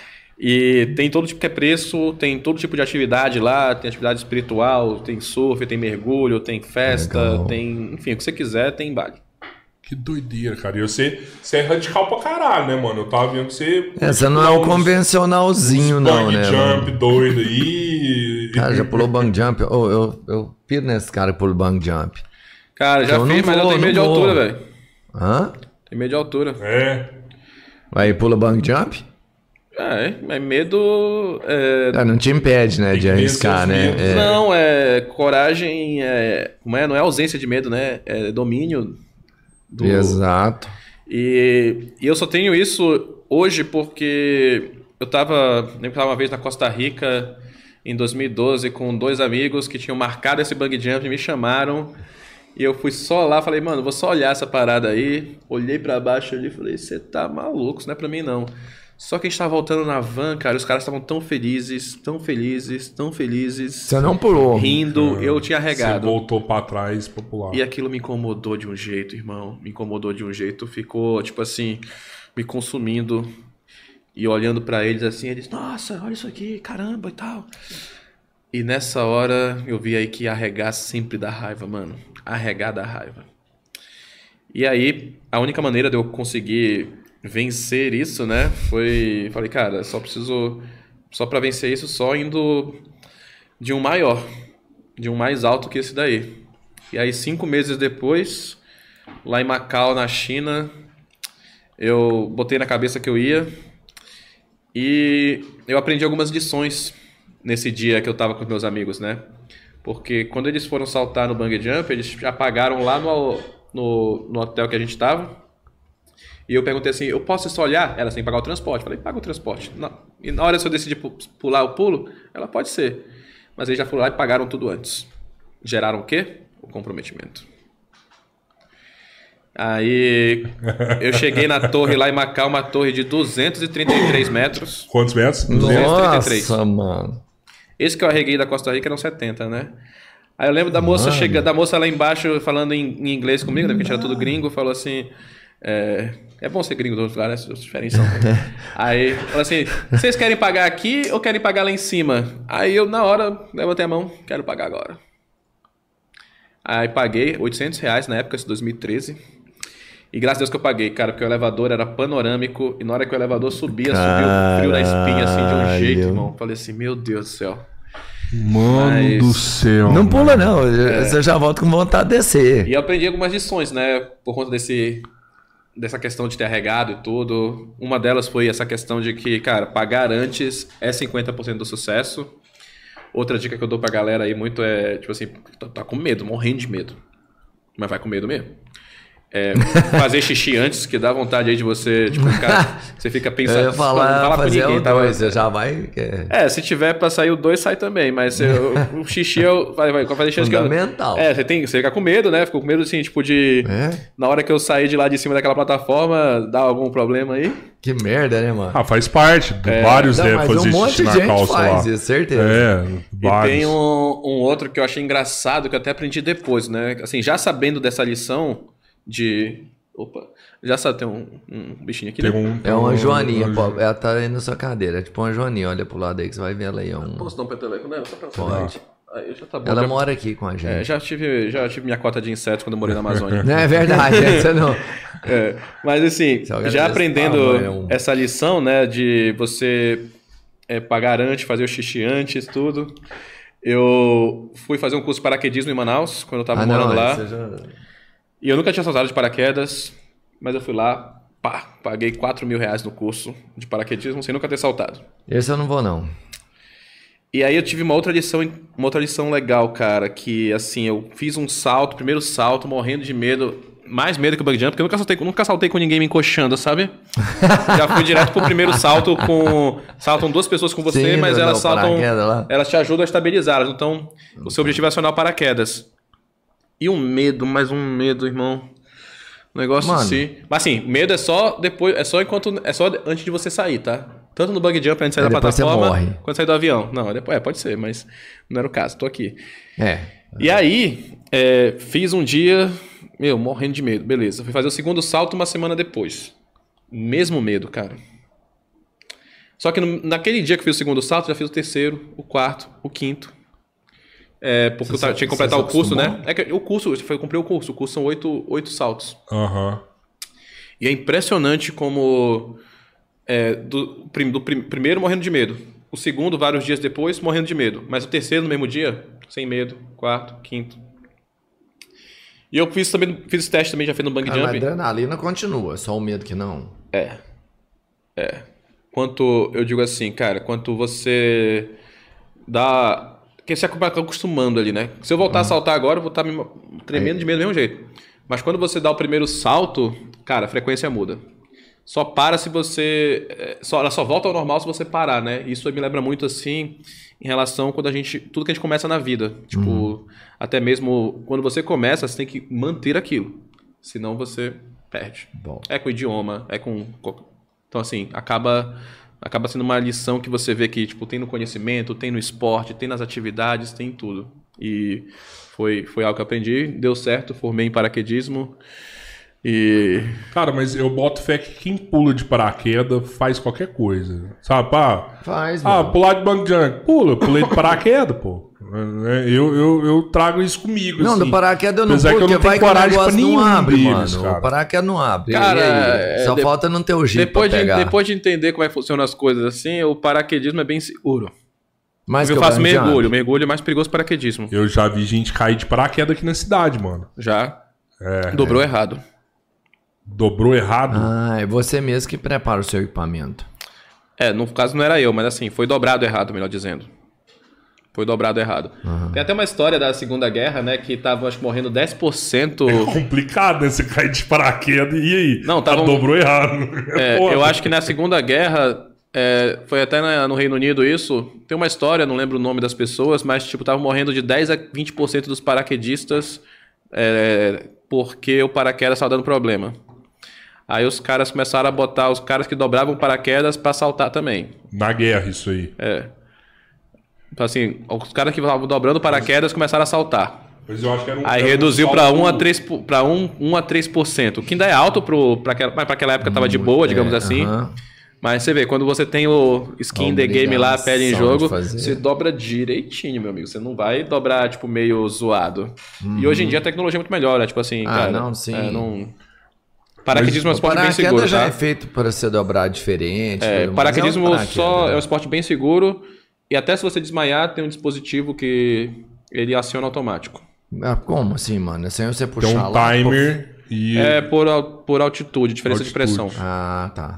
E tem todo tipo que é preço, tem todo tipo de atividade lá, tem atividade espiritual, tem surf, tem mergulho, tem festa, Legal. tem... Enfim, o que você quiser tem em Bali. Que doideira, cara. E você, você é radical pra caralho, né, mano? Eu tava vendo que você... É, você não é um convencionalzinho, não, bang né? jump mano? doido aí. Cara, já pulou bang jump? Oh, eu, eu piro nesse cara que pula bang jump. Cara, já Eu fiz, não mas eu vou, tenho medo de não vou. altura, velho. Hã? Tem medo de altura. É. Aí pula bang jump? É, é medo... é, Ah, não te impede, né, Tem de que arriscar, vencer os né? medos. É. Não, é coragem, é, como é? Não é ausência de medo, né? É domínio do... Exato. E, e eu só tenho isso hoje porque eu tava, lembro que eu tava uma vez na Costa Rica em dois mil e doze com dois amigos que tinham marcado esse bungee jump, me chamaram e eu fui só lá, falei, mano, vou só olhar essa parada aí. Olhei pra baixo ali e falei, você tá maluco, isso não é pra mim não. Só que a gente tava voltando na van, cara, os caras estavam tão felizes, tão felizes, tão felizes, Você não pulou. rindo, eu tinha Você arregado. voltou pra trás pra pular. E aquilo me incomodou de um jeito, irmão. Me incomodou de um jeito. Ficou, tipo assim, me consumindo. E olhando pra eles assim, eles, nossa, olha isso aqui, caramba e tal. E nessa hora eu vi aí que arregar sempre dá raiva, mano. Arregar dá raiva. E aí, a única maneira de eu conseguir vencer isso, né, foi... Falei, cara, só preciso... Só pra vencer isso, só indo de um maior. De um mais alto que esse daí. E aí, cinco meses depois, lá em Macau, na China, eu botei na cabeça que eu ia e eu aprendi algumas lições nesse dia que eu tava com meus amigos, né? Porque quando eles foram saltar no bungee jump, eles já pagaram lá no, no, no hotel que a gente tava. E eu perguntei assim, eu posso só olhar? Ela, sem pagar o transporte. Falei, paga o transporte. Não. E na hora se eu decidir pu- pular o pulo, ela pode ser. Mas eles já foram lá e pagaram tudo antes. Geraram o quê? O comprometimento. Aí eu cheguei na torre lá em Macau, uma torre de duzentos e trinta e três metros. Quantos metros? duzentos e trinta e três. Nossa, mano. Esse que eu arreguei da Costa Rica eram setenta, né? Aí eu lembro da moça chega, da moça lá embaixo falando em, em inglês comigo, né? Porque a gente era tudo gringo, falou assim. É, é bom ser gringo do outro lugar, né? As diferenças são. Aí falou assim: vocês querem pagar aqui ou querem pagar lá em cima? Aí eu, na hora, levantei a mão, quero pagar agora. Aí paguei oitocentos reais na época, isso dois mil e treze. E graças a Deus que eu paguei, cara, porque o elevador era panorâmico e na hora que o elevador subia, subiu o frio da espinha assim de um jeito, Caralho. irmão. Falei assim, meu Deus do céu. Mano Mas- do céu. Não mano. pula, não. Você já volta com vontade de descer. E eu aprendi algumas lições, né? Por conta desse, dessa questão de ter arregado e tudo. Uma delas foi essa questão de que, cara, pagar antes é cinquenta por cento do sucesso. Outra dica que eu dou pra galera aí muito é, tipo assim, tá, tá com medo, morrendo de medo. Mas vai com medo mesmo. É, fazer xixi antes, que dá vontade aí de você, tipo, ficar, você fica pensando... Eu ia falar, não fala fazer pra ninguém, o tá? dois, você já vai... É, se tiver pra sair o dois, sai também, mas o, o xixi é o... Vai, vai, fazer xixi fundamental. Que eu, é, você, tem, você fica com medo, né? Ficou com medo, assim, tipo, de... É? Na hora que eu sair de lá de cima daquela plataforma, dar algum problma aí. Que merda, né, mano? Ah, faz parte. É. Vários Não, devem mas fazer um monte xixi de na gente calça faz lá. isso, certeza. É, E vários. tem um, um outro que eu achei engraçado, que eu até aprendi depois, né? Assim, já sabendo dessa lição de... Opa, já sabe, tem um, um bichinho aqui, Tem né? um, É uma um- joaninha, um- pô. Ela tá aí na sua cadeira. É tipo uma joaninha. Olha pro lado aí que você vai ver ela aí. É um... Posso dar um peteleco nela? Só pra Pode. Aí já tá bom. Ela já, mora aqui com a é, gente. já, tive, já tive minha cota de insetos quando eu morei na Amazônia. Não é verdade, essa não. É, mas assim, Se alguém já desse aprendendo tamanho, essa lição, né, de você é, pagar antes, fazer o xixi antes, tudo. Eu fui fazer um curso de paraquedismo em Manaus, quando eu tava Ah, morando não, lá. essa já... E eu nunca tinha saltado de paraquedas, mas eu fui lá, pá, paguei quatro mil reais no curso de paraquedismo sem nunca ter saltado. Esse eu não vou, não. E aí eu tive uma outra lição, uma outra lição legal, cara, que assim, eu fiz um salto, primeiro salto, morrendo de medo, mais medo que o bug jump, porque eu nunca saltei, nunca saltei com ninguém me encoxando, sabe? Já fui direto pro primeiro salto com... Saltam duas pessoas com você, Sim, mas no- elas no saltam... paraquedas lá. Elas te ajudam a estabilizar, então o seu objetivo é acionar o paraquedas. E um medo, mais um medo, irmão. Um negócio Mano. assim. Mas assim, medo é só depois, é só enquanto, é só antes de você sair, tá? Tanto no bug jump, antes de sair Aí da depois você plataforma, morre. quando sair do avião. Não, depois, é, pode ser, mas não era o caso, tô aqui. É. E aí, é, fiz um dia, meu, morrendo de medo, beleza. Fui fazer o segundo salto uma semana depois. Mesmo medo, cara. Só que no- naquele dia que eu fiz o segundo salto, já fiz o terceiro, o quarto, o quinto. É, porque Você eu tava- se- tinha que completar você o se curso, acostumou? né? É que o curso, eu fui- eu comprei o curso. O curso são oito, oito saltos. Aham. E é impressionante como... é, do, prim- do prim- primeiro morrendo de medo. O segundo, vários dias depois, morrendo de medo. Mas o terceiro, no mesmo dia, sem medo. Quarto, quinto. E eu fiz também, fiz esse teste também, já fiz no bungee Ah, mas a jump. adrenalina continua, só o medo que não. Quanto, eu digo assim, cara, quanto você dá... Porque você acaba acostumando ali, né? Se eu voltar a saltar agora, eu vou estar me tremendo de medo do mesmo jeito. Mas quando você dá o primeiro salto, cara, a frequência muda. Só para se você... é, Só, ela só volta ao normal se você parar, né? Isso me lembra muito, assim, em relação quando a gente... Tudo que a gente começa na vida. Tipo, até mesmo quando você começa, você tem que manter aquilo. Senão você perde. Bom. É com o idioma, é com... Então, assim, acaba... Acaba sendo uma lição que você vê que, tipo, tem no conhecimento, tem no esporte, tem nas atividades, tem em tudo. E foi, foi algo que eu aprendi, deu certo, formei em paraquedismo. E... Cara, mas eu boto fé que quem pula de paraquedas faz qualquer coisa. Sabe, pá? Faz, Ah, mano. pular de bungee jump. Pula, pulei de paraquedas, pô. É, Eu, eu, eu trago isso comigo, Não, assim. do paraquedas eu não Apesar pulo, que eu não porque vai tenho que o coragem pra negócio não nenhum abre, deles, mano. cara. O paraquedas não abre. Cara, E aí? é, Só de- falta não ter o jeito Depois pra de, pegar. depois de entender como é que funcionam as coisas assim, o paraquedismo é bem seguro. Mas eu que faço bungee jump. mergulho, mergulho é mais perigoso que paraquedismo. Eu já vi gente cair de paraquedas aqui na cidade, mano. Já É, dobrou errado. Dobrou errado. Ah, é você mesmo que prepara o seu equipamento. É, no caso não era eu, mas assim, foi dobrado errado, melhor dizendo. Foi dobrado errado. Tem até uma história da Segunda Guerra, né, que tava, acho que, morrendo dez por cento... É complicado, né? Você cair de paraquedas e aí? Não, tava Ah, um- dobrou errado. É, Foda. eu acho que na Segunda Guerra, é, foi até na- no Reino Unido isso, tem uma história, não lembro o nome das pessoas, mas tipo, tava morrendo de dez a vinte por cento dos paraquedistas é, porque o paraquedas estava dando problema. Aí os caras começaram a botar os caras que dobravam paraquedas para saltar também. Na guerra, isso aí. É. Então, assim, os caras que estavam dobrando paraquedas começaram a saltar. Mas eu acho que era um, Aí era um reduziu salto- para um a três por- pra um- um a três por cento, o que ainda é alto pro, pra aquela, mas pra aquela época tava de boa, digamos É, assim. aham. Mas você vê, quando você tem o skin A the game lá, pele em obrigação jogo, de fazer. você dobra direitinho, meu amigo. Você não vai dobrar, tipo, meio zoado. E hoje em dia a tecnologia é muito melhor, né? Tipo assim, Ah, cara... não, sim. É, não... Paraquedismo é um O esporte bem paraquedas seguro, já tá? é feito para ser dobrado diferente. É, tudo mais. paraquedismo É um paraquedas, só né? é um esporte bem seguro. E até se você desmaiar, tem um dispositivo que ele aciona automático. Ah, como assim, mano? É sem você Tem puxar um lá, timer e... É por, al- por altitude, diferença de Altitude. pressão. pô. Ah, tá.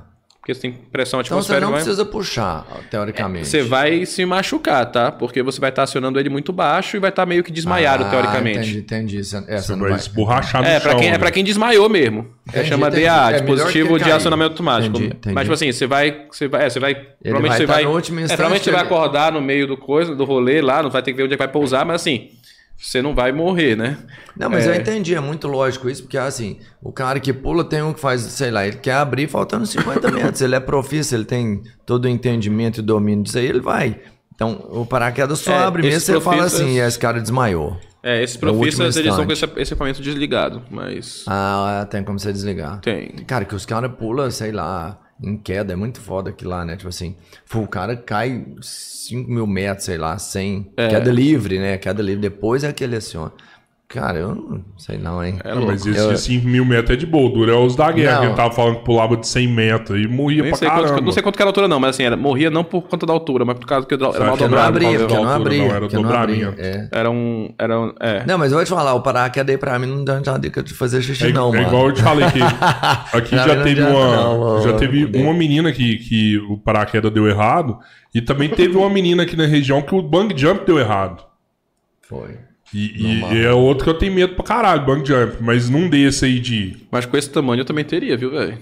Porque você tem pressão Então você atmosférica. não vai... precisa puxar, teoricamente. Você vai se machucar, tá? Porque você vai estar acionando ele muito baixo e vai estar meio que desmaiado, ah, teoricamente. Entendi, entendi. Essa, essa Você não vai vai esborrachar no É, chão. pra quem, é né? pra quem desmaiou mesmo. É, Entendi, chama entendi. D A, É dispositivo melhor que de cair. acionamento automático. Entendi, entendi. Mas, tipo assim, você vai. Você vai, é, você vai provavelmente vai você tá vai. no último é, instante, provavelmente você vai ele- acordar no meio do coisa, do rolê lá, não vai ter que ver onde é que vai pousar, mas assim, você não vai morrer, né? Não, mas É. eu entendi, é muito lógico isso, porque assim, o cara que pula tem um que faz, sei lá, ele quer abrir faltando cinquenta metros, ele é profissa, ele tem todo o entendimento e domínio disso aí, ele vai. Então, o paraquedas só É, abre mesmo, esses você fala profissas- assim, esse cara desmaiou. É, esses No último profissas, eles estão com instante. esse, esse equipamento desligado, mas. Ah, tem como você desligar. Tem. Cara, que os caras pulam, sei lá, em queda, é muito foda aquilo lá, né? Tipo assim, pô, o cara cai cinco mil metros, sei lá, cem. É. Queda livre, né? Queda livre, depois é que ele aciona. Cara, eu não sei não, hein? É Não, louco. mas esse Eu- de cinco mil metros é de boa. Dura é os da guerra, Não. que ele tava falando que pulava de cem metros e morria Nem pra sei caramba. quanto, não sei quanto que era a altura, não, mas assim, era, morria não por conta da altura, mas por causa que era Certo. mal Porque não dobrado. abria, falando porque da não altura, abria. não, era porque não abria. dobramento. É. Era um. Era um é. Não, mas eu vou te falar, o paraquedas aí pra mim não dá uma dica de fazer xixi, É, não, é mano. igual eu te falei que aqui Pra já mim não teve adianta uma não, já eu- teve eu- uma menina que, que o paraquedas deu errado e também teve uma menina aqui na região que o bang jump deu errado. Foi. E, e é outro que eu tenho medo pra caralho, bang jump, mas num desse aí de Mas com esse tamanho eu também teria, viu, velho?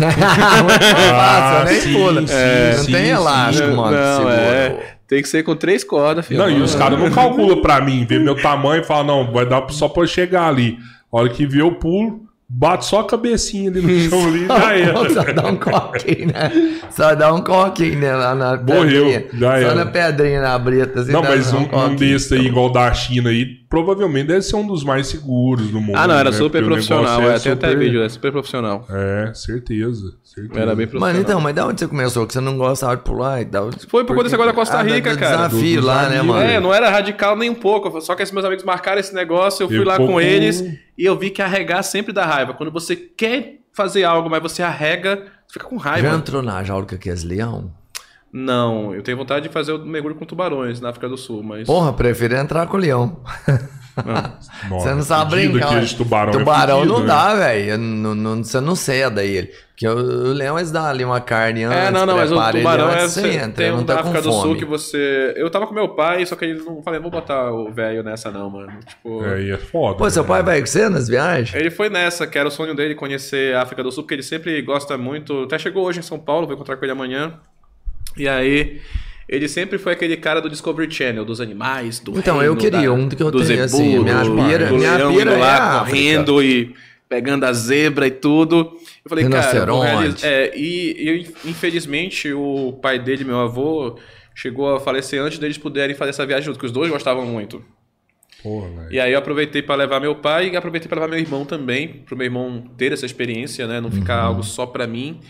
Fácil, nem sim, pula. sim, É, não sim, tem sim. elástico, mano. não, segura. é. Tem que ser com três cordas, filho. Não, e os caras não calculam pra mim, vê meu tamanho e falam, não, vai dar só pra eu chegar ali. A hora que vê eu pulo, bato só a cabecinha ali no chão ali, já era. Só dá um coquinho, né? Só dá um coquinho, né? Lá na Morreu, pedrinha. já Só era. na pedrinha, na brita. Assim, Não, dá mas um, um coquinho. desse aí, igual da China aí, provavelmente deve ser um dos mais seguros do mundo. Ah, não, era né? super Porque o profissional. negócio É, é tem até super- vídeo, é super profissional. É, certeza, certeza. Era bem profissional. Mano, então, mas da onde você começou? Que você não gostava de pular e tal? Foi por conta desse negócio da Costa Rica, cara. Desafio Do- lá, dos né, amigos. mano? É, não era radical nem um pouco. Só que esses meus amigos marcaram esse negócio, eu fui Eu lá pouco- com eles e eu vi que arregar sempre dá raiva. Quando você quer fazer algo, mas você arrega, você fica com Já raiva. entrou na jaula com aqueles leão? Não, eu tenho vontade de fazer o mergulho com tubarões na África do Sul, mas. Porra, prefiro entrar com o leão. Nossa, Você não sabe fudido brincar. aquele de tubarão, é Tubarão fudido, não né? dá, velho. Não, não, você não ceda ele. Porque o, o leão, eles dão ali uma carne antes, É, não, não, mas o prepara ele tubarão antes, é. você Você entra, tem não um tá da com África do Sul fome. que você. Eu tava com meu pai, só que ele não falei, não vou botar o velho nessa, não, mano. Tipo. É, e é foda. Pô, seu né? pai vai com você nas viagens? Ele foi nessa, que era o sonho dele conhecer a África do Sul, porque ele sempre gosta muito. Até chegou hoje em São Paulo, vou encontrar com ele amanhã. E aí, ele sempre foi aquele cara do Discovery Channel, dos animais, do Então, reino, eu queria da- um que eu do tenho, zebu, assim, minha do, pira- do minha leão pira indo é lá a correndo e pegando a zebra e tudo. Eu falei, cara, eu vou Rinoceronte. realizar- é, e, e infelizmente o pai dele, meu avô, chegou a falecer antes deles puderem fazer essa viagem junto, porque os dois gostavam muito. Porra, velho. E aí eu aproveitei para levar meu pai e aproveitei para levar meu irmão também, pro meu irmão ter essa experiência, né? Não ficar algo só para mim.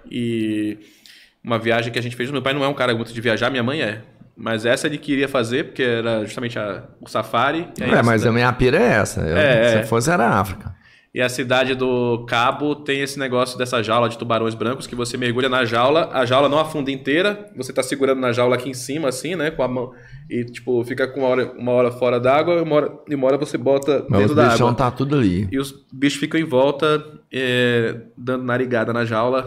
E uma viagem que a gente fez. Meu pai não é um cara muito de viajar, minha mãe é. Mas essa ele queria fazer, porque era justamente a- o safari. E aí É, a mas cida- a minha pira é essa. Eu- É, se é. fosse, era África. E a cidade do Cabo tem esse negócio dessa jaula de tubarões brancos que você mergulha na jaula, a jaula não afunda inteira, você tá segurando na jaula aqui em cima, assim, né? Com a mão. E, tipo, fica com uma hora, uma hora fora d'água e uma hora, e uma hora você bota Mas dentro os da bichão água. tá tudo ali. E os bichos ficam em volta, é, dando narigada na jaula.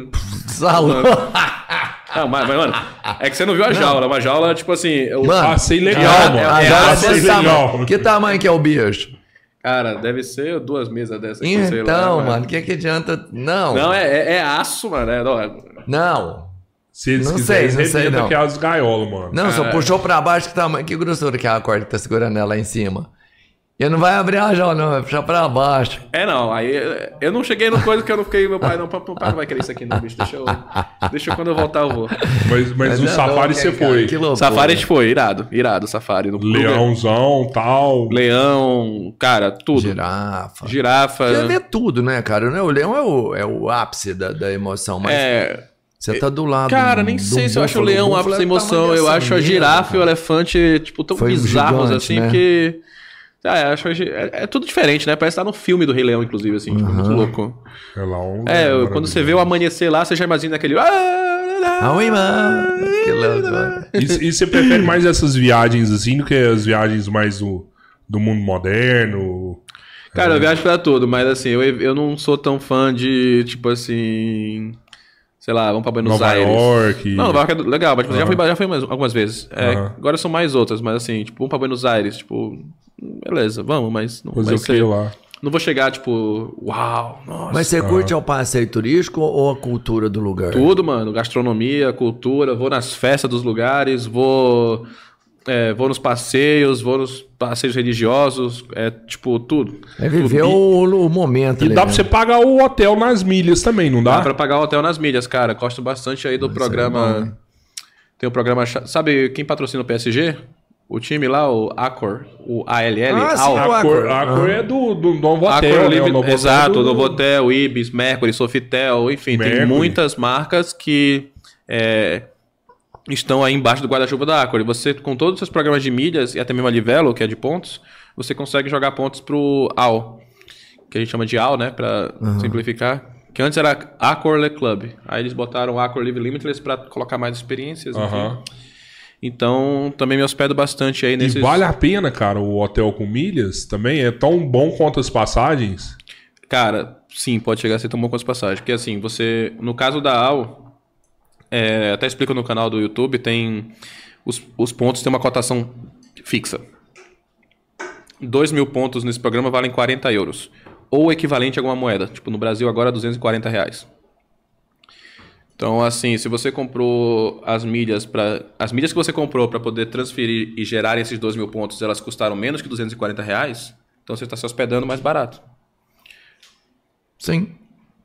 Salão. Não, mas, mas, mano, é que você não viu a jaula. Uma jaula, tipo assim. o- Mano, Passei legal, é- mano. é- A é- jaula é- desse Passei tamanho. legal. Que tamanho que é o bicho? Cara, deve ser duas mesas dessas aqui, sei lá. Então, mano. mano, o que que adianta? Não. Não, é, é, é aço, mano. É, não, é- Não. Se eles Não quiserem, sei, não sei, arrebenta não. aquelas gaiolas, mano. Não, só Ah, puxou pra baixo, que tamanho, que grossura que é a corda que tá segurando ela lá em cima. E não vai abrir a jaula, não, vai puxar pra baixo. É, não. Aí eu não cheguei no coisa que eu não fiquei. Meu pai, não, papai não vai querer isso aqui, não, bicho. Deixa eu. Deixa eu quando eu voltar, eu vou. Mas, mas, Mas o é safari louco, você hein, cara, foi. Que loucura. Safari a gente foi, irado. Irado, safari. No Leãozão, tal. Leão, cara, tudo. Girafa. Girafa. Quer ver tudo, né, cara? Né? O leão é o, é o ápice da, da emoção, mas É. você tá do lado. Cara, de nem um sei se eu acho o búfalo. leão o búfalo ápice da é do tamanho emoção. Eu dessa acho a mesa, girafa e o cara. elefante, tipo, tão Foi um bizarros gigante, assim, né? porque. Ah, é, acho, que é, é tudo diferente, né? Parece estar no filme do Rei Leão, inclusive, assim, tipo, muito louco. É, lá um É, maravilhoso. quando você vê o amanhecer lá, você já imagina aquele. Ah, ui, mano. Que louco. E, e você prefere mais essas viagens assim do que as viagens mais do, do mundo moderno? Cara, eu viajo pra tudo, mas assim, eu, eu não sou tão fã de, tipo assim. sei lá, vamos pra Buenos Nova Aires. York. Não, Nova York é legal, mas tipo, Uhum. já fui, já fui mais- algumas vezes. É, Uhum. Agora são mais outras, mas assim, tipo, vamos pra Buenos Aires, tipo, beleza, vamos, mas não Fazer vai o que ser... lá? Não vou chegar, tipo, uau, nossa. Mas você curte o passeio turístico ou a cultura do lugar? Tudo, mano. Gastronomia, cultura, vou nas festas dos lugares, vou, é, vou nos passeios, vou nos passeios religiosos, é tipo, tudo. É viver o, o momento E ali dá pra mesmo. você pagar o hotel nas milhas também, não dá? Dá pra pagar o hotel nas milhas, cara. Gosto bastante aí do Isso programa. é bom, né? Tem um programa. cha- Sabe quem patrocina o P S G? O time lá, o Accor, o A L L. Ah, sim, Al- o A Accor. cor, a cor é do, do Novo Accor Hotel, né? Live- O Novo Exato, Hotel o do- Novotel, Ibis, Mercury, Sofitel, enfim, tem Mercury. muitas marcas que é, estão aí embaixo do guarda-chuva da Accor. E você, com todos os seus programas de milhas e até mesmo a Livelo, que é de pontos, você consegue jogar pontos pro A L, que a gente chama de A L, né, pra simplificar. Que antes era Accor Le Club. Aí eles botaram Accor Live Limitless pra colocar mais experiências, enfim. Aham. Então, também me hospedo bastante aí nesses... E vale a pena, cara, o hotel com milhas também? É tão bom quanto as passagens? Cara, sim, pode chegar a ser tão bom quanto as passagens. Porque assim, você... No caso da A L, é, até explico no canal do YouTube, tem... Os, os pontos têm uma cotação fixa. dois mil pontos nesse programa valem quarenta euros. Ou equivalente a alguma moeda. Tipo, no Brasil agora duzentos e quarenta reais. Então, assim, se você comprou as milhas para as milhas que você comprou para poder transferir e gerar esses dois mil pontos, elas custaram menos que duzentos e quarenta reais, então você está se hospedando mais barato. Sim.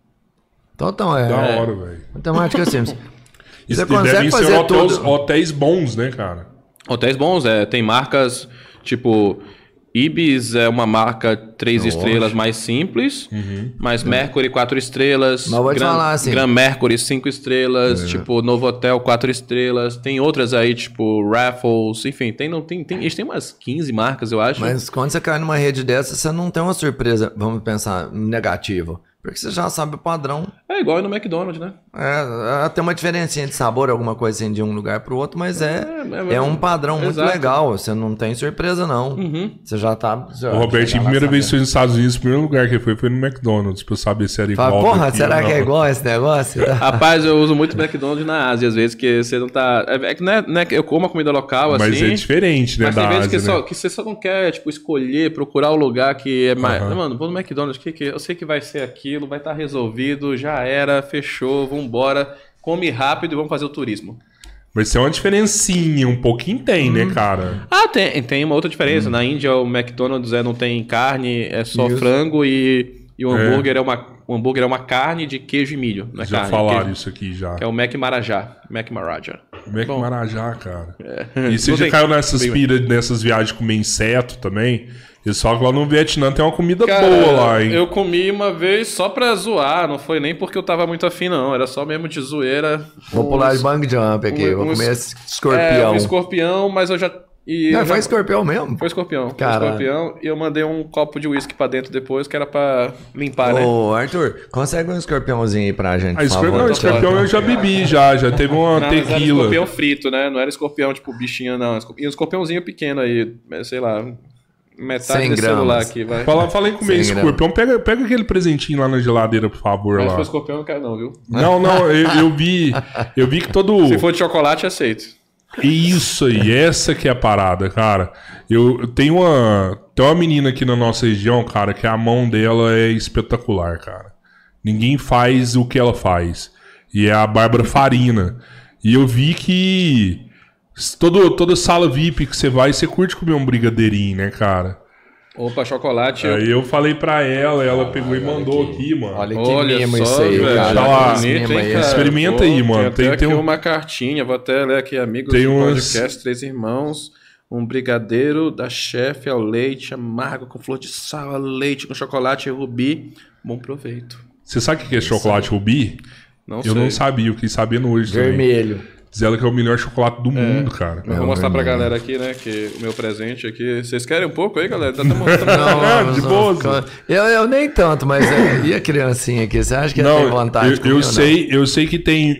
Total, é. Da é. hora, velho. Matemática simples. Isso Você consegue devem ser fazer hotéis, tudo. hotéis bons, né, cara? Hotéis bons, é, tem marcas tipo Ibis é uma marca três Nossa. estrelas mais simples, mas Mercury quatro estrelas, Mas vou te Gran, falar, assim- Gran Mercury cinco estrelas, tipo Novotel quatro estrelas, tem outras aí tipo Raffles, enfim, tem não tem, tem eles têm umas quinze marcas, eu acho. Mas quando você cai numa rede dessa, você não tem uma surpresa, vamos pensar, negativa. Porque você já sabe o padrão. É igual no McDonald's, né? É, é, tem uma diferencinha de sabor, alguma coisa assim de um lugar pro outro, mas é, é, é, um padrão muito exato. legal. Você não tem surpresa, não. Uhum. Você já tá. Já, O Robertinho, já a primeira vai vez que foi saber. nos Estados Unidos, o primeiro lugar que ele foi foi no McDonald's, pra eu saber se era igual. Fala, porra, daqui será ou que é não. igual esse negócio? Rapaz, eu uso muito McDonald's na Ásia, às vezes, que você não tá. É que não é, não é que eu como a comida local, Mas assim. é diferente, né, Mas da tem vezes Ásia, que, né? só, que você só não quer, tipo, escolher, procurar o lugar que é mais. Aham. Mano, vou no McDonald's, que, que eu sei que vai ser aquilo, vai estar resolvido, já era, fechou, vambora. Come rápido e vamos fazer o turismo. Mas tem uma diferencinha, um pouquinho tem, Hum. né, cara? Ah, tem, tem uma outra diferença. Na Índia, o McDonald's é, não tem carne, é só Isso. frango e, e o hambúrguer é. uma, o hambúrguer é uma carne de queijo e milho. Não é Já carne, falaram queijo, isso aqui já. que é o Mac Marajá. Mac Marajá. Mac Marajá, cara. É. E você Não já tem- caiu nessas Bem- piras, nessas viagens comer inseto também? Eles falam que lá no Vietnã tem uma comida Cara, boa lá, hein? eu comi uma vez só pra zoar, não foi nem porque eu tava muito afim, não. Era só mesmo de zoeira. Vou pular de Uns- bang jump aqui, um- vou um comer es- esse É, escorpião. um escorpião, mas eu já... E Não, eu foi já- escorpião mesmo? Foi escorpião. Foi Caralho. escorpião e eu mandei um copo de uísque pra dentro depois, que era pra limpar, né? Ô, Arthur, consegue um escorpiãozinho aí pra gente, Ah, por escorpião, favor? não, escorpião eu já bebi, já. Já teve uma Não, mas era tequila. escorpião frito, né? Não era escorpião tipo bichinho, não. E um escorpiãozinho pequeno aí, sei lá, metade cem desse gramas. celular aqui, vai. Fala, falei com comer Sem escorpião. Pega, pega aquele presentinho lá na geladeira, por favor. Mas se Lá. for escorpião, eu não quero não, viu? Não, não, eu, eu vi. Eu vi que todo. Se for de chocolate, aceito. Isso aí, essa que é a parada, cara. Eu, eu tenho uma. Tem uma menina aqui na nossa região, cara, que a mão dela é espetacular, cara. Ninguém faz o que ela faz. E é a Bárbara Farina. E eu vi que todo, toda sala V I P que você vai, você curte comer um brigadeirinho, né, cara? Opa, chocolate. eu- Aí eu falei pra ela, ela pegou e mandou aqui, mano. Olha que Olha mimo só, isso aí, velho. cara. Tá lá. Esse Bonito, mimo hein, aí. cara? Experimenta aí, mano. Tem, Tem- até tem aqui um- uma cartinha, vou até ler aqui, amigos Tem do umas- podcast Três Irmãos. Um brigadeiro da chefe ao leite, amargo com flor de sal, a leite com chocolate e rubi. Bom proveito. Você sabe o que é chocolate rubi? Não Eu sei. não sabia, eu quis sabendo hoje também. Vermelho. Diz ela que é o melhor chocolate do mundo, cara. Eu vou mostrar pra vermelho. galera aqui, né, que o meu presente aqui. Vocês querem um pouco aí, galera? Tá até mostrando. Ah, de boa. Eu, eu nem tanto, mas é, e a criancinha aqui? Você acha que ela tem Não, vontade eu, de comer eu ou não? sei, eu sei que tem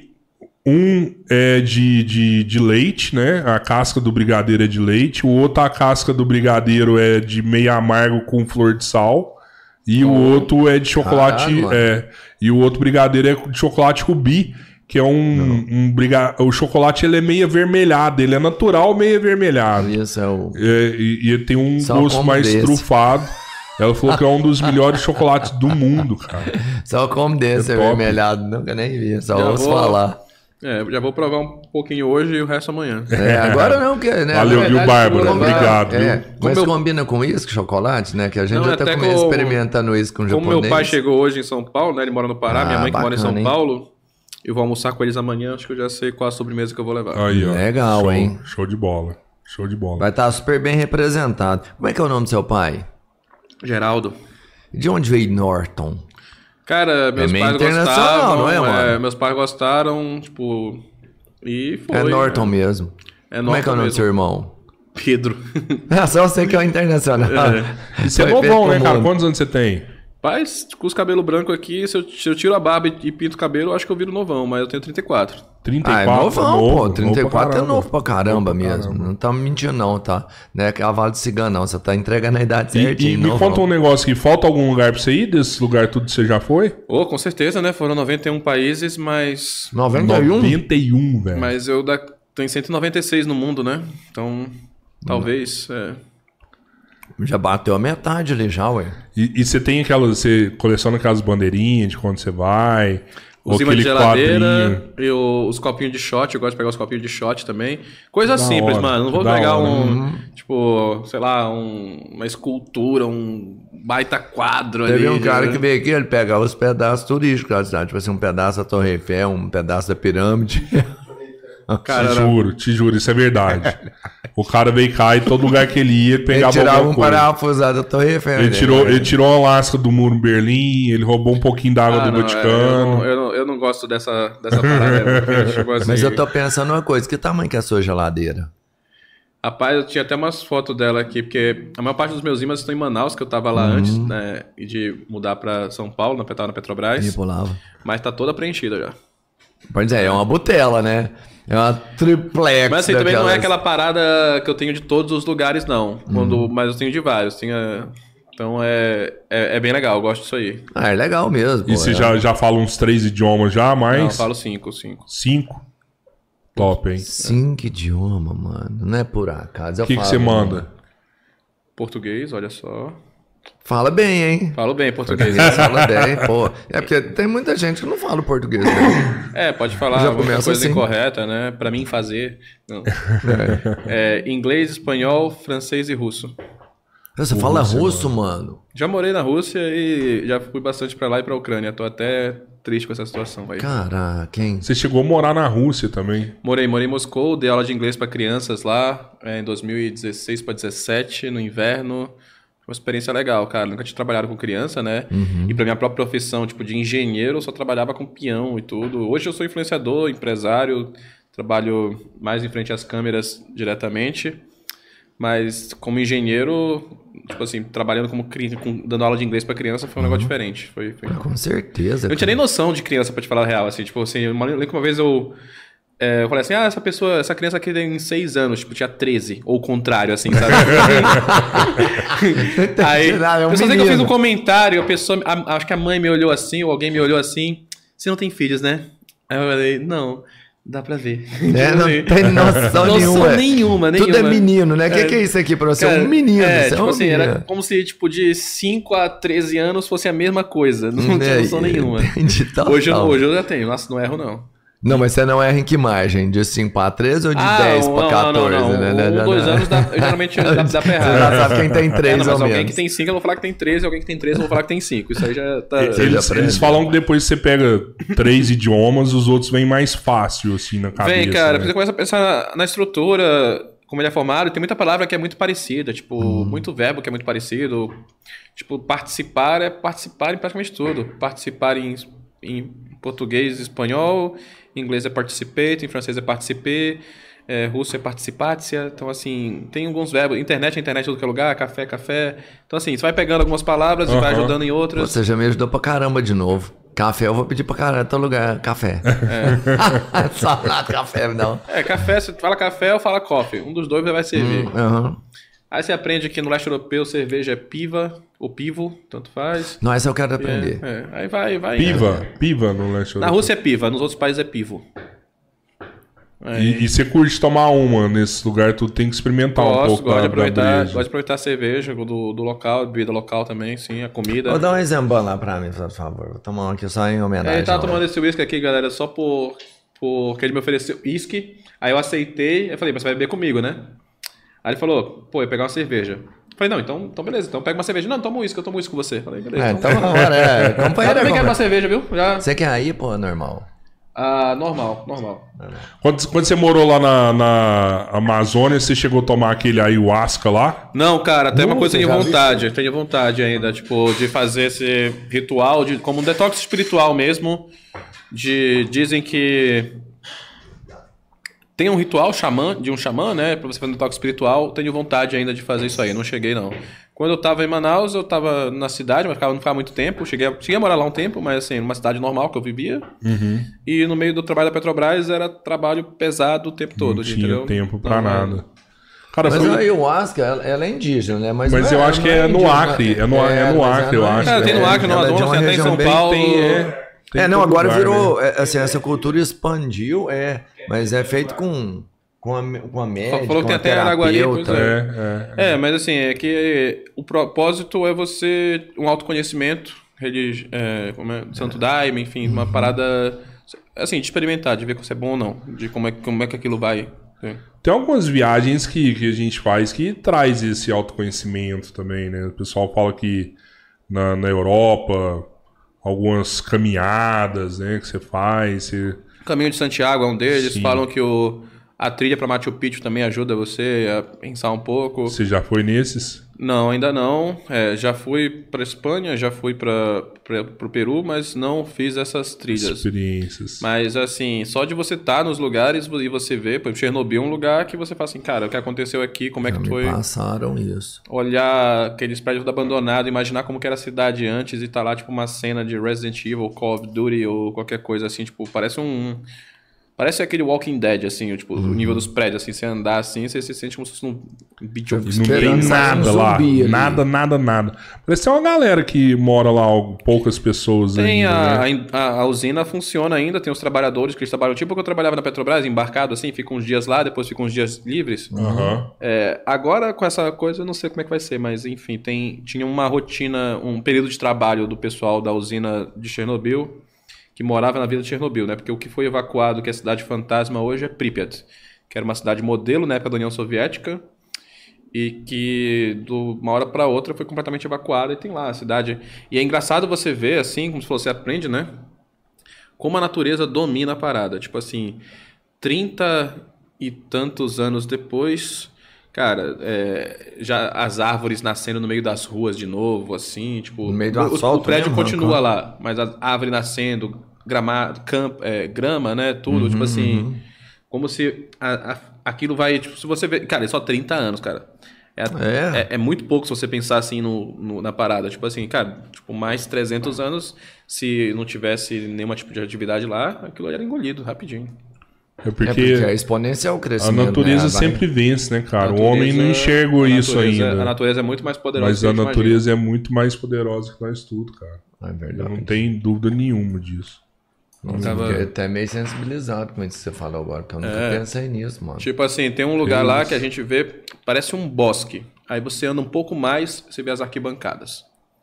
um é de, de, de leite, né? A casca do brigadeiro é de leite. O outro, a casca do brigadeiro é de meio amargo com flor de sal. E o outro é de chocolate. Caralho, mano. é, e o outro brigadeiro é de chocolate rubi. que é um, um briga... O chocolate ele é meio avermelhado, ele é natural meio avermelhado. Isso é o... É, e, e ele tem um Só gosto como mais desse. trufado. Ela falou que é um dos melhores chocolates do mundo, cara. Só como desse É é top. vermelhado, nunca nem vi, só Já ouço vou- falar. É, já vou provar um pouquinho hoje e o resto amanhã. É, agora não, que, né? Valeu, na viu, verdade, Bárbara? combina- Obrigado, É, viu? mas Como eu- combina com uísque, chocolate, né? Que a gente Não, já tá até come- com- experimentando isso com o Como japonês. meu pai chegou hoje em São Paulo, né? Ele mora no Pará, Ah, minha mãe que mora em São bacana, hein? Paulo. Eu vou almoçar com eles amanhã, acho que eu já sei qual a sobremesa que eu vou levar. Aí, ó. Legal, Show, hein? Show de bola. Show de bola. Vai estar super bem representado. Como é que é o nome do seu pai? Geraldo. De onde veio Norton? Cara, meus meio pais internacional, gostaram. não é, mano? é, meus pais gostaram, tipo. E foi. É Norton né? mesmo. É Como é que é o nome do Norton seu irmão? Pedro. Ah, só eu sei que é o internacional. E você é Foi bobão, feito né, pro cara? mundo. Quantos anos você tem? Paz, com os cabelos brancos aqui, se eu, se eu tiro a barba e, e pinto o cabelo, eu acho que eu viro novão, mas eu tenho trinta e quatro. trinta e Ah, é quatro? novão, novo, pô. trinta e quatro pra é novo pra caramba Novo pra mesmo. caramba. Não tá mentindo, não, tá? Não é cavalo de cigano, não. Você tá entregando a idade E, certinha. e me novão. conta um negócio aqui. Falta algum lugar pra você ir? Desse lugar tudo que você já foi? Oh, com certeza, né? Foram noventa e um países, mas. noventa e um? noventa e um, velho. Mas eu da... tenho cento e noventa e seis no mundo, né? Então, talvez. É... Já bateu a metade ali já, ué. E, e você tem aquelas... Você coleciona aquelas bandeirinhas de quando você vai? Os ou imãs de aquele geladeira quadrinho? e o- os copinhos de shot. Eu gosto de pegar os copinhos de shot também. Coisa Da simples, hora, mano. Não vou da pegar hora. um, tipo, sei lá, um- uma escultura, um baita quadro ali. Teve um cara né? que veio aqui, ele pegava os pedaços turísticos da cidade. Tipo assim, um pedaço da Torre Eiffel, um pedaço da pirâmide. Cara, Te era- juro, te juro, isso é verdade. O cara veio cá e todo lugar que ele ia, ele Ele pegava tirava alguma um coisa. parafusado da Torre Eiffel. Ele né? tirou, ele tirou a lasca do muro Berlim, ele roubou um pouquinho da água Ah, do não, é, eu, Vaticano. não, eu, não, eu não gosto dessa, dessa parada. porque, tipo assim, Mas eu tô pensando uma coisa, que tamanho que é a sua geladeira? Rapaz, eu tinha até umas fotos dela aqui, porque a maior parte dos meus imãs estão em Manaus, que eu tava lá Uhum. antes, né, e de mudar pra São Paulo, na, tava na Petrobras, Me pulava. mas tá toda preenchida já. Pois é, é uma butela, né? É uma triplex. Mas assim, também não é daquelas. aquela parada que eu tenho de todos os lugares, não. Quando, mas eu tenho de vários. Tenho, é, então é, é, é bem legal, eu gosto disso aí. Ah, é legal mesmo. E pô, você é. já, já fala uns três idiomas já, Não, eu mais falo cinco, cinco. cinco? Top, hein? Cinco idiomas, mano. Não é por acaso. O que, que você manda? Português, olha só. Fala bem, hein? Falo bem português. Fala bem, pô. É porque tem muita gente que não fala português, né? É, pode falar Já muita começa coisa assim. incorreta, né? Pra mim fazer. Não. É, inglês, espanhol, francês e russo. Você fala russo, mano? Já morei na Rússia e já fui bastante pra lá e pra Ucrânia. Tô até triste com essa situação, velho. Caraca, hein? Você chegou a morar na Rússia também. Morei, morei em Moscou, dei aula de inglês pra crianças lá é, em dois mil e dezesseis para dezessete, no inverno. Foi uma experiência legal, cara. Nunca tinha trabalhado com criança, né? E pra minha própria profissão, tipo, de engenheiro, eu só trabalhava com peão e tudo. Hoje eu sou influenciador, empresário, trabalho mais em frente às câmeras diretamente. Mas como engenheiro, tipo assim, trabalhando como cri... com- dando aula de inglês pra criança foi um negócio diferente. Foi, foi... Com certeza. Eu não tinha nem noção de criança, pra te falar a real, assim, tipo assim, eu lembro que uma vez eu, é, eu falei assim, ah, essa pessoa, essa criança aqui tem seis anos, tipo, tinha treze, ou o contrário, assim, sabe? Aí, nada, é um eu só sei que eu fiz um menino. comentário, a pessoa, a- acho que a mãe me olhou assim, ou alguém me olhou assim, você não tem filhos, né? Aí eu falei, não, dá pra ver. É, não Tipo tem noção Noção nenhuma. nenhuma, nenhuma. Tudo é menino, né? O que, É. que é isso aqui pra você? Cara, um menino. É, você é tipo um assim, menino. era como se, tipo, de cinco a treze anos fosse a mesma coisa. Não tinha É, noção nenhuma. entendi, total. Hoje, eu- hoje eu já tenho. Nossa, não erro, não. Não, mas você não erra em que margem? De cinco pra treze ou de Ah, dez não, pra não, quatorze? não, não. Né? Um, Não, não, dois não. anos, dá, eu, geralmente dá, dá pra Você já errar. sabe quem tem É, três não, mas ou alguém menos. que tem cinco, eu vou falar que tem treze. Alguém que tem treze, eu vou falar que tem cinco. Isso aí já tá... Você já Eles, aprende. eles falam que depois você pega três idiomas, os outros vêm mais fácil, assim, na cabeça. Vem, cara, né? porque você começa a pensar na estrutura, como ele é formado, tem muita palavra que é muito parecida, tipo, muito verbo que é muito parecido. Tipo, participar é participar em praticamente tudo. Participar em, em português e espanhol, em inglês é participate, em francês é participer, é, russo é participatia. Então, assim, tem alguns verbos. Internet é internet em todo que é lugar, café é café. Então, assim, você vai pegando algumas palavras e vai Aham. ajudando em outras. Você já me ajudou pra caramba de novo. Café, eu vou pedir pra caramba, todo lugar. Café. É. Só nada, café, não. É, café, você fala café ou fala coffee. Um dos dois vai servir. Aham. Aí você aprende que no leste europeu cerveja é piva ou pivo, tanto faz. Não, essa eu quero aprender. É, é. Aí vai, vai. Piva, né? piva no leste Na europeu. Rússia é piva, nos outros países é pivo. É. E, e você curte tomar uma nesse lugar, tu tem que experimentar um Gosto, pouco gosto da, de aproveitar, da gosto de aproveitar a cerveja do, do local, bebida local também, sim, a comida. Vou dar um exemplo lá pra mim, por favor. Vou tomar um aqui só em homenagem. É, ele tava ao- tomando esse whisky aqui, galera, só por porque ele me ofereceu whisky. Aí eu aceitei, eu falei, mas você vai beber comigo, né? Aí ele falou, pô, eu ia pegar uma cerveja. Eu falei, não, então, então beleza, então pega uma cerveja. Não, toma um whisky, eu tomo whisky com você. Eu falei, beleza. É, então... então agora é. Eu Companheiro também é quero uma companheiro. cerveja, viu? Já... Você quer aí, pô, normal. Ah, normal, normal. Quando, quando você morou lá na, na Amazônia, você chegou a tomar aquele ayahuasca lá? Não, cara, tem uma Uh, coisa você de já vontade. Tenho vontade ainda, tipo, de fazer esse ritual, de, como um detox espiritual mesmo. De, dizem que tem um ritual xamã, de um xamã, né? Pra você fazer um detox espiritual. Tenho vontade ainda de fazer isso aí. Não cheguei, não. Quando eu tava em Manaus, eu tava na cidade, mas ficava, não ficava muito tempo. Cheguei a, cheguei a morar lá um tempo, mas assim, numa cidade normal que eu vivia. Uhum. E no meio do trabalho da Petrobras era trabalho pesado o tempo todo, Não tinha entendeu? tempo pra Não, nada. Cara, Mas foi... a ayahuasca, ela, ela é indígena, né? Mas, Mas não eu acho que não é no indígena. Acre, é no- é no mas Acre, ela eu não acho. Cara, tem no Acre, no ela é de Amazonas, uma tem até em região São bem- Paulo. Tem, é, tem É, não, todo agora lugar, virou, né? é, assim, essa cultura expandiu, é, mas é feito com, com, a, com a médica, Falou que com tem a até Araguari, terapeuta. pois É, é. É, mas assim, é que o propósito é você, um autoconhecimento, religi... é, como é, santo daime, enfim, uma parada, assim, de experimentar, de ver se é bom ou não, de como é, como é que aquilo vai. Sim. Tem algumas viagens que, que a gente faz que traz esse autoconhecimento também, né? O pessoal fala que na, na Europa, algumas caminhadas, né, que você faz. Você... O Caminho de Santiago é um deles, Sim. falam que o, a trilha para Machu Picchu também ajuda você a pensar um pouco. Você já foi nesses? Não, ainda não. É, já fui para Espanha, já fui para o Peru, mas não fiz essas trilhas. Experiências. Mas assim, só de você estar nos lugares e você ver, por exemplo, Chernobyl é um lugar que você fala assim, cara, o que aconteceu aqui, como é Já que me foi passaram isso. olhar aqueles prédios abandonados, imaginar como que era a cidade antes e tá lá tipo uma cena de Resident Evil, Call of Duty ou qualquer coisa assim, tipo, parece um... Parece aquele Walking Dead, assim, tipo, o nível dos prédios, assim, você andar assim, você se sente como se fosse um bicho. Eu Não Esperando tem sair nada um lá. zumbi ali. Nada, nada, nada. Parece ter uma galera que mora lá, poucas pessoas Tem ainda, a, né? a, a usina funciona ainda, tem os trabalhadores que eles trabalham, tipo que eu trabalhava na Petrobras, embarcado assim, ficam uns dias lá, depois ficam uns dias livres. Aham. É, agora com essa coisa eu não sei como é que vai ser, mas enfim, tem, tinha uma rotina, um período de trabalho do pessoal da usina de Chernobyl, que morava na vila de Chernobyl, né? Porque o que foi evacuado, que é a cidade fantasma hoje, é Pripyat, que era uma cidade modelo na época da União Soviética e que de uma hora para outra foi completamente evacuada e tem lá a cidade. E é engraçado você ver, assim, como se você aprende, né? Como a natureza domina a parada. Tipo assim, trinta e tantos anos depois... Cara, é, já as árvores nascendo no meio das ruas de novo, assim, tipo... No meio do o- asfalto O prédio mesmo, continua arrancando. lá, mas a árvore nascendo, grama, camp, é, grama, né, tudo, tipo assim... Como se a- a- aquilo vai... Tipo, se você vê... Cara, é só trinta anos, cara. É, É. é, é muito pouco se você pensar assim no, no- na parada. Tipo assim, cara, tipo, mais trezentos anos, se não tivesse nenhuma tipo de atividade lá, aquilo era engolido rapidinho. É É porque, porque é exponencial o a crescimento. natureza né? Vai- sempre vence, né, cara? A O homem não natureza- enxerga a isso natureza- ainda. A natureza é muito mais poderosa Mas do que a gente imagina. natureza é muito mais poderosa que nós tudo, cara. É Eu verdade. não tenho dúvida nenhuma disso. Nossa, Tava- fiquei até meio sensibilizado com isso que você falou agora, que eu nunca É. pensei nisso, mano. Tipo assim, tem um lugar Deus. lá que a gente vê, parece um bosque. Aí você anda um pouco mais, você vê as arquibancadas.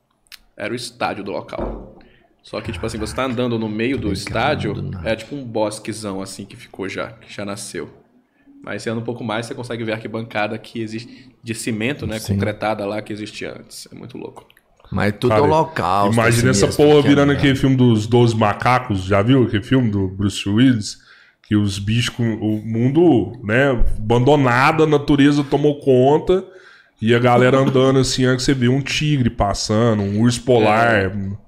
Era o estádio do local. Só que, tipo assim, você tá andando no meio do estádio, do nada. é tipo um bosquezão, assim, que ficou já, que já nasceu. Mas você anda um pouco mais, você consegue ver a arquibancada que existe, de cimento, né, Sim. concretada lá, que existia antes. É muito louco. Mas tudo Cara, é local. Imagina essa assim, porra mesmo, virando pequeno, aquele filme dos doze macacos. Já viu aquele filme do Bruce Willis? Que os bichos, com- o mundo, né, abandonado, a natureza tomou conta. E a galera andando assim, aí você vê um tigre passando, um urso polar.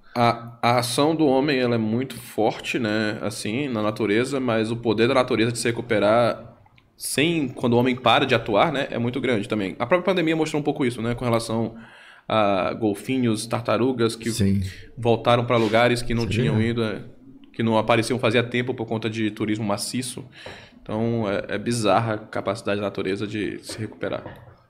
A, a ação do homem, ela é muito forte, né, assim, na natureza, mas o poder da natureza de se recuperar sem, quando o homem para de atuar, né, é muito grande também. A própria pandemia mostrou um pouco isso, né, com relação a golfinhos, tartarugas que Sim. voltaram para lugares que não Sim, tinham né? ido, é, que não apareciam fazia tempo por conta de turismo maciço. Então, é, é bizarra a capacidade da natureza de se recuperar.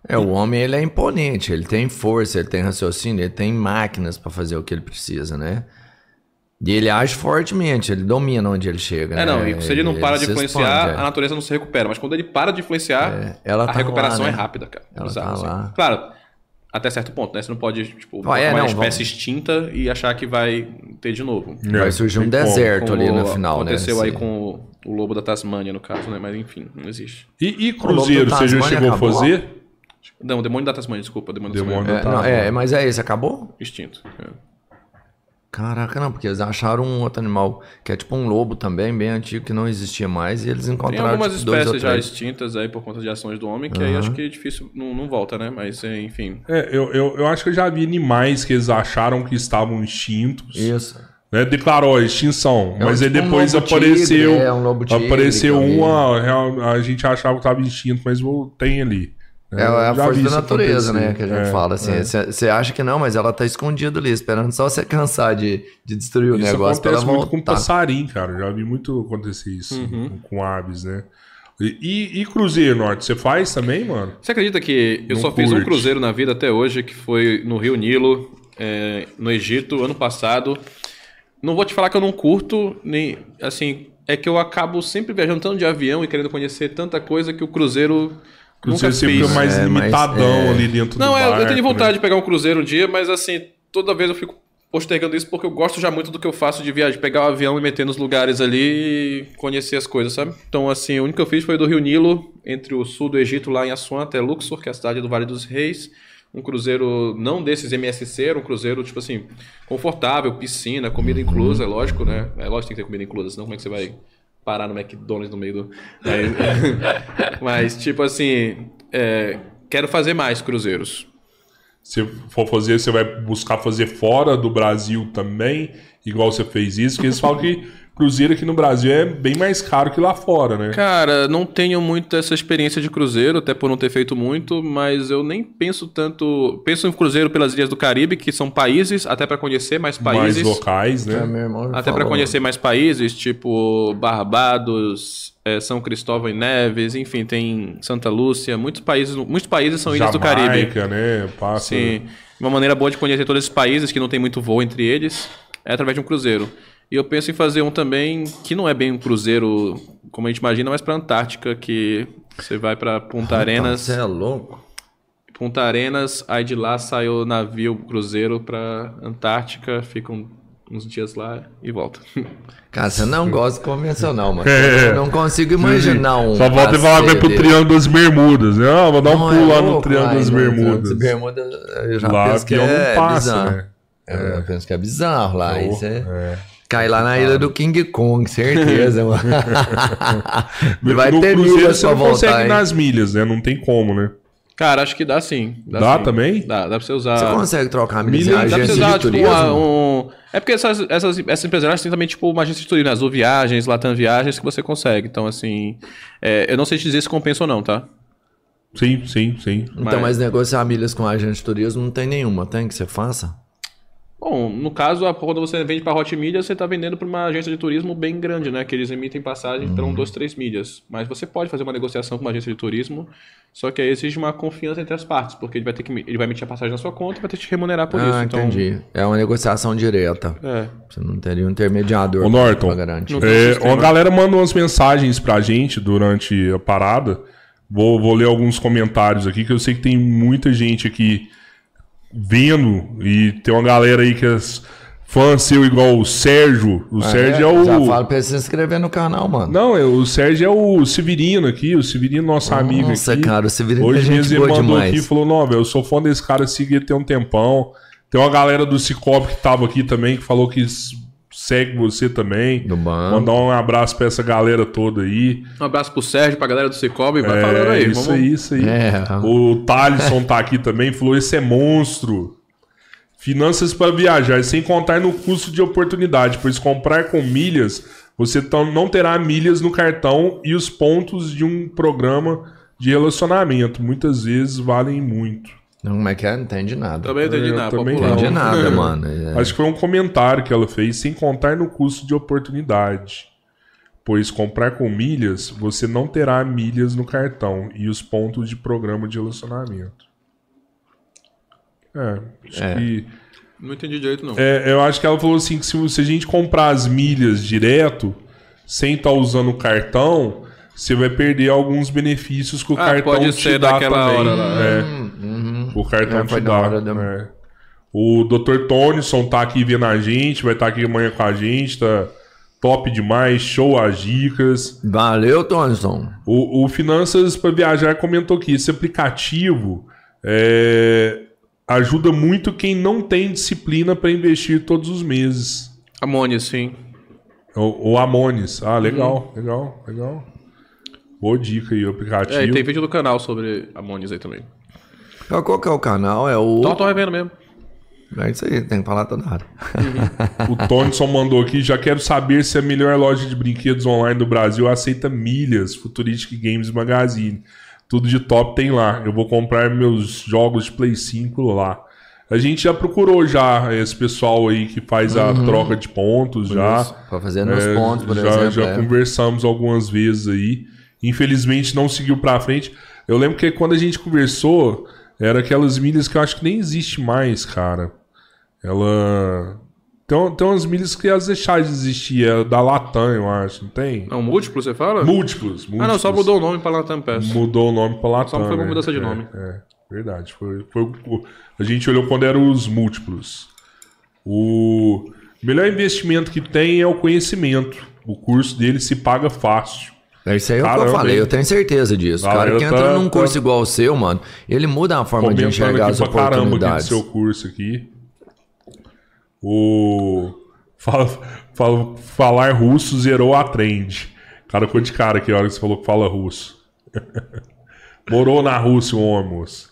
É, o homem, ele é imponente, ele tem força, ele tem raciocínio, ele tem máquinas pra fazer o que ele precisa, né? E ele age fortemente, ele domina onde ele chega, É, né? não, e se ele não Ele- para ele de se influenciar, expande, é. a natureza não se recupera. Mas quando ele para de influenciar, É, ela a tá recuperação lá, é né? rápida, cara. Ela Bizarro, tá assim. lá. Claro, até certo ponto, né? Você não pode, tipo, Ah, é, uma não, espécie vamos- extinta e achar que vai ter de novo. Vai surgir um tem como. deserto ali no final, né? aconteceu aí Esse- com o lobo da Tasmânia, no caso, né? Mas enfim, não existe. E, e lobo cruzeiro, do você já Tasmânia chegou a acabou? fazer? Não, o demônio da Tasmânia, desculpa. O demônio da Demônio Tasmânia. É, não, Tá, é, tá. mas é esse, acabou? Extinto. é. Caraca, não, porque eles acharam um outro animal, que é tipo um lobo também, bem antigo, que não existia mais, e eles Tem encontraram algumas tipo, dois ou espécies já três. extintas aí por conta de ações do homem, que aí acho que é difícil, não, não volta, né? Mas, é, enfim. É, eu, eu, eu acho que eu já vi animais que eles acharam que estavam extintos. Isso. Né, declarou a extinção, É um mas aí tipo um depois lobo apareceu. tigre, é, um lobo tigre apareceu que eu vi. uma. real- A gente achava que estava extinto, mas o- tem ali. É, é a Já força vi da isso natureza, acontecer. né, que a gente É, fala, assim, é. você acha que não, mas ela tá escondida ali, esperando só você cansar de, de destruir o Isso negócio pra ela acontece muito com voltar. passarinho, cara. Já vi muito acontecer isso Uhum. com, com aves, né? E, e- e cruzeiro, Norte, você faz também, mano? Você acredita que eu Não só fiz um curte. cruzeiro na vida até hoje, que foi no Rio Nilo, é, no Egito, ano passado. Não vou te falar que eu não curto, nem assim, é que eu acabo sempre viajando tanto de avião e querendo conhecer tanta coisa que o cruzeiro Cruzeiro nunca você fiz. fica mais É, mas, limitadão é. ali dentro Não, do é, barco, eu tenho vontade né? de pegar um cruzeiro um dia, mas assim, toda vez eu fico postergando isso porque eu gosto já muito do que eu faço de viagem, pegar o avião e meter nos lugares ali e conhecer as coisas, sabe? Então, assim, o único que eu fiz foi do Rio Nilo, entre o sul do Egito, lá em Assuan, até Luxor, que é a cidade do Vale dos Reis. Um cruzeiro não desses M S C, era um cruzeiro, tipo assim, confortável, piscina, comida inclusa, é lógico, né? É lógico que tem que ter comida inclusa, senão como é que você vai parar no McDonald's no meio do... Mas, mas tipo assim, é, quero fazer mais cruzeiros. Se for fazer, você vai buscar fazer fora do Brasil também, igual você fez isso, porque eles falam que cruzeiro aqui no Brasil é bem mais caro que lá fora, né? Cara, não tenho muito essa experiência de cruzeiro, até por não ter feito muito, mas eu nem penso tanto... Penso em cruzeiro pelas Ilhas do Caribe, que são países, até para conhecer mais países. Mais locais, É, né? meu irmão já Até para falou. conhecer mais países, tipo Barbados, é, São Cristóvão e Neves, enfim, tem Santa Lúcia, muitos países, muitos países são ilhas do Caribe. Jamaica, né? Passa... Sim, uma maneira boa de conhecer todos esses países que não tem muito voo entre eles é através de um cruzeiro. E eu penso em fazer um também que não é bem um cruzeiro como a gente imagina, mas para Antártica, que você vai para Punta Arenas, Você é louco? Punta Arenas, aí de lá sai o navio cruzeiro para Antártica, fica um, uns dias lá e volta. Cara, você não gosta de convencional, mano. É. Eu não consigo imaginar um. Só volta e falar que vai pro passeio Triângulo das Bermudas, né? Ah, vou dar um Não, pulo é lá no louco, Triângulo ai, das não, Bermudas. Bermudas, eu já Lá penso que avião é não passa, bizarro. né? Eu penso que é bizarro lá. Oh, Isso é... é. Cai lá na ilha do King Kong, certeza, mano. Vai no ter cruzeiro milhas você pra não consegue voltar, ir hein? nas milhas, né? Não tem como, né? Cara, acho que dá sim. Dá sim. também? Dá, dá pra você usar. Você consegue trocar milhas em Milha- dá pra Dá pra agência você usar, de tipo, turismo? uma- um... É porque essas, essas, essas empresas elas têm também, tipo, uma agência de turismo, né? Azul Viagens, Latam Viagens, que você consegue. Então, assim, é, eu não sei te dizer se compensa ou não, tá? Sim, sim, sim. Então, Mas- mas negociar milhas com agente de turismo não tem nenhuma, tem que você faça? Bom, no caso, a- quando você vende para Hot Media, você está vendendo para uma agência de turismo bem grande, né? Que eles emitem passagem para um, dois, três milhas. Mas você pode fazer uma negociação com uma agência de turismo, só que aí exige uma confiança entre as partes, porque ele vai ter que ele vai emitir a passagem na sua conta e vai ter que te remunerar por ah, isso. Então, entendi. É uma negociação direta. É. Você não teria um intermediador Ô, Norton, pra garantir. Não tem É, sistema. uma galera mandou umas mensagens pra gente durante a parada. Vou, vou ler alguns comentários aqui, que eu sei que tem muita gente aqui vendo. E tem uma galera aí que é fã seu igual o Sérgio. O Ah, Sérgio é, o... Já falo pra ele se inscrever no canal, mano. Não, é, o Sérgio é o Severino aqui. O Severino, nosso amigo Nossa, aqui. cara, o Severino é Hoje gente mesmo ele boa mandou demais. aqui e falou: não, velho, eu sou fã desse cara, sigo ele tem um tempão. Tem uma galera do Cicobi que tava aqui também, que falou que s- segue você também. Do banco. Mandar um abraço pra essa galera toda aí. Um abraço pro Sérgio, pra galera do Cicobi, vai É, falando aí. isso vamos... aí, isso aí. É. O Thalisson tá aqui também, falou: esse é monstro. Finanças para viajar, sem contar no custo de oportunidade, pois comprar com milhas, você tão- não terá milhas no cartão e os pontos de um programa de relacionamento. Muitas vezes valem muito. Não, como é que é? Não entende nada. Também não entendi Eu nada, também Não popular. entende não. nada, mano. É. Acho que foi um comentário que ela fez, sem contar no custo de oportunidade. pois comprar com milhas, você não terá milhas no cartão e os pontos de programa de relacionamento. É, acho É. que... Não entendi direito, não. É, eu acho que ela falou assim, que se, se a gente comprar as milhas direto, sem estar usando o cartão, você vai perder alguns benefícios que o Ah, cartão pode te ser dá daquela também. hora lá. É, Uhum. o cartão É, te foi dá. da hora da- é. O doutor Tonison tá aqui vendo a gente, vai estar aqui amanhã com a gente, tá top demais, show as dicas. Valeu, Tonson. O, o Finanças para Viajar comentou que esse aplicativo é, ajuda muito quem não tem disciplina para investir todos os meses. Amônia, sim. O, o Amones. Ah, legal, Uhum. legal, legal. Boa dica aí, o aplicativo. É, e tem vídeo do canal sobre Amônias aí também. Qual qual que é o canal? É o... Tô, tô revendo mesmo. É isso aí, tem que falar toda hora. O Tonson mandou aqui, já quero saber se a melhor loja de brinquedos online do Brasil aceita milhas, Futuristic Games Magazine. Tudo de top tem lá. Eu vou comprar meus jogos de Play cinco lá. A gente já procurou já esse pessoal aí que faz a troca de pontos já. Isso, pra fazer nos É, pontos, por já, exemplo. Já é. conversamos algumas vezes aí. Infelizmente não seguiu pra frente. Eu lembro que quando a gente conversou, era aquelas milhas que eu acho que nem existe mais, cara. Ela... Tem, tem umas milhas que elas deixaram de existir. É da Latam, eu acho, não tem? Não, múltiplo, você fala? Múltiplos, múltiplos. Ah, não, só mudou o nome pra Latam Pass. Mudou o nome pra Latam. Só foi uma né? mudança de É, nome. É, verdade. Foi, foi, o- a gente olhou quando eram os múltiplos. O melhor investimento que tem é o conhecimento. O curso dele se paga fácil. É isso aí é o que Caramba, eu falei, hein? eu tenho certeza disso. O Galera cara que entra tá- num tá- curso igual o seu, mano, ele muda a forma de Comentando enxergar aqui as pra caramba aqui do oportunidades. seu curso aqui. O... Fala, fala- falar russo zerou a trend. O cara ficou de cara aqui a hora que você falou que fala russo. Morou na Rússia, o homem, moço.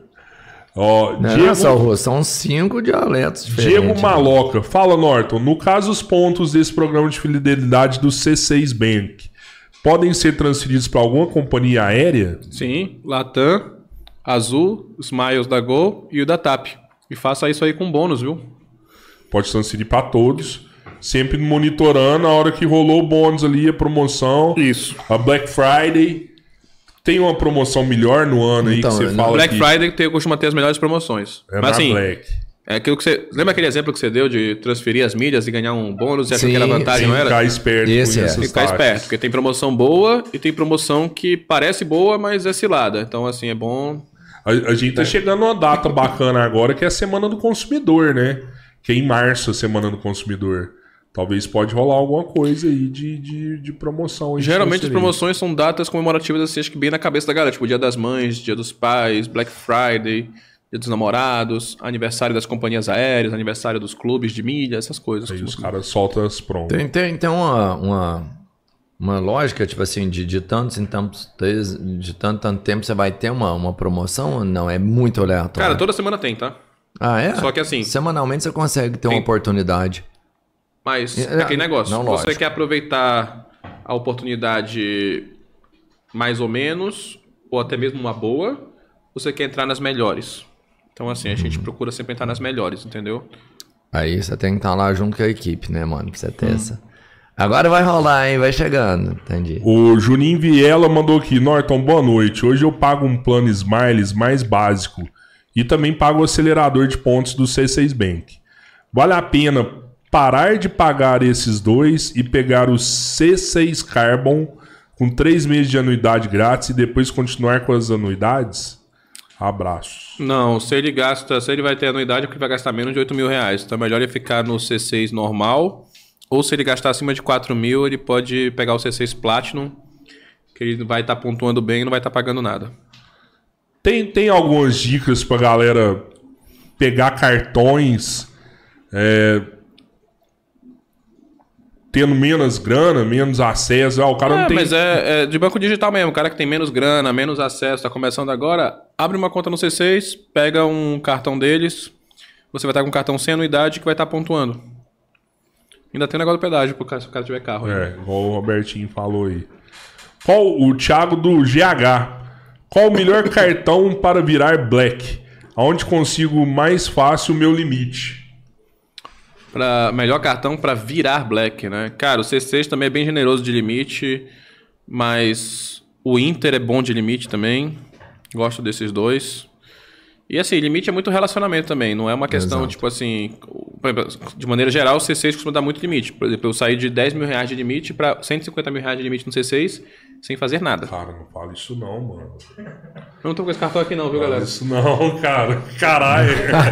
Ó, Não Diego, é só o rosto, são cinco dialetos diferentes. Diego né? Maloca. Fala, Norton. No caso, os pontos desse programa de fidelidade do C seis Bank podem ser transferidos para alguma companhia aérea? Sim, Latam, Azul, Smiles da Gol e o da TAP. E faça isso aí com bônus, viu? Pode transferir para todos. Sempre monitorando a hora que rolou o bônus ali, a promoção. Isso. A Black Friday. Tem uma promoção melhor no ano aí Então, que você na fala Black que Friday tem, costuma ter as melhores promoções. é Mas na assim, Black. é aquilo que você. Lembra aquele exemplo que você deu de transferir as milhas e ganhar um bônus e achou Sim, que era vantagem, Tem não que era? ficar esperto Esse com é. essas Ficar taxas. esperto, porque tem promoção boa e tem promoção que parece boa, mas é cilada. Então, assim, é bom. A, a gente tá chegando numa data bacana agora, que é a Semana do Consumidor, né? Que é em março a Semana do Consumidor. Talvez pode rolar alguma coisa aí de, de, de promoção. aí de Geralmente as transferência. promoções são datas comemorativas, assim, acho que bem na cabeça da galera. Tipo, Dia das Mães, Dia dos Pais, Black Friday, Dia dos Namorados, aniversário das companhias aéreas, aniversário dos clubes de mídia, essas coisas. Aí os Como- caras soltam as prontas. Tem, tem, tem uma, uma, uma lógica, tipo assim, de, de tantos em tantos, de tanto, tanto tempo você vai ter uma, uma promoção ou não? É muito aleatório. Cara, toda semana tem, tá? Ah, é? Só que assim- Semanalmente você consegue ter uma Tem- oportunidade. Mas É, é aquele negócio. não, Se você lógico. quer aproveitar a oportunidade mais ou menos, ou até mesmo uma boa, você quer entrar nas melhores. Então, assim, a Uhum. gente procura sempre entrar nas melhores, entendeu? Aí você tem que estar lá junto com a equipe, né, mano? Pra você ter essa. Agora vai rolar, hein? Vai chegando. Entendi. O Juninho Viela mandou aqui. Norton, boa noite. Hoje eu pago um plano Smiles mais básico e também pago o acelerador de pontos do C seis Bank. Vale a pena parar de pagar esses dois e pegar o C seis Carbon com três meses de anuidade grátis e depois continuar com as anuidades? Abraços. Não, se ele gasta, se ele vai ter anuidade, é porque vai gastar menos de oito mil reais. Então é melhor ele ficar no C seis normal. Ou se ele gastar acima de quatro mil, ele pode pegar o C seis Platinum, que ele vai estar pontuando bem e não vai estar pagando nada. Tem, tem algumas dicas pra galera pegar cartões é, tendo menos grana, menos acesso. Ah, o cara É, não tem... mas é, é de banco digital mesmo. O cara que tem menos grana, menos acesso, tá começando agora, abre uma conta no C seis, pega um cartão deles, você vai estar com um cartão sem anuidade que vai estar pontuando. Ainda tem um negócio do pedágio pro cara, se o cara tiver carro. É, igual o Robertinho falou aí. Qual o Thiago do G H? Qual o melhor cartão para virar Black? Aonde consigo mais fácil o meu limite? Pra, melhor cartão para virar Black, né? Cara, o C seis também é bem generoso de limite, mas o Inter é bom de limite também. Gosto desses dois. E assim, limite é muito relacionamento também. Não é uma questão, Exato. tipo assim... De maneira geral, o C seis costuma dar muito limite. Por exemplo, eu saí de dez mil reais de limite para cento e cinquenta mil reais de limite no C seis sem fazer nada. Cara, não fala isso não, mano. Eu não tô com esse cartão aqui não, viu, fala galera? Isso não, cara. Caralho.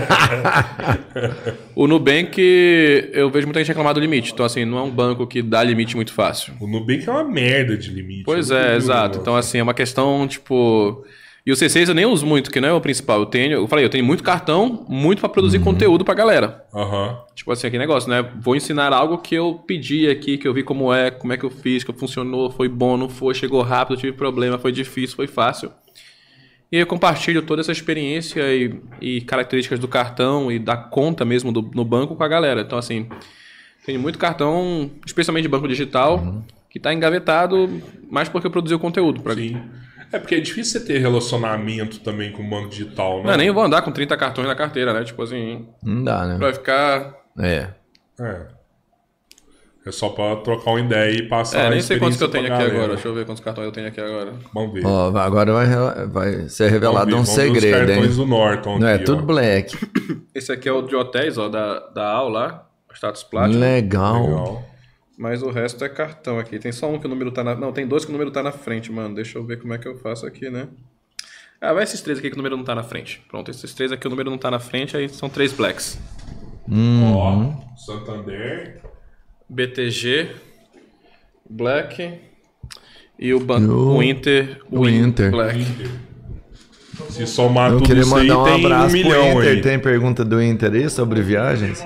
O Nubank, eu vejo muita gente reclamar do limite. Então, assim, não é um banco que dá limite muito fácil. O Nubank é uma merda de limite. Pois é, exato. Então, assim, é uma questão, tipo... E o C seis eu nem uso muito, que não é o principal. Eu tenho, eu falei, eu tenho muito cartão, muito pra produzir uhum. conteúdo pra galera. Uhum. Tipo assim, aquele negócio, né? Vou ensinar algo que eu pedi aqui, que eu vi como é, como é que eu fiz, que funcionou, foi bom, não foi, chegou rápido, tive problema, foi difícil, foi fácil. E eu compartilho toda essa experiência e, e características do cartão e da conta mesmo do, no banco com a galera. Então, assim, tenho muito cartão, especialmente de banco digital, uhum. que tá engavetado, mais porque eu produzi o conteúdo. Pra... Sim. É porque é difícil você ter relacionamento também com o banco digital, né? Não, nem vou andar com trinta cartões na carteira, né? Tipo assim... Não dá, né? Vai ficar... É. É. É só pra trocar uma ideia e passar É, a nem sei quantos que eu tenho aqui galera. agora. Deixa eu ver quantos cartões eu tenho aqui agora. Vamos ver. Ó, agora vai, vai ser revelado Vamos um ver. Vamos segredo, ver os cartões hein? do Norton Não aqui, é tudo ó. black. Esse aqui é o de hotéis, ó, da, da A U lá. Status Platinum. Legal. Legal. Mas o resto é cartão aqui. Tem só um que o número tá na... Não, tem dois que o número tá na frente, mano. Deixa eu ver como é que eu faço aqui, né? Ah, vai esses três aqui que o número não tá na frente. Pronto, esses três aqui o número não tá na frente, aí são três blacks. Uhum. Ó, Santander. B T G, Black e o, ban... o Inter, o, o Inter. Inter. Black. Inter. Se somar Eu tudo queria isso aí, mandar um tem abraço um pro milhão Inter. aí. Tem pergunta do Inter aí sobre viagens?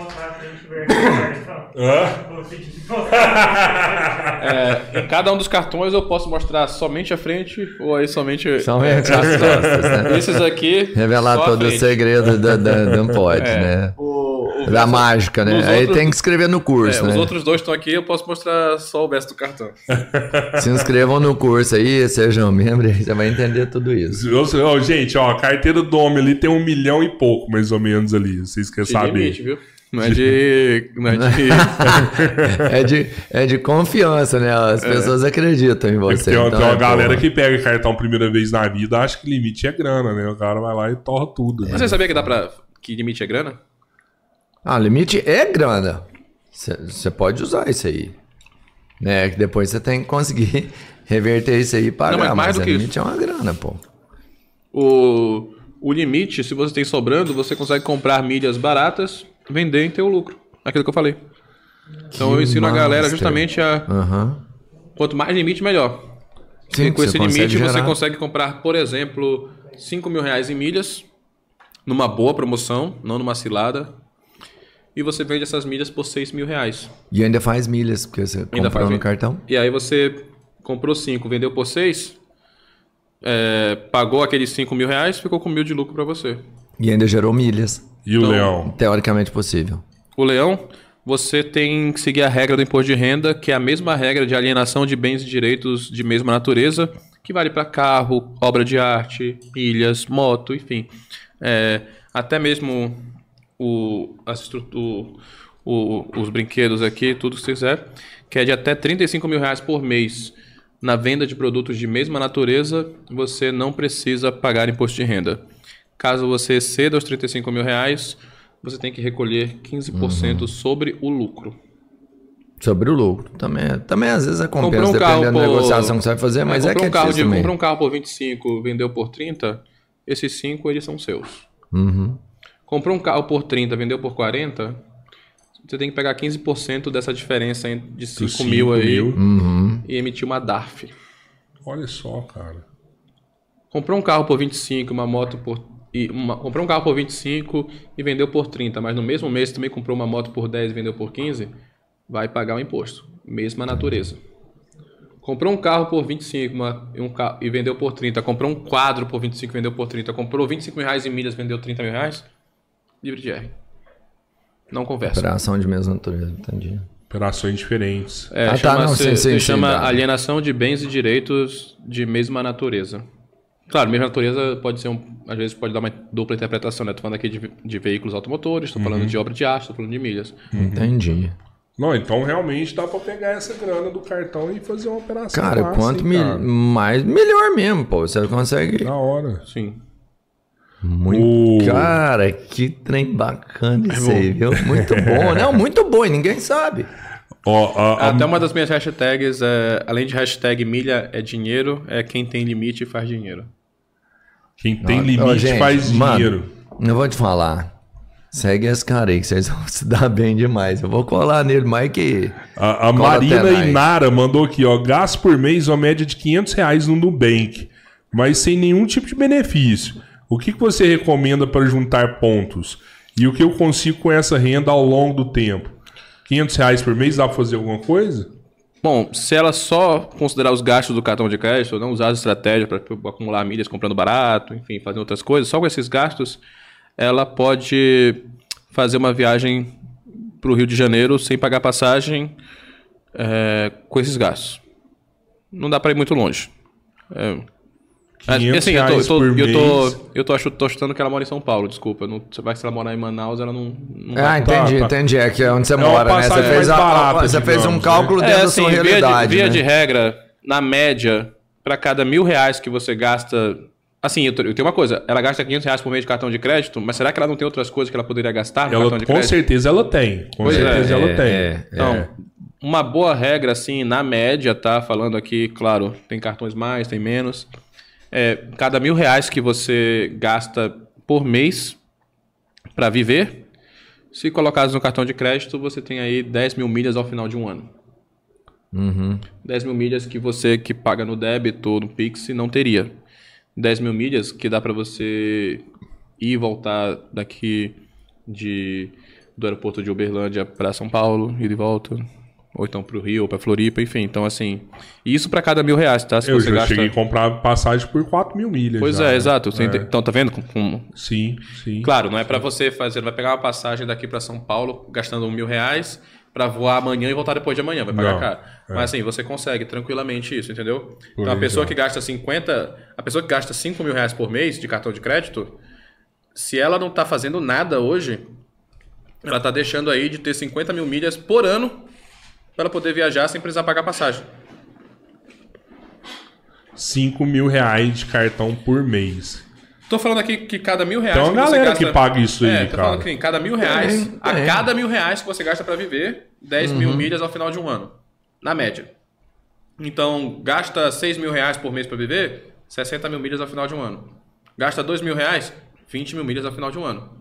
Hã? É, em cada um dos cartões eu posso mostrar somente a frente ou aí somente... Somente as costas, né? Esses aqui... Revelar só a todo o frente. segredo da, da, não pode, É. né? O, o Da verso- mágica, né? nos Aí outros- tem que escrever no curso, É, né? os outros dois estão aqui, eu posso mostrar só o verso do cartão. Se inscrevam no curso aí, sejam membros, aí você vai entender tudo isso. Eu- ó, gente, ó, a carteira do homem ali tem um milhão e pouco, mais ou menos, ali. Vocês querem De saber? limite, viu? Não é de... Não é de... É de, é de confiança, né? As pessoas acreditam em É porque você. tem uma, então tem uma é galera boa. que pega cartão primeira vez na vida, acha que limite é grana, né? O cara vai lá e torra tudo. né? Mas você sabia que dá pra... Que limite é grana? Ah, limite é grana. Você pode usar isso aí. Né? Que depois você tem que conseguir reverter isso aí e pagar. Não, mas mais mas do o que limite isso. é uma grana, pô. O, o limite, se você tem sobrando, você consegue comprar milhas baratas, vender e ter o lucro. Aquilo que eu falei. Então Que eu ensino a galera master. justamente a... Aham. Quanto mais limite, melhor. Sim, e com você esse consegue limite, você gerar. consegue comprar, por exemplo, cinco mil reais em milhas, numa boa promoção, não numa cilada, e você vende essas milhas por seis mil reais. E ainda faz milhas, porque você comprou faz no milha. cartão. E aí você comprou cinco, vendeu por seis, é, pagou aqueles cinco mil reais, ficou com mil de lucro para você. E ainda gerou milhas. E o Então- leão? Teoricamente possível. O leão, você tem que seguir a regra do imposto de renda, que é a mesma regra de alienação de bens e direitos de mesma natureza, que vale para carro, obra de arte, milhas, moto, enfim. É, até mesmo o, as estrutu- o- os brinquedos aqui, tudo que você quiser, que é de até trinta e cinco mil reais por mês. Na venda de produtos de mesma natureza, você não precisa pagar imposto de renda. Caso você exceda os trinta e cinco mil reais, você tem que recolher quinze por cento Uhum. sobre o lucro. Sobre o lucro. Também, também às vezes Comprou compensa, um carro dependendo da por- negociação que você vai fazer, mas é, comprou que é um carro difícil de, também. comprou um carro por vinte e cinco, vendeu por trinta, esses cinco eles são seus. Uhum. Comprou um carro por trinta, vendeu por quarenta, você tem que pegar quinze por cento dessa diferença de Dos cinco mil aí mil. Uhum. e emitir uma D A R F. Olha só, cara. Comprou um carro por vinte e cinco, uma moto por... E uma, comprou um carro por vinte e cinco e vendeu por trinta, mas no mesmo mês também comprou uma moto por dez e vendeu por quinze, vai pagar o imposto. Mesma natureza. Comprou um carro por vinte e cinco uma, e, um ca- e vendeu por trinta, comprou um quadro por vinte e cinco e vendeu por trinta, comprou vinte e cinco mil reais em milhas e vendeu trinta mil reais, livre de R. Não conversa. Operação de mesma natureza, entendi. Operações diferentes. É, Ah, tá, chama-se- não, sim, sim, se sim, chama tá. alienação de bens e direitos de mesma natureza. Claro, mesma natureza pode ser um... Às vezes pode dar uma dupla interpretação, né? Tô falando aqui de, de veículos automotores, tô falando Uhum. de obra de arte, tô falando de milhas. Entendi. Não, então realmente dá pra pegar essa grana do cartão e fazer uma operação. Cara, massa, quanto hein, mil- cara? mais, melhor mesmo, pô. Você consegue. Da hora. Sim. Muito. O- Cara, que trem bacana isso aí, viu? Muito bom. Não, muito bom e ninguém sabe. Ó, a- a- Até uma das minhas hashtags, é, além de hashtag milha é dinheiro, é quem tem limite faz dinheiro. Quem tem Ó, limite gente, faz mano, dinheiro. Eu vou te falar. Segue esse cara aí, que vocês vão se dar bem demais. Eu vou colar nele mais que. A, a Cola Marina até mais. Inara mandou aqui, ó. Gasto por mês uma média de quinhentos reais no Nubank, mas sem nenhum tipo de benefício. O que, que você recomenda para juntar pontos? E o que eu consigo com essa renda ao longo do tempo? quinhentos reais por mês dá para fazer alguma coisa? Bom, se ela só considerar os gastos do cartão de crédito, não usar as estratégias para acumular milhas comprando barato, enfim, fazendo outras coisas, só com esses gastos, ela pode fazer uma viagem para o Rio de Janeiro sem pagar passagem é, com esses gastos. Não dá para ir muito longe. É, quinhentos assim, eu tô, reais eu tô, por eu tô, mês. eu tô, ach- tô achando que ela mora em São Paulo, desculpa. Não, se vai- se ela morar em Manaus, ela não, não Ah, vai. entendi, tá. entendi. É que é onde você uma mora, né? Você passagem fez, mais a- barata, você fez um digamos, cálculo né? dentro É, da assim, sua via, realidade. de, via né? de regra, na média, para cada mil reais que você gasta... Assim, eu, tô- eu tenho uma coisa. Ela gasta quinhentos reais por mês de cartão de crédito, mas será que ela não tem outras coisas que ela poderia gastar no Ela, cartão de com crédito? certeza ela tem. Com Pois é, certeza ela é, tem. é. Então, uma boa regra, assim, na média, tá? Falando aqui, claro, tem cartões mais, tem menos. É, cada mil reais que você gasta por mês para viver, se colocados no cartão de crédito, você tem aí dez mil milhas ao final de um ano. Uhum. dez mil milhas que você que paga no débito, no Pix, não teria. dez mil milhas que dá para você ir e voltar daqui de, do aeroporto de Uberlândia para São Paulo, ir e volta. Ou então para o Rio, ou para Floripa, enfim. Então, assim, isso para cada mil reais, tá? Se Eu você já gasta... cheguei a comprar passagem por quatro mil milhas. Pois já, é, né? exato. Você É. ente- Então, tá vendo? Com- com- Sim, sim. Claro, não é para você fazer, não vai pegar uma passagem daqui para São Paulo gastando mil reais para voar amanhã e voltar depois de amanhã, vai pagar Não, caro. é. Mas assim, você consegue tranquilamente isso, entendeu? Por Então a pessoa exato. que gasta cinquenta, a pessoa que gasta cinco mil reais por mês de cartão de crédito, se ela não tá fazendo nada hoje, ela tá deixando aí de ter cinquenta mil milhas por ano para ela poder viajar sem precisar pagar passagem. cinco mil reais de cartão por mês. Tô falando aqui que cada mil reais Tem uma que você galera gasta... que paga isso aí, é, tô cara. falando que em cada mil reais, Tem, a tem. cada mil reais que você gasta para viver, dez Uhum. mil milhas ao final de um ano. Na média. Então, gasta seis mil reais por mês para viver, sessenta mil milhas ao final de um ano. Gasta dois mil reais, vinte mil milhas ao final de um ano.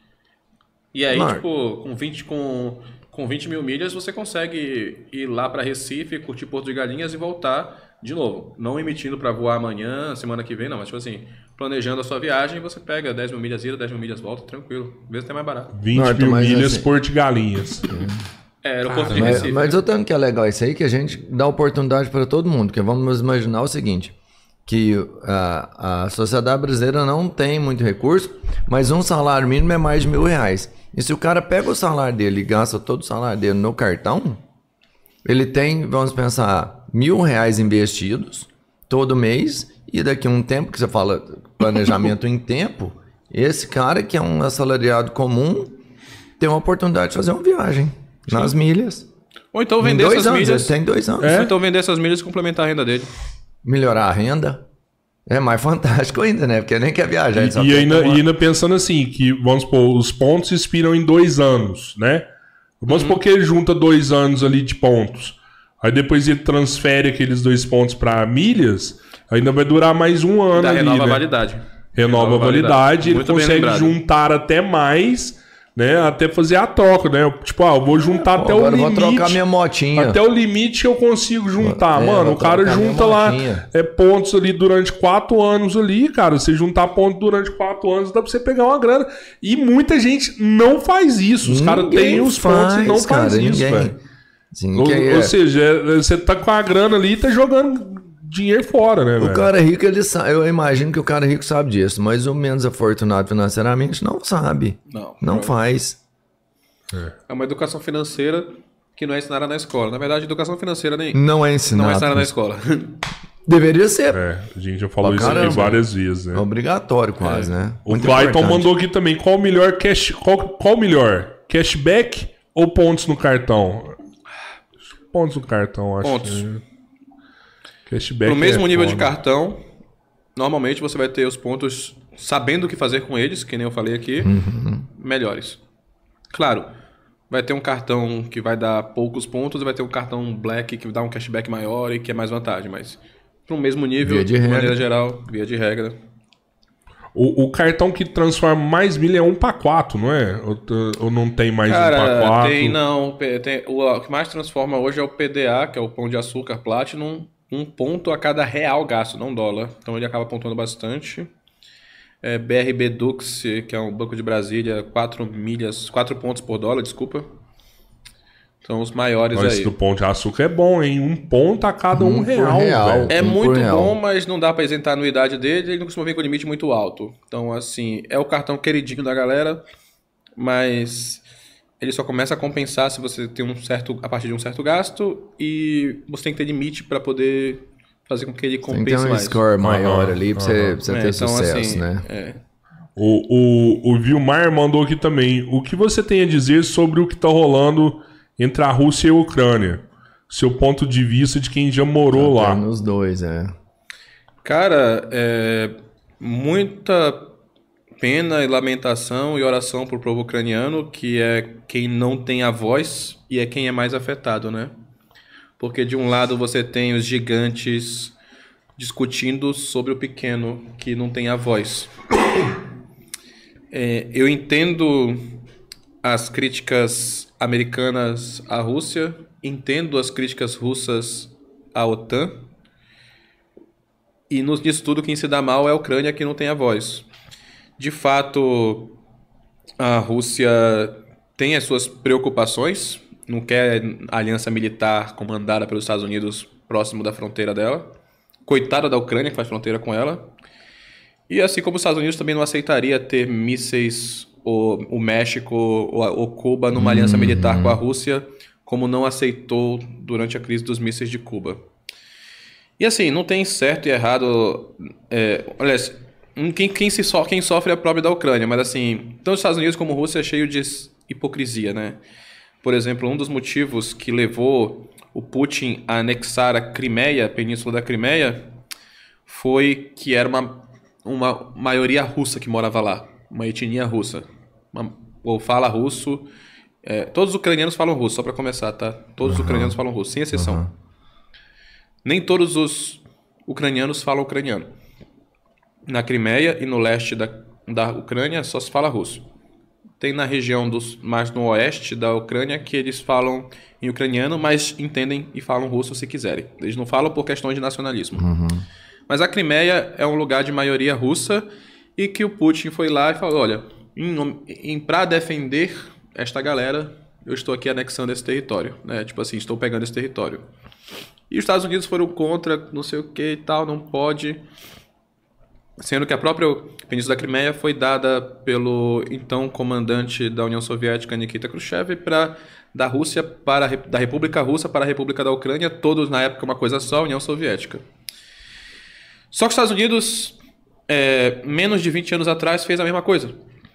E aí, Marco. tipo, com vinte, com, com vinte mil milhas, você consegue ir lá para Recife, curtir Porto de Galinhas e voltar de novo. Não emitindo para voar amanhã, semana que vem, não. Mas, tipo assim, planejando a sua viagem, você pega dez mil milhas ida, dez mil milhas volta, tranquilo. Às vezes até mais barato. vinte Norton, mil mas milhas assim- Porto de Galinhas. É, aeroporto de Mas, Recife. mas eu tanto que é legal isso aí, que a gente dá oportunidade para todo mundo. Porque vamos imaginar o seguinte, que a, a sociedade brasileira não tem muito recurso, mas um salário mínimo é mais de mil reais. E se o cara pega o salário dele e gasta todo o salário dele no cartão, ele tem, vamos pensar, mil reais investidos todo mês, e daqui a um tempo, que você fala planejamento em tempo, esse cara que é um assalariado comum tem uma oportunidade de fazer uma viagem nas milhas. Ou então Em vender dois essas anos, milhas. ele tem dois anos. Ou então vender essas milhas e complementar a renda dele. Melhorar a renda é mais fantástico ainda, né? Porque nem quer viajar. ele só E, e quer ainda, tomar- e ainda pensando assim, que vamos supor, os pontos expiram em dois anos, né? Vamos supor que ele junta dois anos ali de pontos. Aí depois ele transfere aqueles dois pontos para milhas, ainda vai durar mais um ano Da ali, renova a né? validade. Renova a validade, ele Muito bem consegue lembrado. juntar até mais, né? Até fazer a troca, né? Tipo, ah, eu vou juntar até o Agora eu vou limite. trocar minha motinha. Até o limite que eu consigo juntar. É, Mano, vou o cara trocar minha junta lá motinha. é, pontos ali durante quatro anos ali, cara. Você juntar pontos durante quatro anos, dá pra você pegar uma grana. E muita gente não faz isso. Os caras Ninguém têm os pontos e não cara, faz isso, ninguém. velho. Assim, Ou, que é- ou seja, é, você tá com a grana ali e tá jogando dinheiro fora, né, o velho? cara rico, ele sabe. Eu imagino que o cara rico sabe disso, mas o menos afortunado financeiramente não sabe. Não. Não faz. É uma educação financeira que não é ensinada na escola. Na verdade, educação financeira nem Não é não é ensinado. ensinada na escola. Deveria ser. É, a gente já falou Pra isso aqui caramba. várias vezes, né? É obrigatório quase, né? O Muito Clayton importante. mandou aqui também. Qual o melhor cash... Qual, qual o melhor? Cashback ou pontos no cartão? Pontos no cartão, acho Pontos. que... Cashback Pro mesmo é nível de foda. cartão, normalmente você vai ter os pontos sabendo o que fazer com eles, que nem eu falei aqui, melhores. Claro, vai ter um cartão que vai dar poucos pontos e vai ter um cartão black que dá um cashback maior e que é mais vantagem, mas pro mesmo nível, Via de de regra. maneira geral, via de regra. O, o cartão que transforma mais milha é um para quatro, não é? Ou, t- ou não tem mais um para Cara, quatro? tem não. P- Tem, o, o que mais transforma hoje é o P D A, que é o Pão de Açúcar Platinum, um ponto a cada real gasto, não dólar. Então ele acaba pontuando bastante. É, B R B Dux, que é um banco de Brasília, quatro milhas, quatro pontos por dólar, desculpa. São os maiores Mas aí. do Pão de Açúcar é bom, hein? Um ponto a cada um, Um por real, real. velho. É Um por muito real. bom, mas não dá pra isentar a anuidade dele, ele não costuma vir com limite muito alto. Então, assim, é o cartão queridinho da galera, mas ele só começa a compensar se você tem um certo, a partir de um certo gasto, e você tem que ter limite pra poder fazer com que ele Tem que compense ter um mais. score maior Aham, ali pra você, pra você É, ter então, sucesso, assim, né? é. O, o, o Vilmar mandou aqui também. O que você tem a dizer sobre o que tá rolando entre a Rússia e a Ucrânia? Seu ponto de vista de quem já morou lá. Tem nos dois, é. Cara, é muita pena e lamentação e oração pro povo ucraniano, que é quem não tem a voz e é quem é mais afetado, né? Porque de um lado você tem os gigantes discutindo sobre o pequeno que não tem a voz. É, eu entendo as críticas americanas à Rússia, entendo as críticas russas à OTAN, e nos- nisso tudo quem se dá mal é a Ucrânia, que não tem a voz. De fato, a Rússia tem as suas preocupações, não quer aliança militar comandada pelos Estados Unidos próximo da fronteira dela. Coitada da Ucrânia, que faz fronteira com ela. E assim como os Estados Unidos também não aceitaria ter mísseis ou o México ou, a- ou Cuba numa aliança militar com a Rússia, como não aceitou durante a crise dos mísseis de Cuba. E assim, não tem certo e errado. É, olha, quem, quem, se so, quem sofre é a própria da Ucrânia, mas assim, tanto os Estados Unidos como a Rússia é cheio de hipocrisia, né? Por exemplo, um dos motivos que levou o Putin a anexar a Crimeia, a Península da Crimeia, foi que era uma, uma maioria russa que morava lá, uma etnia russa, uma, ou fala russo. É, todos os ucranianos falam russo, só para começar, tá? Todos os ucranianos falam russo, sem exceção. Nem todos os ucranianos falam ucraniano. Na Crimeia e no leste da, da Ucrânia só se fala russo. Tem na região dos, mais no oeste da Ucrânia que eles falam em ucraniano, mas entendem e falam russo se quiserem. Eles não falam por questões de nacionalismo. Mas a Crimeia é um lugar de maioria russa e que o Putin foi lá e falou, olha, em, em, para defender esta galera, eu estou aqui anexando esse território. Né? Tipo assim, estou pegando esse território. E os Estados Unidos foram contra, não sei o que e tal, não pode. Sendo que a própria Península da Crimeia foi dada pelo então comandante da União Soviética, Nikita Khrushchev, para da Rússia para a, da República Russa para a República da Ucrânia, todos na época uma coisa só, União Soviética. Só que os Estados Unidos, é, menos de vinte anos atrás, fez a mesma coisa.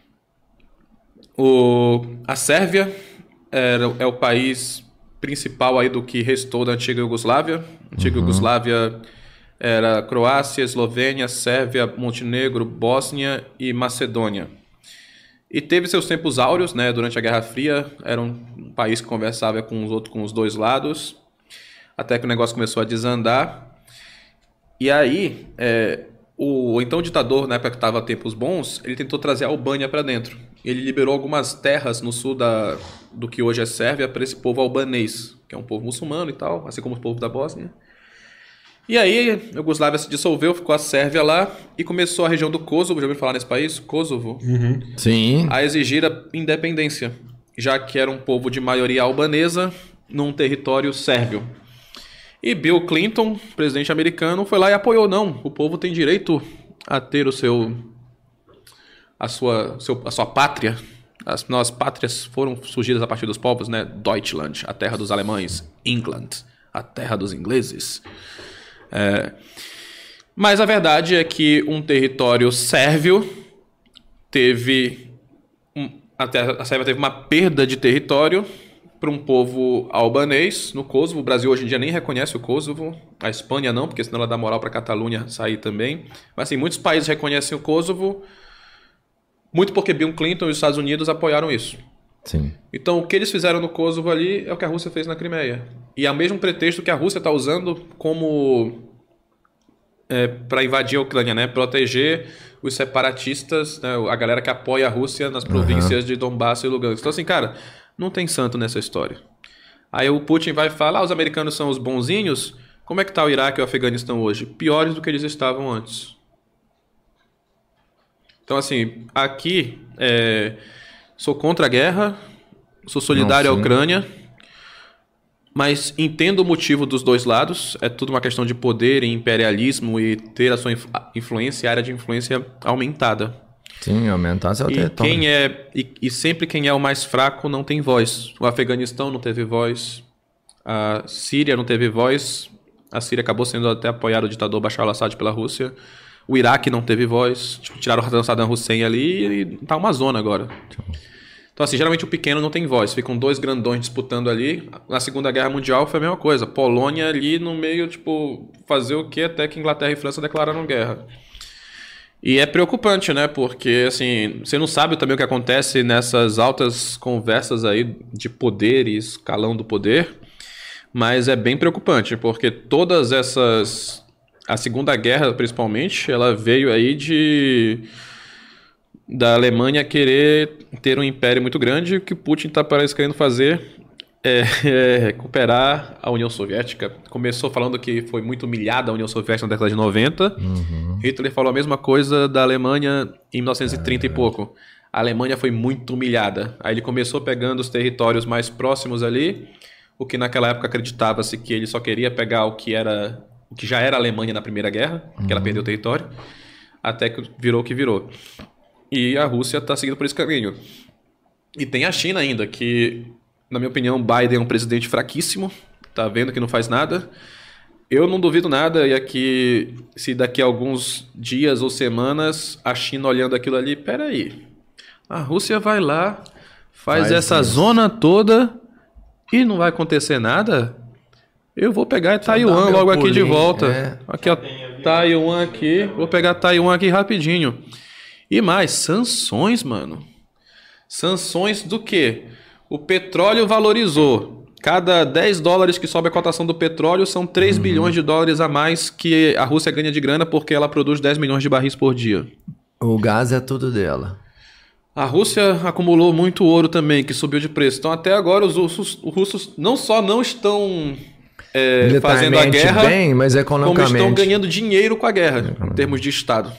O, a Sérvia era, é o país principal aí do que restou da antiga Iugoslávia. A antiga uhum. Iugoslávia era Croácia, Eslovênia, Sérvia, Montenegro, Bósnia e Macedônia. E teve seus tempos áureos, né, durante a Guerra Fria. Era um país que conversava com os outros, com os dois lados, até que o negócio começou a desandar. E aí, é, o então ditador, na época que estava tempos bons, ele tentou trazer a Albânia para dentro. Ele liberou algumas terras no sul da, do que hoje é Sérvia para esse povo albanês, que é um povo muçulmano e tal, assim como o povo da Bósnia. E aí, a Iugoslávia se dissolveu, ficou a Sérvia lá e começou a região do Kosovo, já ouviu falar nesse país? Kosovo? Uhum. Sim. A exigir a independência, já que era um povo de maioria albanesa num território sérvio. E Bill Clinton, presidente americano, foi lá e apoiou. Não, o povo tem direito a ter o seu, a sua, seu, a sua pátria. As nossas pátrias foram surgidas a partir dos povos, né? Deutschland, a terra dos alemães. England, a terra dos ingleses. É, mas a verdade é que um território sérvio teve... Um, até a Sérvia teve uma perda de território para um povo albanês no Kosovo. O Brasil hoje em dia nem reconhece o Kosovo. A Espanha não, porque senão ela dá moral para a Catalunha sair também. Mas assim, muitos países reconhecem o Kosovo, muito porque Bill Clinton e os Estados Unidos apoiaram isso. Sim. Então o que eles fizeram no Kosovo ali é o que a Rússia fez na Crimeia. E é o mesmo pretexto que a Rússia está usando como... É, para invadir a Ucrânia, né? Proteger os separatistas, né? A galera que apoia a Rússia nas províncias uhum. de Donbass e Lugansk. Então assim, cara, não tem santo nessa história. Aí o Putin vai falar, ah, os americanos são os bonzinhos. Como é que tá o Iraque e o Afeganistão hoje? Piores do que eles estavam antes. Então assim, aqui é, sou contra a guerra, sou solidário não, à Ucrânia, mas entendo o motivo dos dois lados. É tudo uma questão de poder e imperialismo e ter a sua influência, a área de influência aumentada. Sim, aumentar seu território. Quem é, e, e sempre quem é o mais fraco não tem voz. O Afeganistão não teve voz. A Síria não teve voz. A Síria acabou sendo até apoiado o ditador Bashar al-Assad pela Rússia. O Iraque não teve voz. Tipo, tiraram o Saddam Hussein ali e tá uma zona agora. Então, assim, geralmente o pequeno não tem voz. Ficam dois grandões disputando ali. Na Segunda Guerra Mundial foi a mesma coisa. Polônia ali no meio, tipo, fazer o quê? Até que Inglaterra e França declararam guerra. E é preocupante, né? Porque, assim, você não sabe também o que acontece nessas altas conversas aí de poder e escalão do poder. Mas é bem preocupante, porque todas essas... A Segunda Guerra, principalmente, ela veio aí de... da Alemanha querer ter um império muito grande. O que o Putin está parece querendo fazer é, é recuperar a União Soviética. Começou falando que foi muito humilhada a União Soviética na década de noventa. Uhum. Hitler falou a mesma coisa da Alemanha em mil novecentos e trinta é. e pouco. A Alemanha foi muito humilhada. Aí ele começou pegando os territórios mais próximos ali, o que naquela época acreditava-se que ele só queria pegar o que, era, o que já era a Alemanha na Primeira Guerra, uhum. que ela perdeu o território, até que virou o que virou. E a Rússia está seguindo por esse caminho. E tem a China ainda, que, na minha opinião, Biden é um presidente fraquíssimo. Tá vendo que não faz nada. Eu não duvido nada, e aqui, se daqui a alguns dias ou semanas, a China olhando aquilo ali, peraí, a Rússia vai lá, faz, faz essa isso. zona toda e não vai acontecer nada? Eu vou pegar Taiwan logo aqui de volta. É. Aqui, ó, Taiwan aqui. Vou pegar Taiwan aqui rapidinho. E mais, sanções, mano. Sanções do quê? O petróleo valorizou. Cada dez dólares que sobe a cotação do petróleo são três uhum. bilhões de dólares a mais que a Rússia ganha de grana porque ela produz dez milhões de barris por dia. O gás é tudo dela. A Rússia acumulou muito ouro também, que subiu de preço. Então até agora os russos, os russos não só não estão é, fazendo a guerra, bem, mas economicamente como estão ganhando dinheiro com a guerra, em termos de Estado.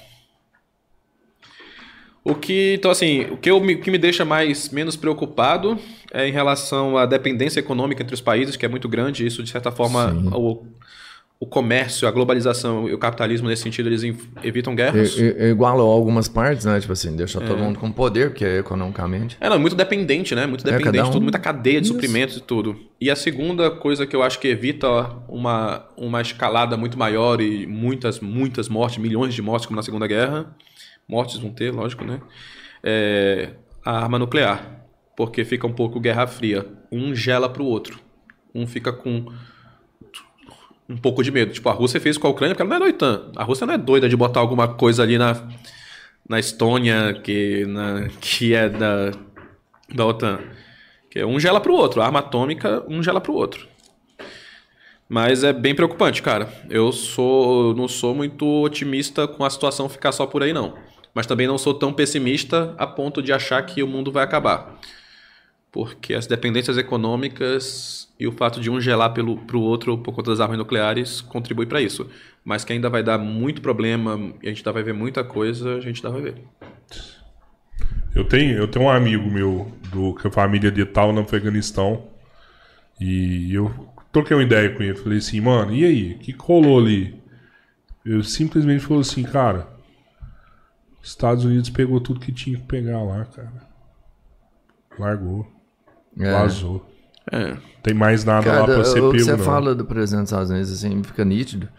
O que, então, assim, o que, eu, o que me deixa mais, menos preocupado é em relação à dependência econômica entre os países, que é muito grande. Isso, de certa forma, o, o comércio, a globalização e o capitalismo, nesse sentido, eles evitam guerras. E, e, igualou algumas partes, né? Tipo assim, deixa é. todo mundo com poder, porque é economicamente. É, não, muito dependente, né? Muito dependente, é, um... tudo, muita cadeia de Isso. suprimentos e tudo. E a segunda coisa que eu acho que evita uma, uma escalada muito maior e muitas, muitas mortes, milhões de mortes, como na Segunda Guerra... Mortes vão ter, lógico, né? É a arma nuclear. Porque fica um pouco Guerra Fria. Um gela pro outro. Um fica com um pouco de medo. Tipo, a Rússia fez com a Ucrânia porque ela não é doida. A Rússia não é doida de botar alguma coisa ali na, na Estônia, que, na, que é da, da OTAN. Que é um gela pro outro. A arma atômica, um gela pro outro. Mas é bem preocupante, cara. Eu sou, não sou muito otimista com a situação ficar só por aí, não. Mas também não sou tão pessimista a ponto de achar que o mundo vai acabar. Porque as dependências econômicas e o fato de um gelar pelo, pro outro por conta das armas nucleares contribui para isso. Mas que ainda vai dar muito problema e a gente ainda vai ver muita coisa, a gente ainda vai ver. Eu tenho, eu tenho um amigo meu do, que a família de tal no Afeganistão. E eu... troquei uma ideia com ele, falei assim, mano, e aí, o que rolou ali? Eu simplesmente falei assim, cara, os Estados Unidos pegou tudo que tinha que pegar lá, cara. Largou. É. Vazou. É. Tem mais nada cara, lá pra ser pego, você não. Você fala do presidente dos Estados Unidos, assim, fica nítido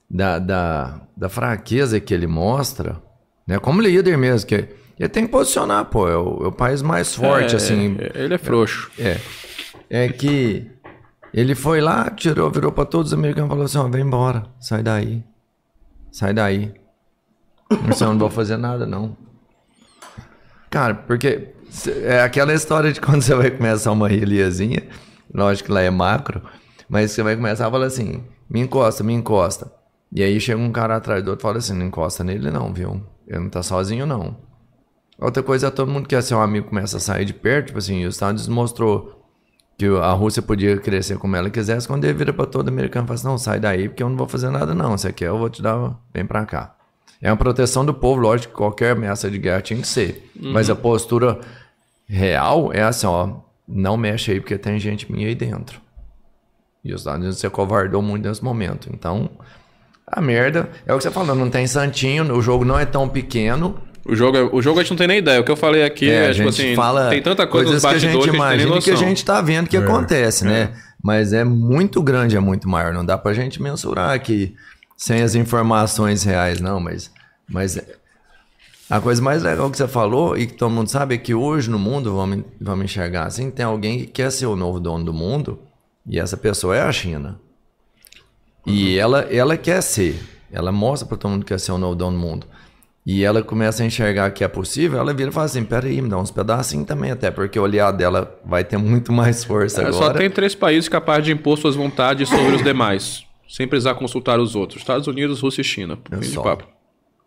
da, da, da fraqueza que ele mostra, né? Como líder mesmo, que ele tem que posicionar, pô, é o, é o país mais forte, é, assim. Ele é frouxo. É, é que ele foi lá, tirou, virou pra todos os americanos e falou assim, ó, vem embora, sai daí, sai daí. Eu não vou fazer nada, não. Cara, porque é aquela história de quando você vai começar uma reliazinha, lógico que lá é macro, mas você vai começar a falar assim, me encosta, me encosta. E aí chega um cara atrás do outro e fala assim, não encosta nele não, viu? Ele não tá sozinho, não. Outra coisa, todo mundo que quer ser um amigo começa a sair de perto, tipo assim, os Estados Unidos mostrou que a Rússia podia crescer como ela quisesse, quando ele vira pra todo americano e fala assim, não, sai daí, porque eu não vou fazer nada não, você quer, eu vou te dar, vem pra cá. É uma proteção do povo, lógico que qualquer ameaça de guerra tinha que ser. Uhum. Mas a postura real é assim, ó, não mexe aí porque tem gente minha aí dentro. E os Estados Unidos se acovardou muito nesse momento. Então, a merda, é o que você falou, não tem santinho, o jogo não é tão pequeno. O jogo, o jogo a gente não tem nem ideia. O que eu falei aqui é, é tipo assim, fala tem tanta coisa nos bastidores que a gente imagina que a gente tá vendo que é, acontece, é. né? Mas é muito grande, é muito maior. Não dá pra gente mensurar aqui sem as informações reais, não. Mas, mas a coisa mais legal que você falou e que todo mundo sabe é que hoje no mundo, vamos, vamos enxergar assim, tem alguém que quer ser o novo dono do mundo e essa pessoa é a China. Uhum. E ela, ela quer ser. Ela mostra pra todo mundo que quer ser o novo dono do mundo. E ela começa a enxergar que é possível, ela vira e fala assim, peraí, me dá uns pedacinhos também até, porque o olhar dela vai ter muito mais força é, agora. Só tem três países capazes de impor suas vontades sobre os demais, sem precisar consultar os outros. Estados Unidos, Rússia e China. É fim só. de papo.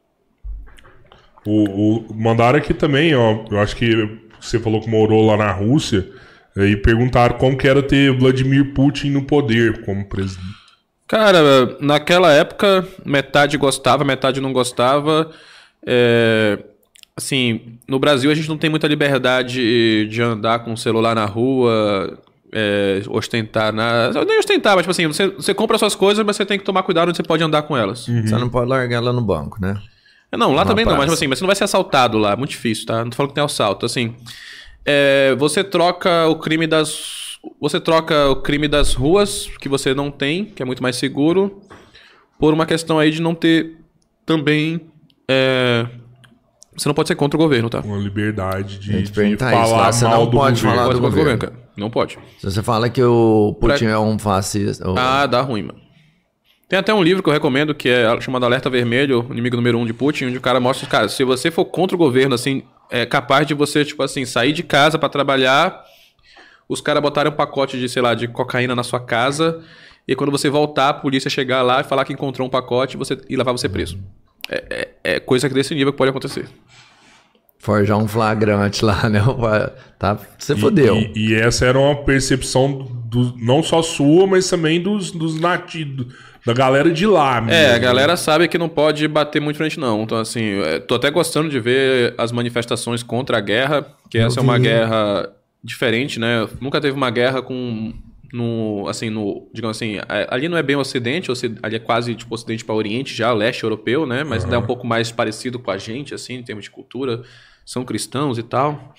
O, o, mandaram aqui também, ó, eu acho que você falou que morou lá na Rússia, e perguntaram como que era ter Vladimir Putin no poder como presidente. Cara, naquela época, metade gostava, metade não gostava. É, assim, no Brasil a gente não tem muita liberdade de andar com o celular na rua, é, ostentar nada. Nem ostentar, mas tipo assim, você, você compra suas coisas, mas você tem que tomar cuidado onde você pode andar com elas. Uhum. Você não pode largar ela no banco, né? Não, lá também não, mas tipo assim, mas você não vai ser assaltado lá, é muito difícil, tá? Não tô falando que tem assalto, assim. É, você troca o crime das. Você troca o crime das ruas, que você não tem, que é muito mais seguro, por uma questão aí de não ter também. É, você não pode ser contra o governo, tá? Uma liberdade de, de falar isso, lá, você mal não do pode governo. falar Pode do contra o governo. governo, cara. Não pode. Se você fala que o Putin Pra... é um fascista... Ou... Ah, dá ruim, mano. Tem até um livro que eu recomendo, que é chamado Alerta Vermelho, o inimigo número um de Putin, onde o cara mostra, cara, se você for contra o governo, assim, é capaz de você, tipo assim, sair de casa pra trabalhar, os caras botarem um pacote de, sei lá, de cocaína na sua casa, e quando você voltar, a polícia chegar lá e falar que encontrou um pacote você, e levar você preso. É, é, é coisa desse nível que pode acontecer. Forjar um flagrante lá, né? Tá, você E, fodeu. E, e essa era uma percepção do, não só sua, mas também dos, dos nativos, da galera de lá mesmo. É, a galera sabe que não pode bater muito frente, não. Então, assim, tô até gostando de ver as manifestações contra a guerra, que Eu essa vi. é uma guerra diferente, né? Nunca teve uma guerra com... No, assim, no, digamos assim, ali não é bem o Ocidente, ali é quase tipo Ocidente para Oriente já, leste europeu, né? Mas ainda é um pouco mais parecido com a gente, assim, em termos de cultura. São cristãos e tal.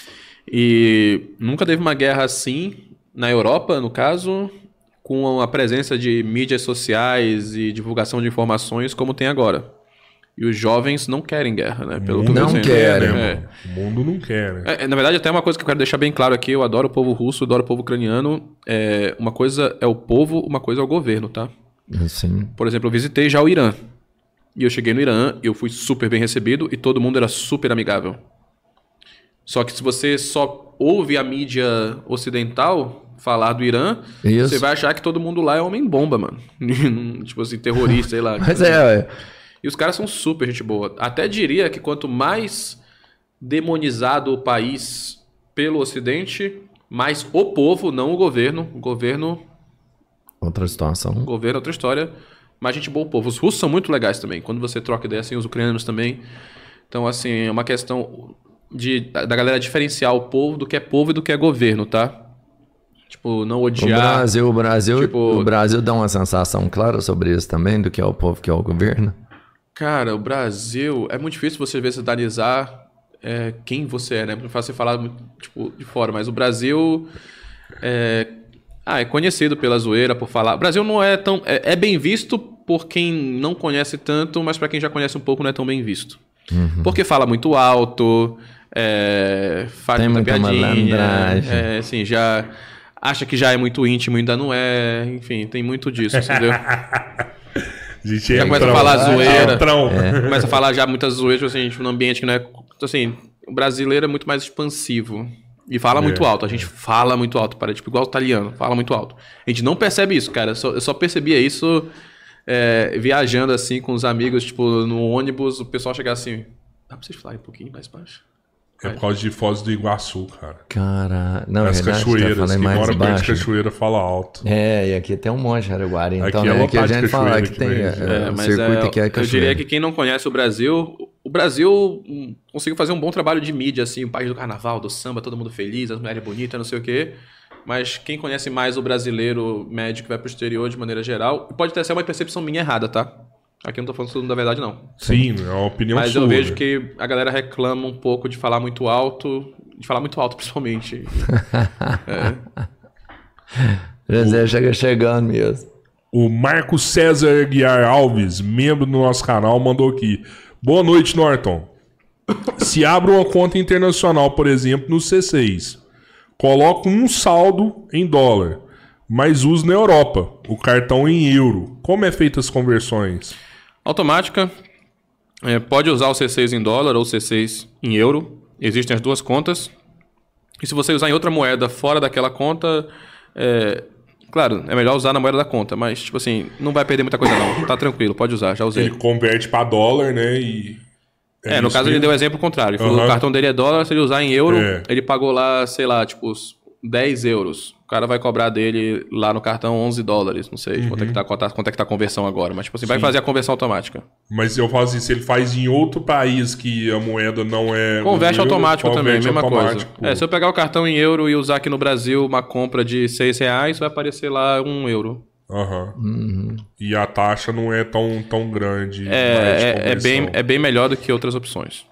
E nunca teve uma guerra assim, na Europa, no caso, com a presença de mídias sociais e divulgação de informações como tem agora. E os jovens não querem guerra, né? Pelo que eu Não tô dizendo. querem, É. O mundo não quer, né? É, na verdade, até uma coisa que eu quero deixar bem claro aqui, eu adoro o povo russo, eu adoro o povo ucraniano. É, uma coisa é o povo, uma coisa é o governo, tá? Assim. Por exemplo, eu visitei já o Irã. E eu cheguei no Irã, eu fui super bem recebido e todo mundo era super amigável. Só que se você só ouve a mídia ocidental falar do Irã, Isso. você vai achar que todo mundo lá é homem-bomba, mano. Tipo assim, terrorista, sei lá. Mas é, é. E os caras são super gente boa. Até diria que quanto mais demonizado o país pelo Ocidente, mais o povo, não o governo. O governo, Outra situação. o governo é outra história. Mais gente boa o povo. Os russos são muito legais também. Quando você troca ideia, assim, os ucranianos também. Então, assim, é uma questão de, da galera diferenciar o povo do que é povo e do que é governo, tá? Tipo, não O odiar... Brasil, o Brasil, Tipo- o Brasil dá uma sensação clara sobre isso também, do que é o povo, que é o governo. Cara, o Brasil... É muito difícil você versatilizar é, quem você é, né? Não fácil você falar muito, tipo, de fora, mas o Brasil... É, ah, é conhecido pela zoeira, por falar... O Brasil não é tão... É, é bem visto por quem não conhece tanto, mas para quem já conhece um pouco não é tão bem visto. Uhum. Porque fala muito alto, é, faz Tem muita muita piadinha, malandragem. é, assim, já acha que já é muito íntimo, ainda não é, enfim, tem muito disso, entendeu? A gente Já é começa a entrão. falar zoeira. Entrão. Começa a falar já muitas zoeiras, assim, tipo, num ambiente que não é... Assim, o brasileiro é muito mais expansivo. E fala É, muito alto. A gente fala muito alto, para tipo, igual o italiano, fala muito alto. A gente não percebe isso, cara. Eu só, eu só percebia isso é, viajando, assim, com os amigos, tipo, no ônibus, o pessoal chegar assim... Dá pra vocês falarem um pouquinho mais baixo? É por causa de Foz do Iguaçu, cara. Cara, não, As verdade, cachoeiras, tá falando quem mais mora perto de baixo. cachoeira fala alto. É, e aqui tem um monte de Araguari. Então, Aqui é né, aqui a lotado de gente fala cachoeira que que tem vem, é, É, o mas circuito é, aqui é eu cachoeira. diria que quem não conhece o Brasil, o Brasil hum, conseguiu fazer um bom trabalho de mídia, assim, o país do carnaval, do samba, todo mundo feliz, as mulheres bonitas, não sei o quê. Mas quem conhece mais o brasileiro médio que vai pro exterior de maneira geral, pode até ser uma percepção minha errada, tá? Aqui eu não tô falando tudo da verdade, não. Sim, é uma opinião Mas sua. eu vejo né? que a galera reclama um pouco de falar muito alto, de falar muito alto, principalmente. José chega chegando mesmo. O Marco César Guiar Alves, membro do nosso canal, mandou aqui. Boa noite, Norton. Se abre uma conta internacional, por exemplo, no C seis, coloco um saldo em dólar, mas uso na Europa o cartão em euro. Como é feita as conversões? Automática, é, pode usar o C seis em dólar ou o C seis em euro. Existem as duas contas. E se você usar em outra moeda fora daquela conta, é, claro, é melhor usar na moeda da conta, mas, tipo assim, não vai perder muita coisa não. Tá tranquilo, pode usar, já usei. Ele converte para dólar, né? E É, no isso caso ele mesmo? deu o exemplo contrário. Ele falou, Aham. o cartão dele é dólar, se ele usar em euro, É. ele pagou lá, sei lá, tipo, uns dez euros. O cara vai cobrar dele lá no cartão onze dólares. Não sei quanto, é que tá, quanto, quanto é que tá a conversão agora. Mas, tipo assim, vai Sim. fazer a conversão automática. Mas eu falo assim, se ele faz em outro país que a moeda não é... Converte o euro, automático também, converte mesma automático. coisa. É, se eu pegar o cartão em euro e usar aqui no Brasil uma compra de seis reais, vai aparecer lá um euro. Aham. E a taxa não é tão, tão grande. mais de É, é, é, bem, conversão. é bem melhor do que outras opções.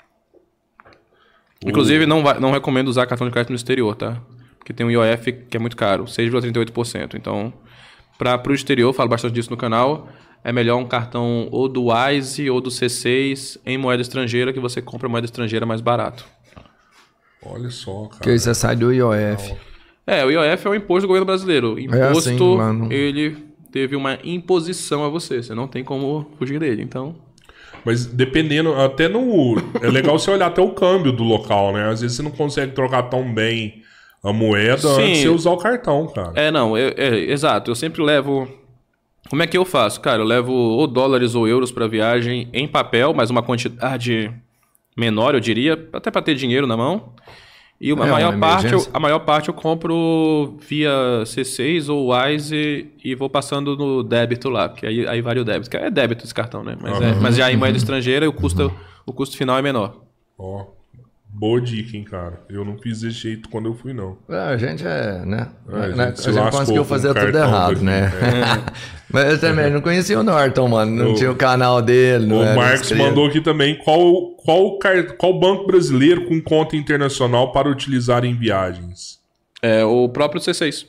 Inclusive, não, vai- não recomendo usar cartão de crédito no exterior, tá? Porque tem um I O F que é muito caro, seis vírgula trinta e oito por cento. Então, para o exterior, eu falo bastante disso no canal, é melhor um cartão ou do Wise ou do C seis em moeda estrangeira, que você compra moeda estrangeira mais barato. Olha só, cara. Que aí você sai do I O F. É, o I O F é o imposto do governo brasileiro. Imposto, assim, lá no- ele teve uma imposição a você. Você não tem como fugir dele, então... Mas dependendo, até no... É legal você olhar até o câmbio do local, né? Às vezes você não consegue trocar tão bem a moeda Sim. antes de você usar o cartão, cara. É, não, é, é, exato. Eu sempre levo... Como é que eu faço? Cara, eu levo ou dólares ou euros para viagem em papel, mas uma quantidade menor, eu diria, até para ter dinheiro na mão. E uma É, uma maior parte, eu, emergência. a maior parte eu compro via C seis ou Wise e vou passando no débito lá, porque aí, aí vale o débito. Que é débito esse cartão, né? Mas, é- mas já em moeda estrangeira o custo, o custo final é menor. Ó, boa dica, hein, cara. Eu não fiz desse jeito quando eu fui, não. É, a gente é, né? É, a gente Né? se a gente lascou conseguiu com fazer o tudo cartão errado, daqui, né? Mas eu também não conhecia o Norton, mano. Não O- tinha o canal dele, não O era Marcos inscrito. mandou aqui também qual, qual, car- qual banco brasileiro com conta internacional para utilizar em viagens. É o próprio C seis.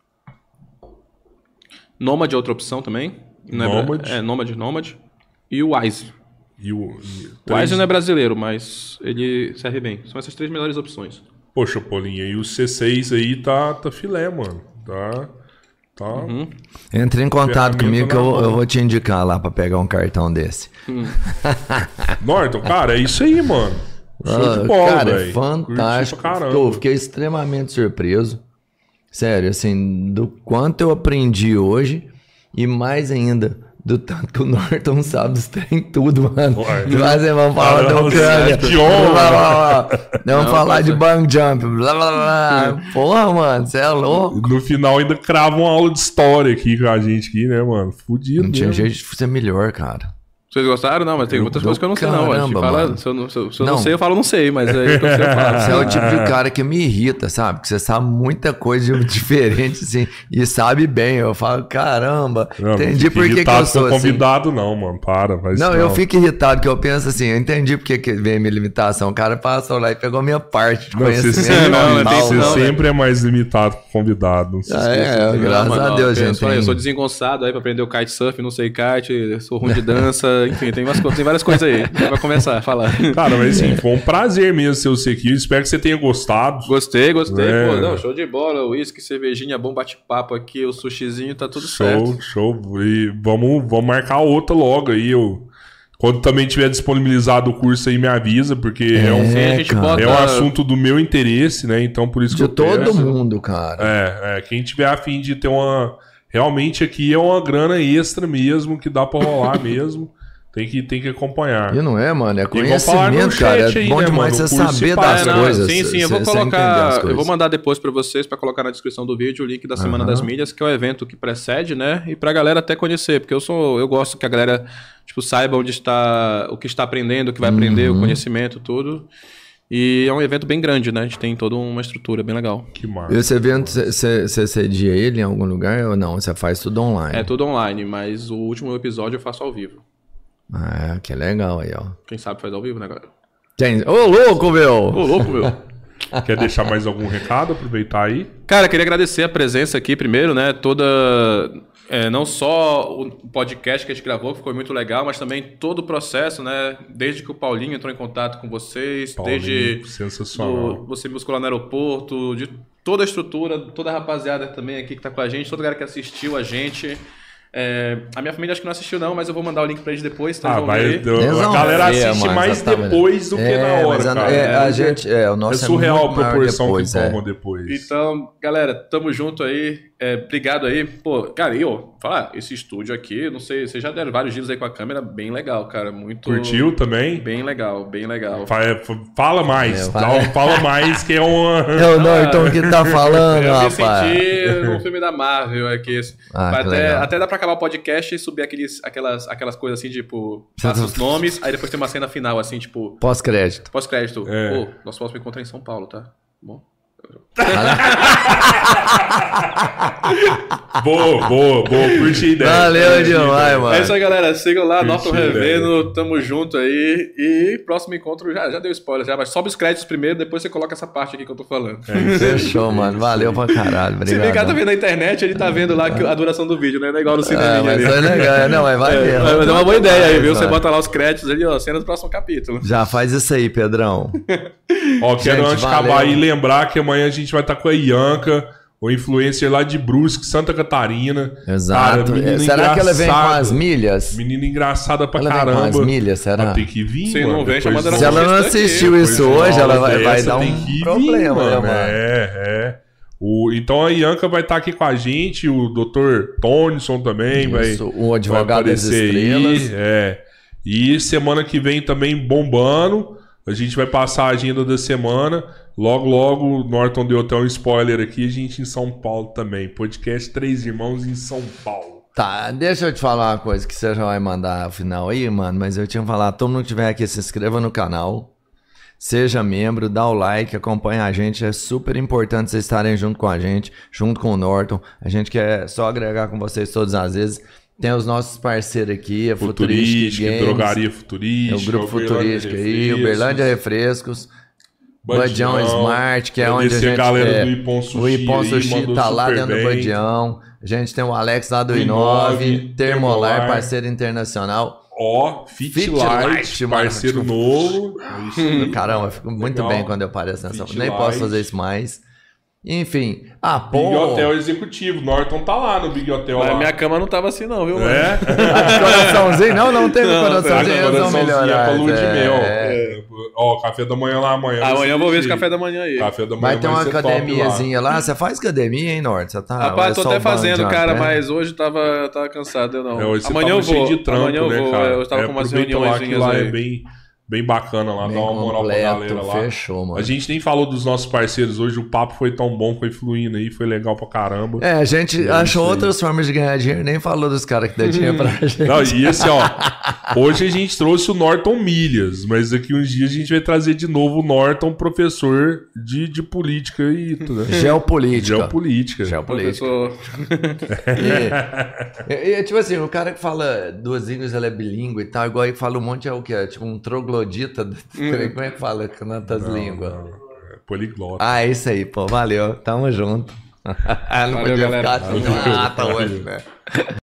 Nomad é outra opção também. Não é bra- Nomad. É, Nomad, Nomad. E o Wise. E o, e O Wise três- não é brasileiro, mas ele serve bem. São essas três melhores opções. Poxa, Paulinha, e o C seis aí tá, tá filé, mano. Tá. Tá. Uhum. Entre em contato Ferramenta comigo que na eu, mão. eu vou te indicar lá pra pegar um cartão desse. Norton, cara, é isso aí, mano. Show Ah, de bola, cara, velho. é fantástico. Curti pra caramba. Eu fiquei extremamente surpreso. Sério, assim, do quanto eu aprendi hoje e mais ainda, do tanto que o Norton sabe dos trem tudo, mano. Ué. Mas vamos falar da Caramba, Ucrânia. que honra. Blá, blá, blá. Vamos Não, falar de passa. bang jump. Blá, blá, blá. Porra, mano, você é louco. No final ainda crava uma aula de história aqui com a gente aqui, né, mano? Fudido Não tinha mesmo. jeito de ser melhor, cara. Vocês gostaram? Não, mas tem Eu- outras eu- coisas que eu não sei, não. Acho que caramba, fala, mano. se eu não, se eu, se eu Não. não sei, eu falo não sei, mas é isso que eu sei falar. Você é o tipo de cara que me irrita, sabe? Que você sabe muita coisa diferente, assim, e sabe bem. Eu falo, caramba, Não, entendi não por que, que irritado eu sou com assim. convidado, não, mano. Para, vai Não, se eu fico irritado, que eu penso assim, eu entendi por que que veio minha limitação. O cara passou lá e pegou minha parte de Não, você conhecimento. sempre, não, não total, tem isso você não, né? sempre é mais limitado com convidado. Não se Ah, esqueça é, disso. graças Mano, a ó, Deus, eu gente. falei, eu tem- sou desengonçado aí pra aprender o kitesurf, não sei kite, sou ruim de dança, enfim, tem, umas, co- tem várias coisas aí. Vai começar a falar. Cara, mas assim, foi um prazer mesmo ter você aqui. Espero que você tenha gostado. Gostei, gostei. É. Pô, não, show de bola. Uísque, cervejinha, bom bate-papo aqui, o sushizinho, tá tudo Show, certo. show. E vamos, vamos marcar outra logo aí. Eu, quando também tiver disponibilizado o curso aí, me avisa, porque é, um, Sim, a gente cara. bota... é um assunto do meu interesse, né? Então, por isso que De eu todo peço. mundo, cara. É, é, quem tiver a fim de ter uma... Realmente aqui é uma grana extra mesmo, que dá pra rolar mesmo. Tem que, tem que acompanhar. E não é, mano? É igual falaram no conhecimento, cara. chat É aí, bom né, demais mano? você O curso saber se das passa, É, não, coisas. sim, sim, eu você- vou você entender as colocar. Eu coisas. vou mandar depois pra vocês, pra colocar na descrição do vídeo, o link da Semana das Milhas, que é o evento que precede, né? E pra galera até conhecer, porque eu sou, eu gosto que a galera, tipo, saiba onde está, o que está aprendendo, o que vai aprender, Uhum. o conhecimento, tudo. E é um evento bem grande, né? A gente tem toda uma estrutura bem legal. Que massa. Esse evento, você você cedia ele em algum lugar ou não? Você faz tudo online? É tudo online, mas o último episódio eu faço ao vivo. Ah, que legal aí, ó. Quem sabe faz ao vivo, né, galera? Tem... Ô, louco, meu! Ô, louco, meu. Quer deixar mais algum recado? Aproveitar aí. Cara, queria agradecer a presença aqui primeiro, né? Toda. É, não só o podcast que a gente gravou, que foi muito legal, mas também todo o processo, né? Desde que o Paulinho entrou em contato com vocês, Paulinho, desde sensacional. do- você me buscou lá no aeroporto, de toda a estrutura, toda a rapaziada também aqui que tá com a gente, toda a galera que assistiu a gente. É, a minha família acho que não assistiu não, mas eu vou mandar o link pra eles depois, então Ah, eles vão vai, ver. a Eles vão galera ver, assiste mano, mais exatamente. depois do que É, na hora, mas a, cara. é, a É, gente, é, o é nosso surreal é a muito maior proporção depois, que é. toma depois. Então, galera, tamo junto aí. É, obrigado aí. Pô, cara, e ó, falar, esse estúdio aqui, não sei, vocês já deram vários giros aí com a câmera, bem legal, cara. Muito. Curtiu também? Bem legal, bem legal. Fa- Fala mais. É, dá fala- um- fala mais que é uma... É o Norton que tá falando, Eu me rapaz. senti num filme da Marvel aqui. Ah, que até, legal. até dá pra acabar o podcast e subir aqueles, aquelas, aquelas coisas assim, tipo, passa os nomes, aí depois tem uma cena final, assim, tipo, Pós-crédito. pós-crédito. É. Pô, nosso próximo encontro é em São Paulo, tá? Bom. Boa, boa, boa. Curti a ideia. Valeu Curti a demais, ideia. mano. É isso aí, galera. Sigam lá, Curti Norton a ideia. Revendo, tamo junto aí. E próximo encontro, já, já deu spoiler, já, mas sobe os créditos primeiro, depois você coloca essa parte aqui que eu tô falando. Fechou, mano. Valeu pra caralho. Se o cara tá Obrigado. vendo na internet, ele tá vendo lá que a duração do vídeo, né? Não é igual no cinema. É, mas é legal. Não, mas vai É, ver. mas é uma boa ideia aí, viu? Você Vai. bota lá os créditos ali, ó, cena do próximo capítulo. Já faz isso aí, Pedrão. Ó, quero Gente, antes de valeu. acabar aí lembrar que amanhã a gente vai estar com a Ianca, o influencer lá de Brusque, Santa Catarina. Exato. menina É, será que ela vem com engraçada. as milhas? Menina engraçada pra Ela vem caramba. com as milhas, será? Vai ter que vir, Se mano. não vem, depois já manda do- Se ela não Assista aqui, assistiu depois isso de uma hoje, ela aula vai, vai dessa, dar tem um que vir, problema, né, mano? É, é. O, então a Ianca vai estar aqui com a gente, o doutor Tonison também vai, Isso, o vai advogado das aparecer estrelas. aí. É. E semana que vem também bombando. A gente vai passar a agenda da semana. Logo, logo, o Norton deu até um spoiler aqui. A gente em São Paulo também. Podcast Três Irmãos em São Paulo. Tá, deixa eu te falar uma coisa que você já vai mandar ao final aí, mano. Mas eu tinha que falar, todo mundo que estiver aqui, se inscreva no canal. Seja membro, dá o like, acompanha a gente. É super importante vocês estarem junto com a gente, junto com o Norton. A gente quer só agregar com vocês todas as vezes. Tem os nossos parceiros aqui, a Futuristic Futurística, Games, Drogaria é Futurística. o Grupo Uberlândia Futurística aí, Refrescos, Uberlândia Refrescos, Badião Smart, que é onde a agradecer gente... galera é, do Ipon Sushi o Ipon aí, Sushi mandou tá lá super dentro do bem. Badião. A gente tem o Alex lá do do Inove, Inove, Termolar, Termolar. parceiro internacional. Ó, Fit, Fit Light, Light, mano. parceiro novo. É isso aí. Caramba, eu fico muito Legal. bem quando eu apareço nessa... Fit Nem Light. posso fazer isso mais. Enfim, ah, Big pô... Hotel Executivo. Norton tá lá no Big Hotel. Mas lá. minha cama não tava assim, não, viu, mano? É? Coraçãozinho? Não, não teve Não, coraçãozinho, eles vão Coraçãozinho melhorar. pra lua de é. mel. É. Ó, café da manhã lá amanhã. Amanhã eu vou ver esse assistir. café da manhã aí. Café da manhã Vai ter uma ser top academiazinha lá. Você faz academia, hein, Norte? Você tá, Rapaz, tô é só até o banco de fazendo, uma cara, perna? mas hoje tava, tava cansado, eu não. É, hoje você Amanhã tava eu vou. cheio de trampo, Amanhã eu né, vou. cara? Eu tava É, com umas aproveita lá que reuniõezinhas lá aí. é bem, bem bacana lá, Bem dá uma moral completo, pra galera lá. fechou, mano. A gente nem falou dos nossos parceiros hoje, o papo foi tão bom, foi fluindo aí, foi legal pra caramba. É, a gente é achou outras formas de ganhar dinheiro, nem falou dos caras que dão dinheiro pra gente. Não, e esse, ó, hoje a gente trouxe o Norton Milhas, mas daqui uns dias a gente vai trazer de novo o Norton, professor de, de política e tudo. Né? Geopolítica. Geopolítica. Geopolítica. Professor... E, e, e, tipo assim, o cara que fala duas línguas, ela é bilíngue e tal, igual aí fala um monte, é o que? É tipo um troglodita. Como é que fala tantas línguas? Não, é poliglota. Ah, é isso aí, pô. Valeu. Tamo junto. Não Valeu, podia galera. ficar assim, ah, tá hoje, né?